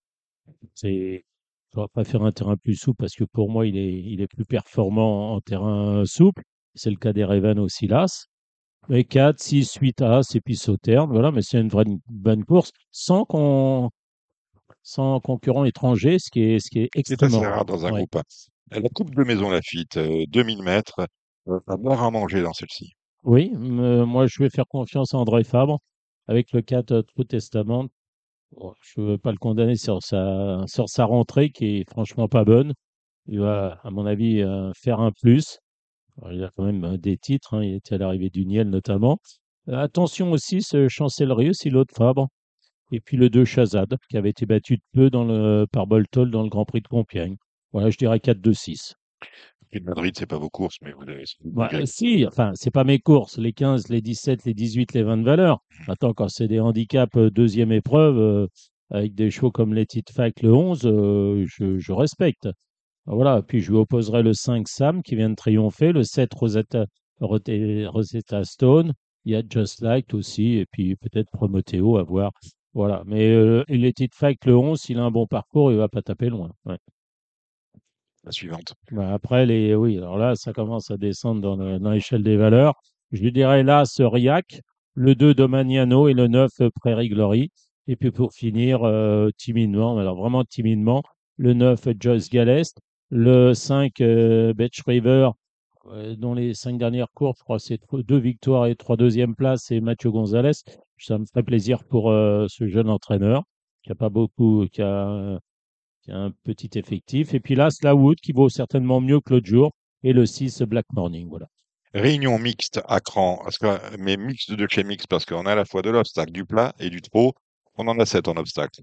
C'est, j'aurais préféré un terrain plus souple parce que pour moi, il est, il est plus performant en terrain souple. C'est le cas des Raven au Silas. Et quatre, six, huit As et puis Sauternes. Voilà, mais c'est une vraie une bonne course sans, con, sans concurrent étranger, ce qui est, ce qui est C'est assez extrêmement rare rare. dans un Ouais. groupe. La Coupe de Maison Lafitte, euh, deux mille mètres. Euh, à boire à manger dans celle-ci. Oui, me- moi, je vais faire confiance à André Fabre avec le quatre euh, True Testament. Bon, je ne veux pas le condamner sur sa, sur sa rentrée qui est franchement pas bonne. Il va, à mon avis, euh, faire un plus. Alors, il a quand même euh, des titres, hein. Il était à l'arrivée du Niel notamment. Euh, attention aussi, ce Chancellerie, aussi l'autre Fabre. Et puis le deux Chazad, qui avait été battu de peu dans le, par Boltol dans le Grand Prix de Compiègne. Voilà, je dirais quatre deux six. Et de Madrid, c'est pas vos courses, mais vous avez. vous Bah, avez- si, enfin, c'est pas mes courses, les quinze, les dix-sept, les dix-huit, les vingt de valeur. Maintenant, quand c'est des handicaps euh, deuxième épreuve, euh, avec des chevaux comme les Tite Fac le onze, euh, je, je respecte. Voilà, puis je lui opposerai le cinq Sam qui vient de triompher, le sept Rosetta, Rote- Rosetta Stone, il y a Just Like aussi, et puis peut-être Prometeo à voir. Voilà, mais euh, et les Tite Fac le onze, s'il a un bon parcours, il va pas taper loin. Ouais. La suivante. Bah, après, les, oui, alors là, ça commence à descendre dans le- dans l'échelle des valeurs. Je lui dirais là, ce Riac, le deux Domaniano et le neuf euh, Prairie Glory. Et puis pour finir, euh, timidement, mais alors vraiment timidement, le neuf Joyce Gallest, le cinq euh, Betch River, euh, dans les cinq dernières courses, je crois que c'est tro- deux victoires et trois deuxièmes places, et Mathieu Gonzalez. Ça me ferait plaisir pour euh, ce jeune entraîneur qui a pas beaucoup, qui a, qui a un petit effectif. Et puis là, Slawood qui vaut certainement mieux que l'autre jour, et le six Black Morning. Voilà. Réunion mixte à Cran, parce que, mais mixte de chez mixte, parce qu'on a à la fois de l'obstacle, du plat et du trot. On en a sept en obstacle.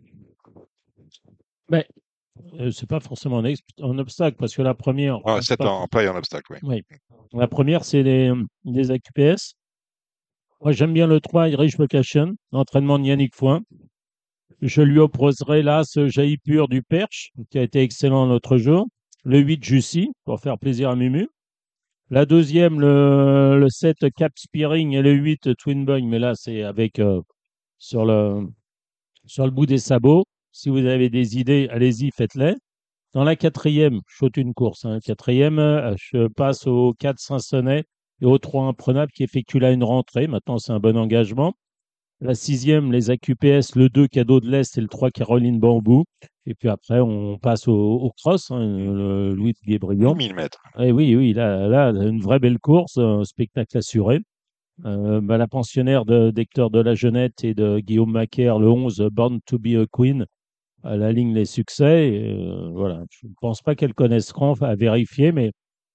Mais euh, c'est pas forcément un, ex- un obstacle parce que la première, Ah, euh, sept pas- en, en plat et en obstacle, oui. oui, la première c'est les, les A Q P S. Moi, j'aime bien le trois Irish Vacation, l'entraînement de Yannick Foin. Je lui opposerai là ce Jaillit Pur du Perche, qui a été excellent l'autre jour. Le huit Jussi, pour faire plaisir à Mumu. La deuxième, le, le sept Cap Spearing et le huit Twin Boy, mais là, c'est avec euh, sur le, sur le bout des sabots. Si vous avez des idées, allez-y, faites-les. Dans la quatrième, je saute une course. Hein. Quatrième, euh, je passe au quatre Saint-Sonnet et au trois Imprenable qui effectue là une rentrée. Maintenant, c'est un bon engagement. La sixième, les A Q P S, le deux Cadeau de l'Est et le trois Caroline Bambou. Et puis après, on passe au, au cross, hein, le Louis Guébriand. mille mètres. Et oui, oui, là, là, une vraie belle course, un spectacle assuré. Euh, bah, la pensionnaire de- d'Hector de la Jeunette et de Guillaume Macaire, le onze, Born to be a Queen, à la ligne les succès. Et, euh, voilà. Je ne pense pas qu'elle connaisse Cranf à vérifier, mais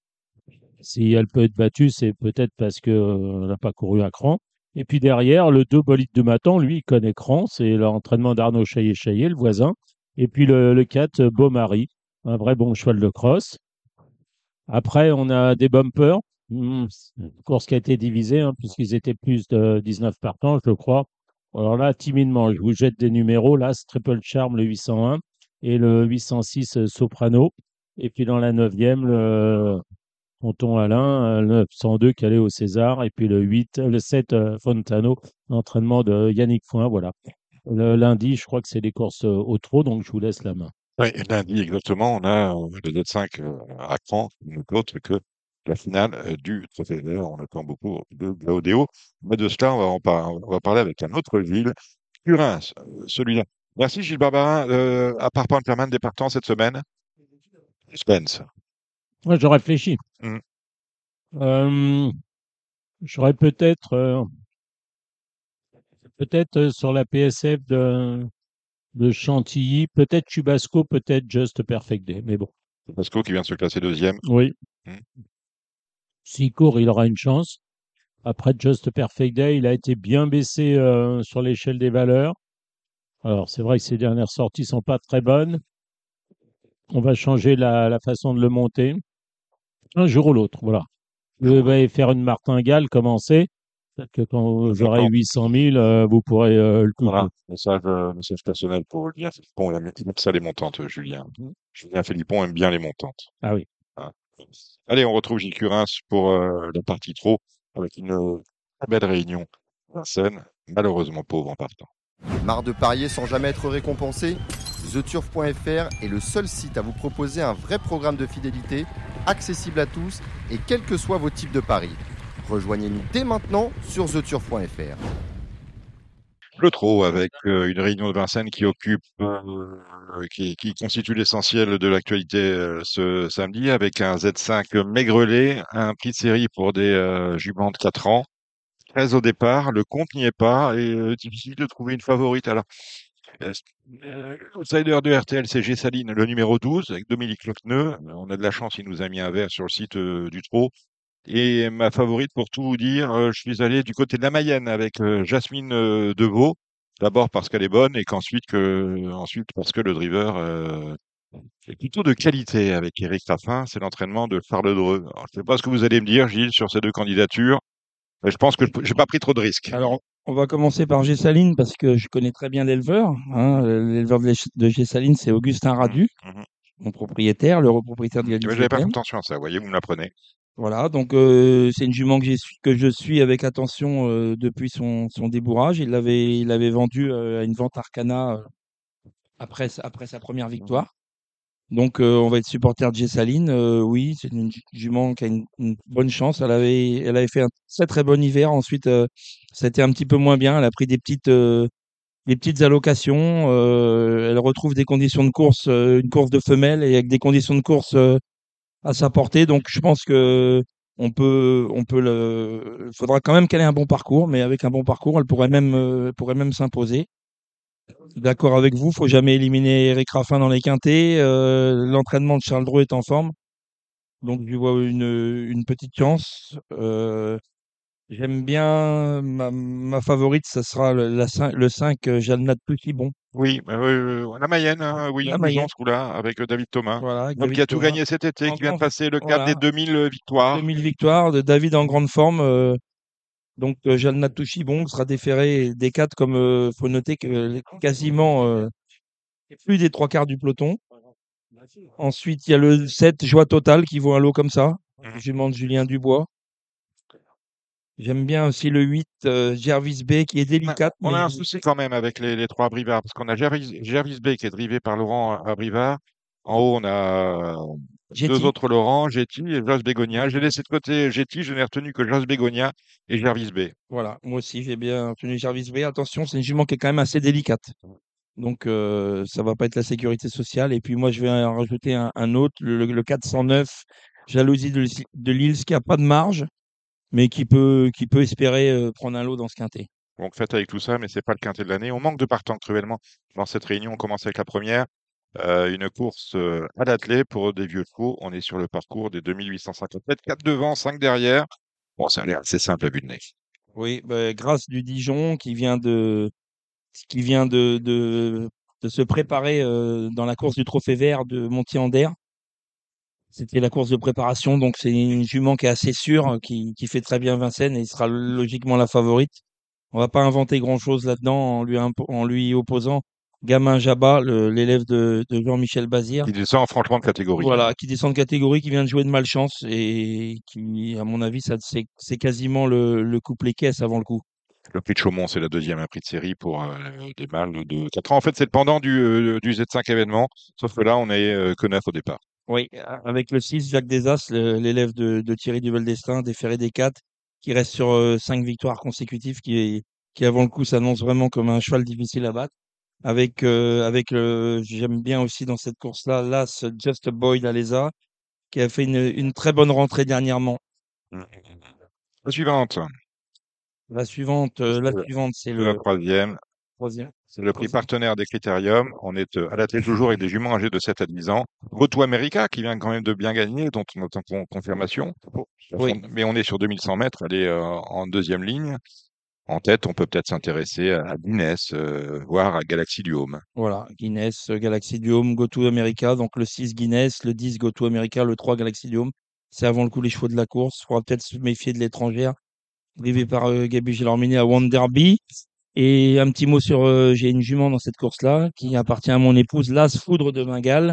si elle peut être battue, c'est peut-être parce qu'elle n'a pas couru à Cran. Et puis derrière, le deux bolide de Matan, lui, il connaît Cran, c'est l'entraînement d'Arnaud Chaillet-Chaillet, le voisin. Et puis le, le quatre, Beaumarie, un vrai bon cheval de crosse. Après, on a des bumpers. Hmm, c'est une course qui a été divisée, hein, puisqu'ils étaient plus de dix-neuf partants, je crois. Alors là, timidement, je vous jette des numéros. Là, c'est Triple Charm, le huit cent un, et le huit cent six, euh, Soprano. Et puis dans la neuvième, le Tonton Alain, euh, le neuf cent deux, Calais au César. Et puis le huit, euh, le sept, euh, Fontano, l'entraînement de Yannick Foin. Voilà. Le lundi, je crois que c'est des courses euh, au trot, donc je vous laisse la main. Oui, lundi, exactement, on a euh, le Z cinq euh, à Cran, donc autre que la finale euh, du Trophée Vert. On attend beaucoup de Gaudéo. Mais de cela, on va, en par- on va parler avec un autre ville, Turin, euh, celui-là. Merci Gilles Barbarin. Euh, à part Panterman des partants cette semaine, Spence. Moi, je réfléchis. Hmm. Euh, J'aurais peut-être euh, peut-être euh, sur la P S F de, de Chantilly, peut-être Chubasco, peut-être Just Perfect Day. Mais bon, Pasco qui vient de se classer deuxième. oui, Hmm. s'il court, il aura une chance. Après Just Perfect Day, il a été bien baissé euh, sur l'échelle des valeurs. Alors, c'est vrai que ses dernières sorties sont pas très bonnes. On va changer la, la façon de le monter. Un jour ou l'autre, voilà. Je vais faire une martingale, commencer. Peut-être que quand vous aurez D'accord. huit cent mille, euh, vous pourrez euh, le Voilà, couper. message, euh, message personnel pour Julien Philippon. Il aime il aime ça les montantes, Julien. Julien Philippon aime bien les montantes. Ah oui. Hein. Allez, on retrouve Gilles Curins pour euh, la partie trop avec une euh, très belle réunion. Vincennes, malheureusement pauvre en partant. Marre de parier sans jamais être récompensé? The Turf point F R est le seul site à vous proposer un vrai programme de fidélité, accessible à tous et quels que soient vos types de paris. Rejoignez-nous dès maintenant sur The Turf point F R. Le trot avec euh, une réunion de Vincennes qui occupe, euh, qui, qui constitue l'essentiel de l'actualité euh, ce samedi avec un Z cinq maigrelet, un prix de série pour des euh, juments de quatre ans. treize au départ, le compte n'y est pas et euh, difficile de trouver une favorite. Alors, euh, euh, l'outsider de R T L, c'est G. Saline, le numéro douze, avec Dominique Locneux. On a de la chance, il nous a mis un verre sur le site euh, du trot. Et ma favorite, pour tout vous dire, euh, je suis allé du côté de la Mayenne avec euh, Jasmine euh, Deveau. D'abord parce qu'elle est bonne et qu'ensuite que, ensuite parce que le driver euh, est plutôt de qualité avec Eric Raffin. C'est l'entraînement de Charles Dreux. Alors, je ne sais pas ce que vous allez me dire, Gilles, sur ces deux candidatures. Mais je pense que je n'ai pas pris trop de risques. Alors, on va commencer par Gessaline parce que je connais très bien l'éleveur. Hein. L'éleveur de l'Ech- de Gessaline, c'est Augustin Radu, Mhm. mon propriétaire, le propriétaire de la Mais j'avais pas fait dix-septième. attention à ça, vous voyez, vous me l'apprenez. Voilà, donc euh, c'est une jument que, j'ai su- que je suis avec attention euh, depuis son, son débourrage. Il l'avait il l'avait vendu euh, à une vente Arcana euh, après, sa- après sa première victoire. Donc euh, on va être supporter de Gessaline. Euh, oui, c'est une ju- jument qui a une, une bonne chance. Elle avait, elle avait fait un très très bon hiver. Ensuite, euh, ça a été un petit peu moins bien. Elle a pris des petites, euh, des petites allocations. Euh, elle retrouve des conditions de course, euh, une course de femelle et avec des conditions de course euh, à sa portée. Donc, je pense que on peut, on peut le. Il faudra quand même qu'elle ait un bon parcours, mais avec un bon parcours, elle pourrait même, euh, pourrait même s'imposer. D'accord avec vous, faut jamais éliminer Eric Raffin dans les quintés. Euh, l'entraînement de Charles Dreux est en forme, donc je lui vois une, une petite chance. Euh, j'aime bien ma, ma favorite, ça sera le, la cin- le cinq, euh, Jalnat Bon, Oui, euh, euh, la Mayenne, hein, oui, la disons Mayenne, ce coup-là, avec euh, David Thomas. voilà, avec L'homme qui David a tout Thomas. gagné cet été, En qui vient de grand, passer le cap des voilà, deux mille victoires. deux mille victoires, de David en grande forme. Euh, donc euh, Jalnat Bon sera déféré des quatre, comme euh, faut noter que euh, quasiment euh, plus des trois quarts du peloton. Ensuite, il y a le sept, Joie Totale, qui vaut un lot comme ça. Mhm. Jument de Julien Dubois. J'aime bien aussi le huit, euh, Jervis Bay, qui est On a, délicate, on a mais un souci quand même avec les, les trois Brivards, parce qu'on a Gervis, Gervis Bay qui est drivé par Laurent à Brivard. En haut, on a euh, deux Jetty. autres Laurent, Getty et Jos Bégonia. J'ai laissé de côté Getty, je n'ai retenu que Jos Bégonia et Gervis Bay. Voilà, moi aussi, j'ai bien tenu Jervis Bay. Attention, c'est une jument qui est quand même assez délicate. Donc, euh, ça va pas être la sécurité sociale. Et puis, moi, je vais en rajouter un, un autre, le, le quatre cent neuf, Jalousie de, Lille- de Lille, qui a pas de marge, mais qui peut, qui peut espérer euh, prendre un lot dans ce quintet. Donc faites avec tout ça, mais c'est pas le quintet de l'année. On manque de partants cruellement. Dans cette réunion, on commence avec la première. Euh, une course euh, à l'attelé pour des vieux chevaux. On est sur le parcours des deux mille huit cent cinquante mètres, quatre devant, cinq derrière. Bon, ça a l'air assez simple à vue de nez. Oui, bah, grâce du Dijon qui vient de, qui vient de, de, de se préparer euh, dans la course du Trophée Vert de Montier-en-Der. C'était la course de préparation, donc c'est une jument qui est assez sûre, qui, qui fait très bien Vincennes et sera logiquement la favorite. On va pas inventer grand-chose là-dedans en lui, impo- en lui opposant Gamin Jabba, le- l'élève de, de Jean-Michel Bazir. Qui descend franchement de catégorie, hein. Voilà, qui descend de catégorie, qui vient de jouer de malchance et qui, à mon avis, ça c'est c'est quasiment le, le couplet caisse avant le coup. Le prix de Chaumont, c'est la deuxième un prix de série pour euh, des mâles de quatre ans. En fait, c'est le pendant du, euh, du Z cinq événement, sauf que là, on est euh, que neuf au départ. Oui, a- avec le six, Jacques Desas, le- l'élève de, de Thierry Duval-Destin, déféré des quatre, qui reste sur euh, cinq victoires consécutives, qui, est- qui avant le coup s'annonce vraiment comme un cheval difficile à battre. Avec, euh, avec le, j'aime bien aussi dans cette course-là, l'As Just a Boy d'Alesa, qui a fait une, une très bonne rentrée dernièrement. Mm. La suivante, La suivante, euh, la c'est suivante, c'est la le troisième. troisième. C'est le prix troisième. partenaire des Critériums. On est euh, à la tête toujours avec des juments âgés de sept à dix ans. Goto America, qui vient quand même de bien gagner, dont on attend con- confirmation. Oui, Mais on est sur deux mille cent mètres, elle est euh, en deuxième ligne. En tête, on peut peut-être s'intéresser à Guinness, euh, voire à Galaxy du Home. voilà, Guinness, euh, Galaxy du Home, Go to America, donc le six Guinness, le dix Go to America, le trois Galaxy du Home. C'est avant le coup les chevaux de la course. Il faudra peut-être se méfier de l'étrangère, drivé par euh, Gabi Gélorminé à Wonderby. Et un petit mot sur, euh, j'ai une jument dans cette course-là qui appartient à mon épouse, l'As Foudre de Bengale,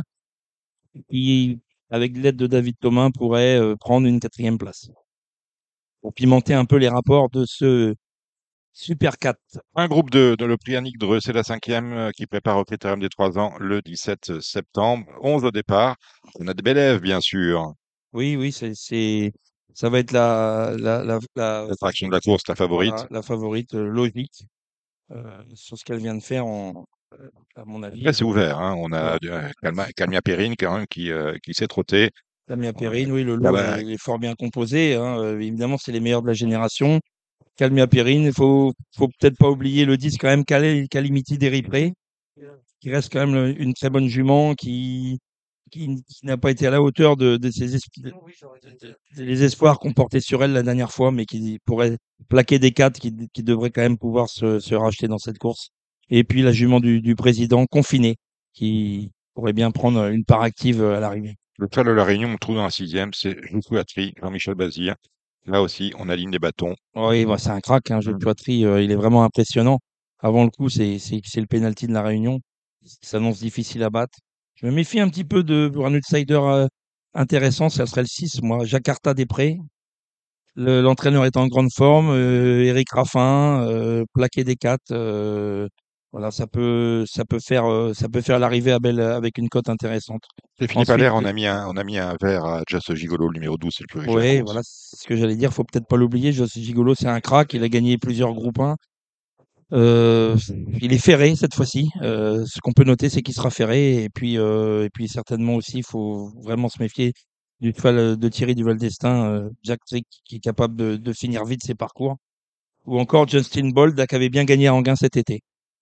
qui, avec l'aide de David Thomas, pourrait euh, prendre une quatrième place. Pour pimenter un peu les rapports de ce Super quatre. Un groupe de, de le prix Annick Dreux, c'est la cinquième euh, qui prépare au Critérium des trois ans le dix-sept septembre. onze au départ. On a de Bélève, bien sûr. Oui, oui, c'est, c'est, ça va être la, la, la, la, L'attraction de la course, la favorite. voilà, la favorite euh, logique euh, sur ce qu'elle vient de faire, en, euh, à mon avis. Là, c'est euh, ouvert, hein. On a voilà. euh, Calma, Calmia Perrine quand même qui, euh, qui s'est trotté. Damien Ouais. Perrine, oui, le lot Cala- est, est fort bien composé, hein. Euh, évidemment, c'est les meilleurs de la génération. Calmia Perrine, il faut, faut peut-être pas oublier le dix quand même, Cal- Calimity Deripré, qui reste quand même le- une très bonne jument, qui, qui, qui n'a pas été à la hauteur de, de ses esp- de- les espoirs qu'on portait sur elle la dernière fois, mais qui pourrait plaquer des quatre, qui, qui devrait quand même pouvoir se, se racheter dans cette course. Et puis la jument du, du président, Confiné, qui pourrait bien prendre une part active à l'arrivée. Le toile de la Réunion, on trouve dans la sixième, c'est Joucouatry, Jean-Michel Bazir. Là aussi, on aligne des bâtons. Oui, bah, c'est un crack, hein, jeu de Mm. Chouatry, euh, il est vraiment impressionnant. Avant le coup, c'est c'est c'est le penalty de la Réunion. Ça s'annonce difficile à battre. Je me méfie un petit peu de pour un outsider euh, intéressant, ça serait le six, moi, Jakarta Després. Le- L'entraîneur est en grande forme, euh, Eric Raffin, euh, plaqué des quatre. euh, voilà, ça peut ça peut faire euh, ça peut faire l'arrivée à Belle avec une cote intéressante. C'est Philippe Ensuite, Allaire, on a mis un, on a mis un verre à Just Gigolo, le numéro douze, c'est le plus riche de la ouais, course. voilà, c'est ce que j'allais dire. Faut peut-être pas l'oublier. Joss Gigolo, c'est un crack. Il a gagné plusieurs groupes un. Euh, il est ferré cette fois-ci. Euh, ce qu'on peut noter, c'est qu'il sera ferré. Et puis, euh, et puis certainement aussi, il faut vraiment se méfier du cheval euh, de Thierry Duval d'Estaing, euh, Jack Trick, qui est capable de, de finir vite ses parcours. Ou encore Justin Bold, là, qui avait bien gagné à Anguin cet été.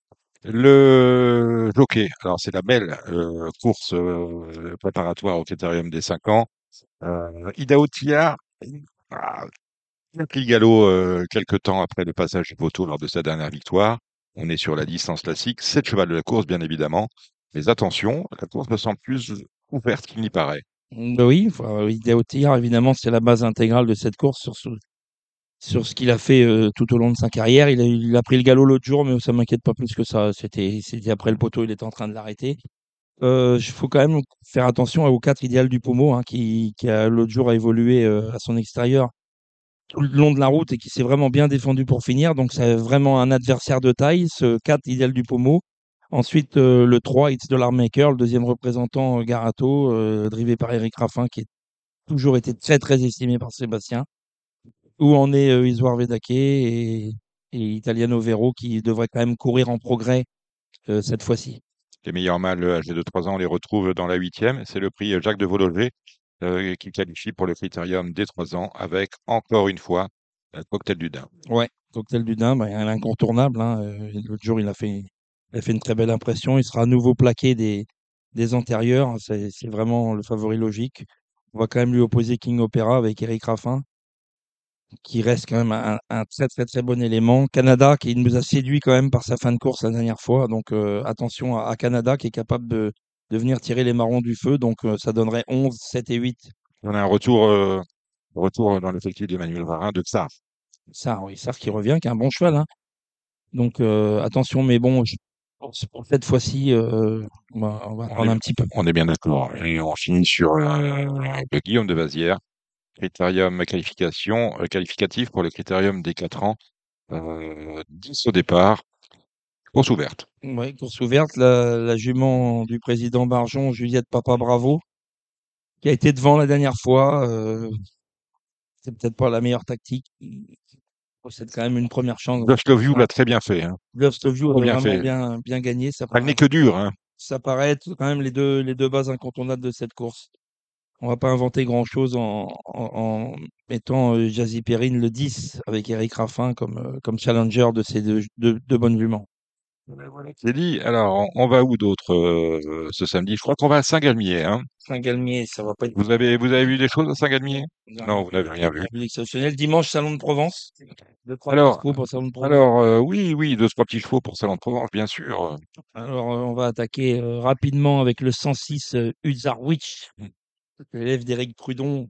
Le jockey, alors c'est la belle euh, course euh, préparatoire au Critérium des cinq ans. Euh, Idaho Tillard, ah, il a pris le galop euh, quelques temps après le passage du poteau lors de sa dernière victoire. On est sur la distance classique. C'est le cheval de la course, bien évidemment. Mais attention, la course me semble plus ouverte qu'il n'y paraît. Mm, bah oui, enfin, Idaho Tillard, évidemment, c'est la base intégrale de cette course sur ce, sur ce qu'il a fait euh, tout au long de sa carrière. Il a, il a pris le galop l'autre jour, mais ça m'inquiète pas plus que ça. C'était, c'était après le poteau, il était en train de l'arrêter. Euh, Il faut quand même faire attention au quatre idéal du Pommeau, hein, qui, qui a l'autre jour a évolué euh, à son extérieur tout le long de la route et qui s'est vraiment bien défendu pour finir. Donc c'est vraiment un adversaire de taille, ce quatre idéal du Pommeau. Ensuite, euh, le trois, It's Dollar Maker, le deuxième représentant, euh, Garato, euh, drivé par Eric Raffin, qui a toujours été très très estimé par Sébastien. Où en est euh, Isoar Vedake et, et Italiano Vero, qui devrait quand même courir en progrès euh, cette fois-ci. Les meilleurs mâles âgés de trois ans, on les retrouve dans la huitième. C'est le prix Jacques de Vologer euh, qui qualifie pour le critérium des trois ans avec, encore une fois, le cocktail du Dain. Ouais, Cocktail du Dain, bah, un incontournable, hein. Euh, l'autre jour, il a fait, il a fait une très belle impression. Il sera à nouveau plaqué des, des antérieurs. C'est c'est vraiment le favori logique. On va quand même lui opposer King Opera avec Eric Raffin, qui reste quand même un, un très très très bon élément. Canada, qui nous a séduit quand même par sa fin de course la dernière fois. Donc euh, attention à, à Canada, qui est capable de, de venir tirer les marrons du feu. Donc euh, ça donnerait onze, sept et huit. On a un retour, euh, retour dans l'effectif d'Emmanuel Varin de Xar. Ça, oui, ça qui revient, qui est un bon cheval, hein. Donc euh, attention, mais bon, je pense pour cette fois-ci, euh, on va, on va On attendre est, un petit peu. on est bien d'accord. Et on finit sur euh, le Guillaume de Vazières, critérium qualification, euh, qualificatif pour le critérium des quatre ans. Euh, dix au départ, course ouverte. Ouais, course ouverte, la, la jument du président Barjon, Juliette Papa Bravo, qui a été devant la dernière fois. Euh, c'est peut-être pas la meilleure tactique. Il possède quand même une première chance. Just Love You l'a très bien fait. Hein. Love Love You Trop avait bien vraiment fait. bien, bien gagné. Ça Elle n'est paraît, que dure. Hein. ça paraît être quand même les deux, les deux bases incontournables de cette course. On va pas inventer grand-chose en, en, en mettant euh, Jazzy Perrine le dix avec Eric Raffin comme, euh, comme challenger de ces deux, deux, deux bonnes juments. C'est dit. Alors, on, on va où d'autre euh, ce samedi? Je crois qu'on va à Saint-Galmier. Hein. Saint-Galmier, ça va pas être Vous avez, vous avez vu des choses à Saint-Galmier? non, Non, vous n'avez rien vu. plus exceptionnel. Dimanche, Salon de Provence. Deux, trois Alors, discours pour Salon de Provence. alors euh, oui, oui, deux, trois petits chevaux pour Salon de Provence, bien sûr. Alors, euh, on va attaquer euh, rapidement avec le cent six euh, Uzarwich, l'élève d'Éric Prudon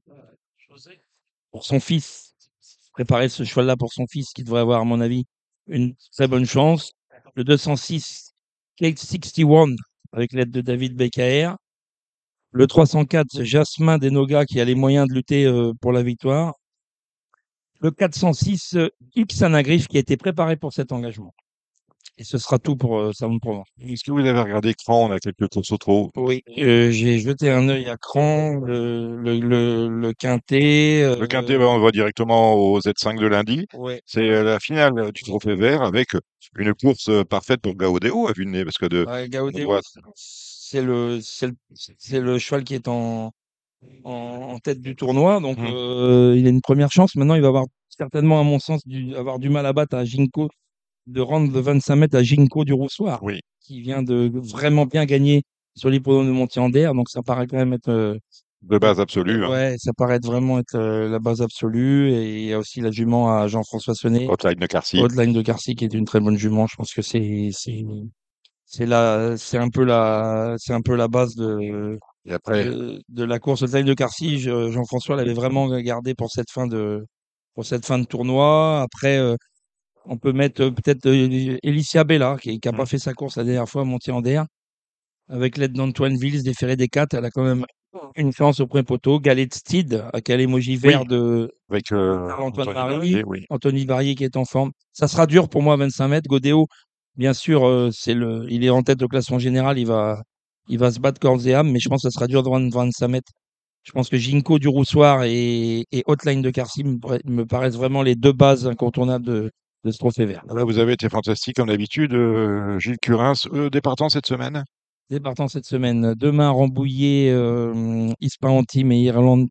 pour son fils. Préparer ce cheval-là pour son fils qui devrait avoir, à mon avis, une très bonne chance. Le deux cent six, Kate soixante et un avec l'aide de David Becaer. Le trois cent quatre, Jasmin Denoga qui a les moyens de lutter euh, pour la victoire. Le quatre cent six, euh, X Anagriffe qui a été préparé pour cet engagement. Et ce sera tout pour euh, Salon de Provence. Est-ce que vous avez regardé Cran? On a quelques courses au trot. Oui, euh, j'ai jeté un œil à Cran, le, le, le, le Quintet. Euh, Le Quintet, ben, on va directement au Z cinq de lundi. ouais. C'est euh, la finale du Trophée Vert avec une course euh, parfaite pour Gaudéo à vue de nez, parce que de, Ouais, on Gaudéo, doit- c'est le, c'est le, c'est le cheval qui est en, en, en tête du tournoi. Donc, Mhm. euh, il a une première chance. Maintenant, il va avoir certainement, à mon sens, du, avoir du mal à battre à Ginko, de rendre le vingt-cinq mètres à Ginko du Roussoir, Oui, qui vient de vraiment bien gagner sur l'hippodrome de Montier-en-Der. Donc, ça paraît quand même être, euh, de base euh, absolue. Hein. ouais, ça paraît être vraiment être euh, la base absolue. Et il y a aussi la jument à Jean-François Sonnet, Hotline de Carcy. Hotline de Carcy, qui est une très bonne jument. Je pense que c'est, c'est, c'est la, c'est un peu la, c'est un peu la base de, Et après, de, de la course Hotline de Carcy. Je- Jean-François l'avait vraiment gardé pour cette fin de, pour cette fin de tournoi. Après, euh, on peut mettre euh, peut-être euh, Elicia Bella, qui n'a pas mhm. fait sa course la dernière fois à Montier-en-Der. Avec l'aide d'Antoine Vils, des Ferré des quatre, elle a quand même une chance au premier poteau. Galet Steed, avec un émoji Oui, vert de avec euh, Antoine Antoine Marie. Varier, oui. Anthony Varier qui est en forme. Ça sera dur pour moi, vingt-cinq mètres. Godéo, bien sûr, euh, c'est le, il est en tête au classement général. Il va, il va se battre corps et âme, mais je pense que ça sera dur de rendre vingt-cinq mètres. Je pense que Ginko du Roussoir et, et Hotline de Carcy me, pare- me paraissent vraiment les deux bases incontournables de, de ce trophée vert. Là, vous avez été fantastique comme d'habitude, euh, Gilles Curins. Euh, départant cette semaine? Départant cette semaine. Demain, Rambouillet, euh, Ispahan Team et Irlande,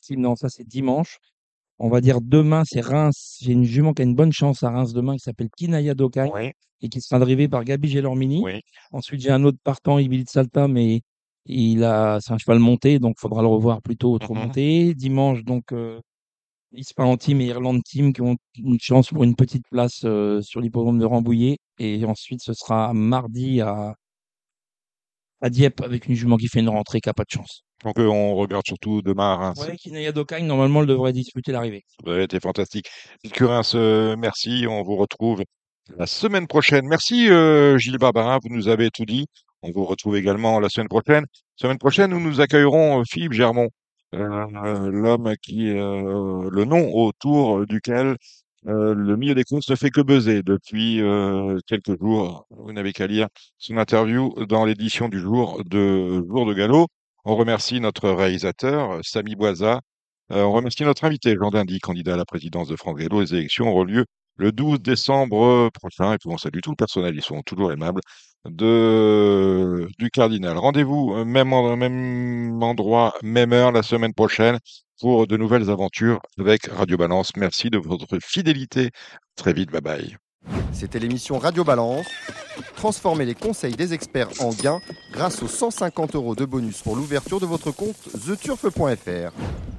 Team, non, ça c'est dimanche. On va dire demain, c'est Reims. J'ai une jument qui a une bonne chance à Reims demain qui s'appelle Kinaya Dokai Oui, et qui sera drivée par Gabi Gelormini. oui. Ensuite, j'ai un autre partant, Ibilit Salta, mais il a, c'est un cheval monté, donc il faudra le revoir plutôt au trop Mhm. monté. Dimanche, donc, euh, Ispahan Team et Irlande Team qui ont une chance pour une petite place euh, sur l'hippodrome de Rambouillet. Et ensuite, ce sera mardi à, à Dieppe avec une jument qui fait une rentrée qui n'a pas de chance. Donc, euh, on regarde surtout demain à Reims. Ouais, Kinaya Dokai, normalement, elle devrait disputer l'arrivée. Ça a été fantastique. Curin, euh, merci. On vous retrouve la semaine prochaine. Merci, euh, Gilles Barbarin. Vous nous avez tout dit. On vous retrouve également la semaine prochaine. Semaine prochaine, nous nous accueillerons euh, Philippe Germont, euh, euh, l'homme qui, euh, le nom autour duquel euh, le milieu des courses ne fait que buzzer depuis euh, quelques jours. Vous n'avez qu'à lire son interview dans l'édition du jour de Jour de Galop. On remercie notre réalisateur, Samy Boisa. Euh, on remercie notre invité, Jean Dindy, candidat à la présidence de France Gallo. Les élections auront lieu le douze décembre prochain. Et puis on salue tout le personnel, ils sont toujours aimables, de, du Cardinal. Rendez-vous euh, même, en, même endroit, même heure la semaine prochaine pour de nouvelles aventures avec Radio Balance. Merci de votre fidélité. Très vite, bye bye. C'était l'émission Radio Balance. Transformez les conseils des experts en gains grâce aux cent cinquante euros de bonus pour l'ouverture de votre compte the turf point f r.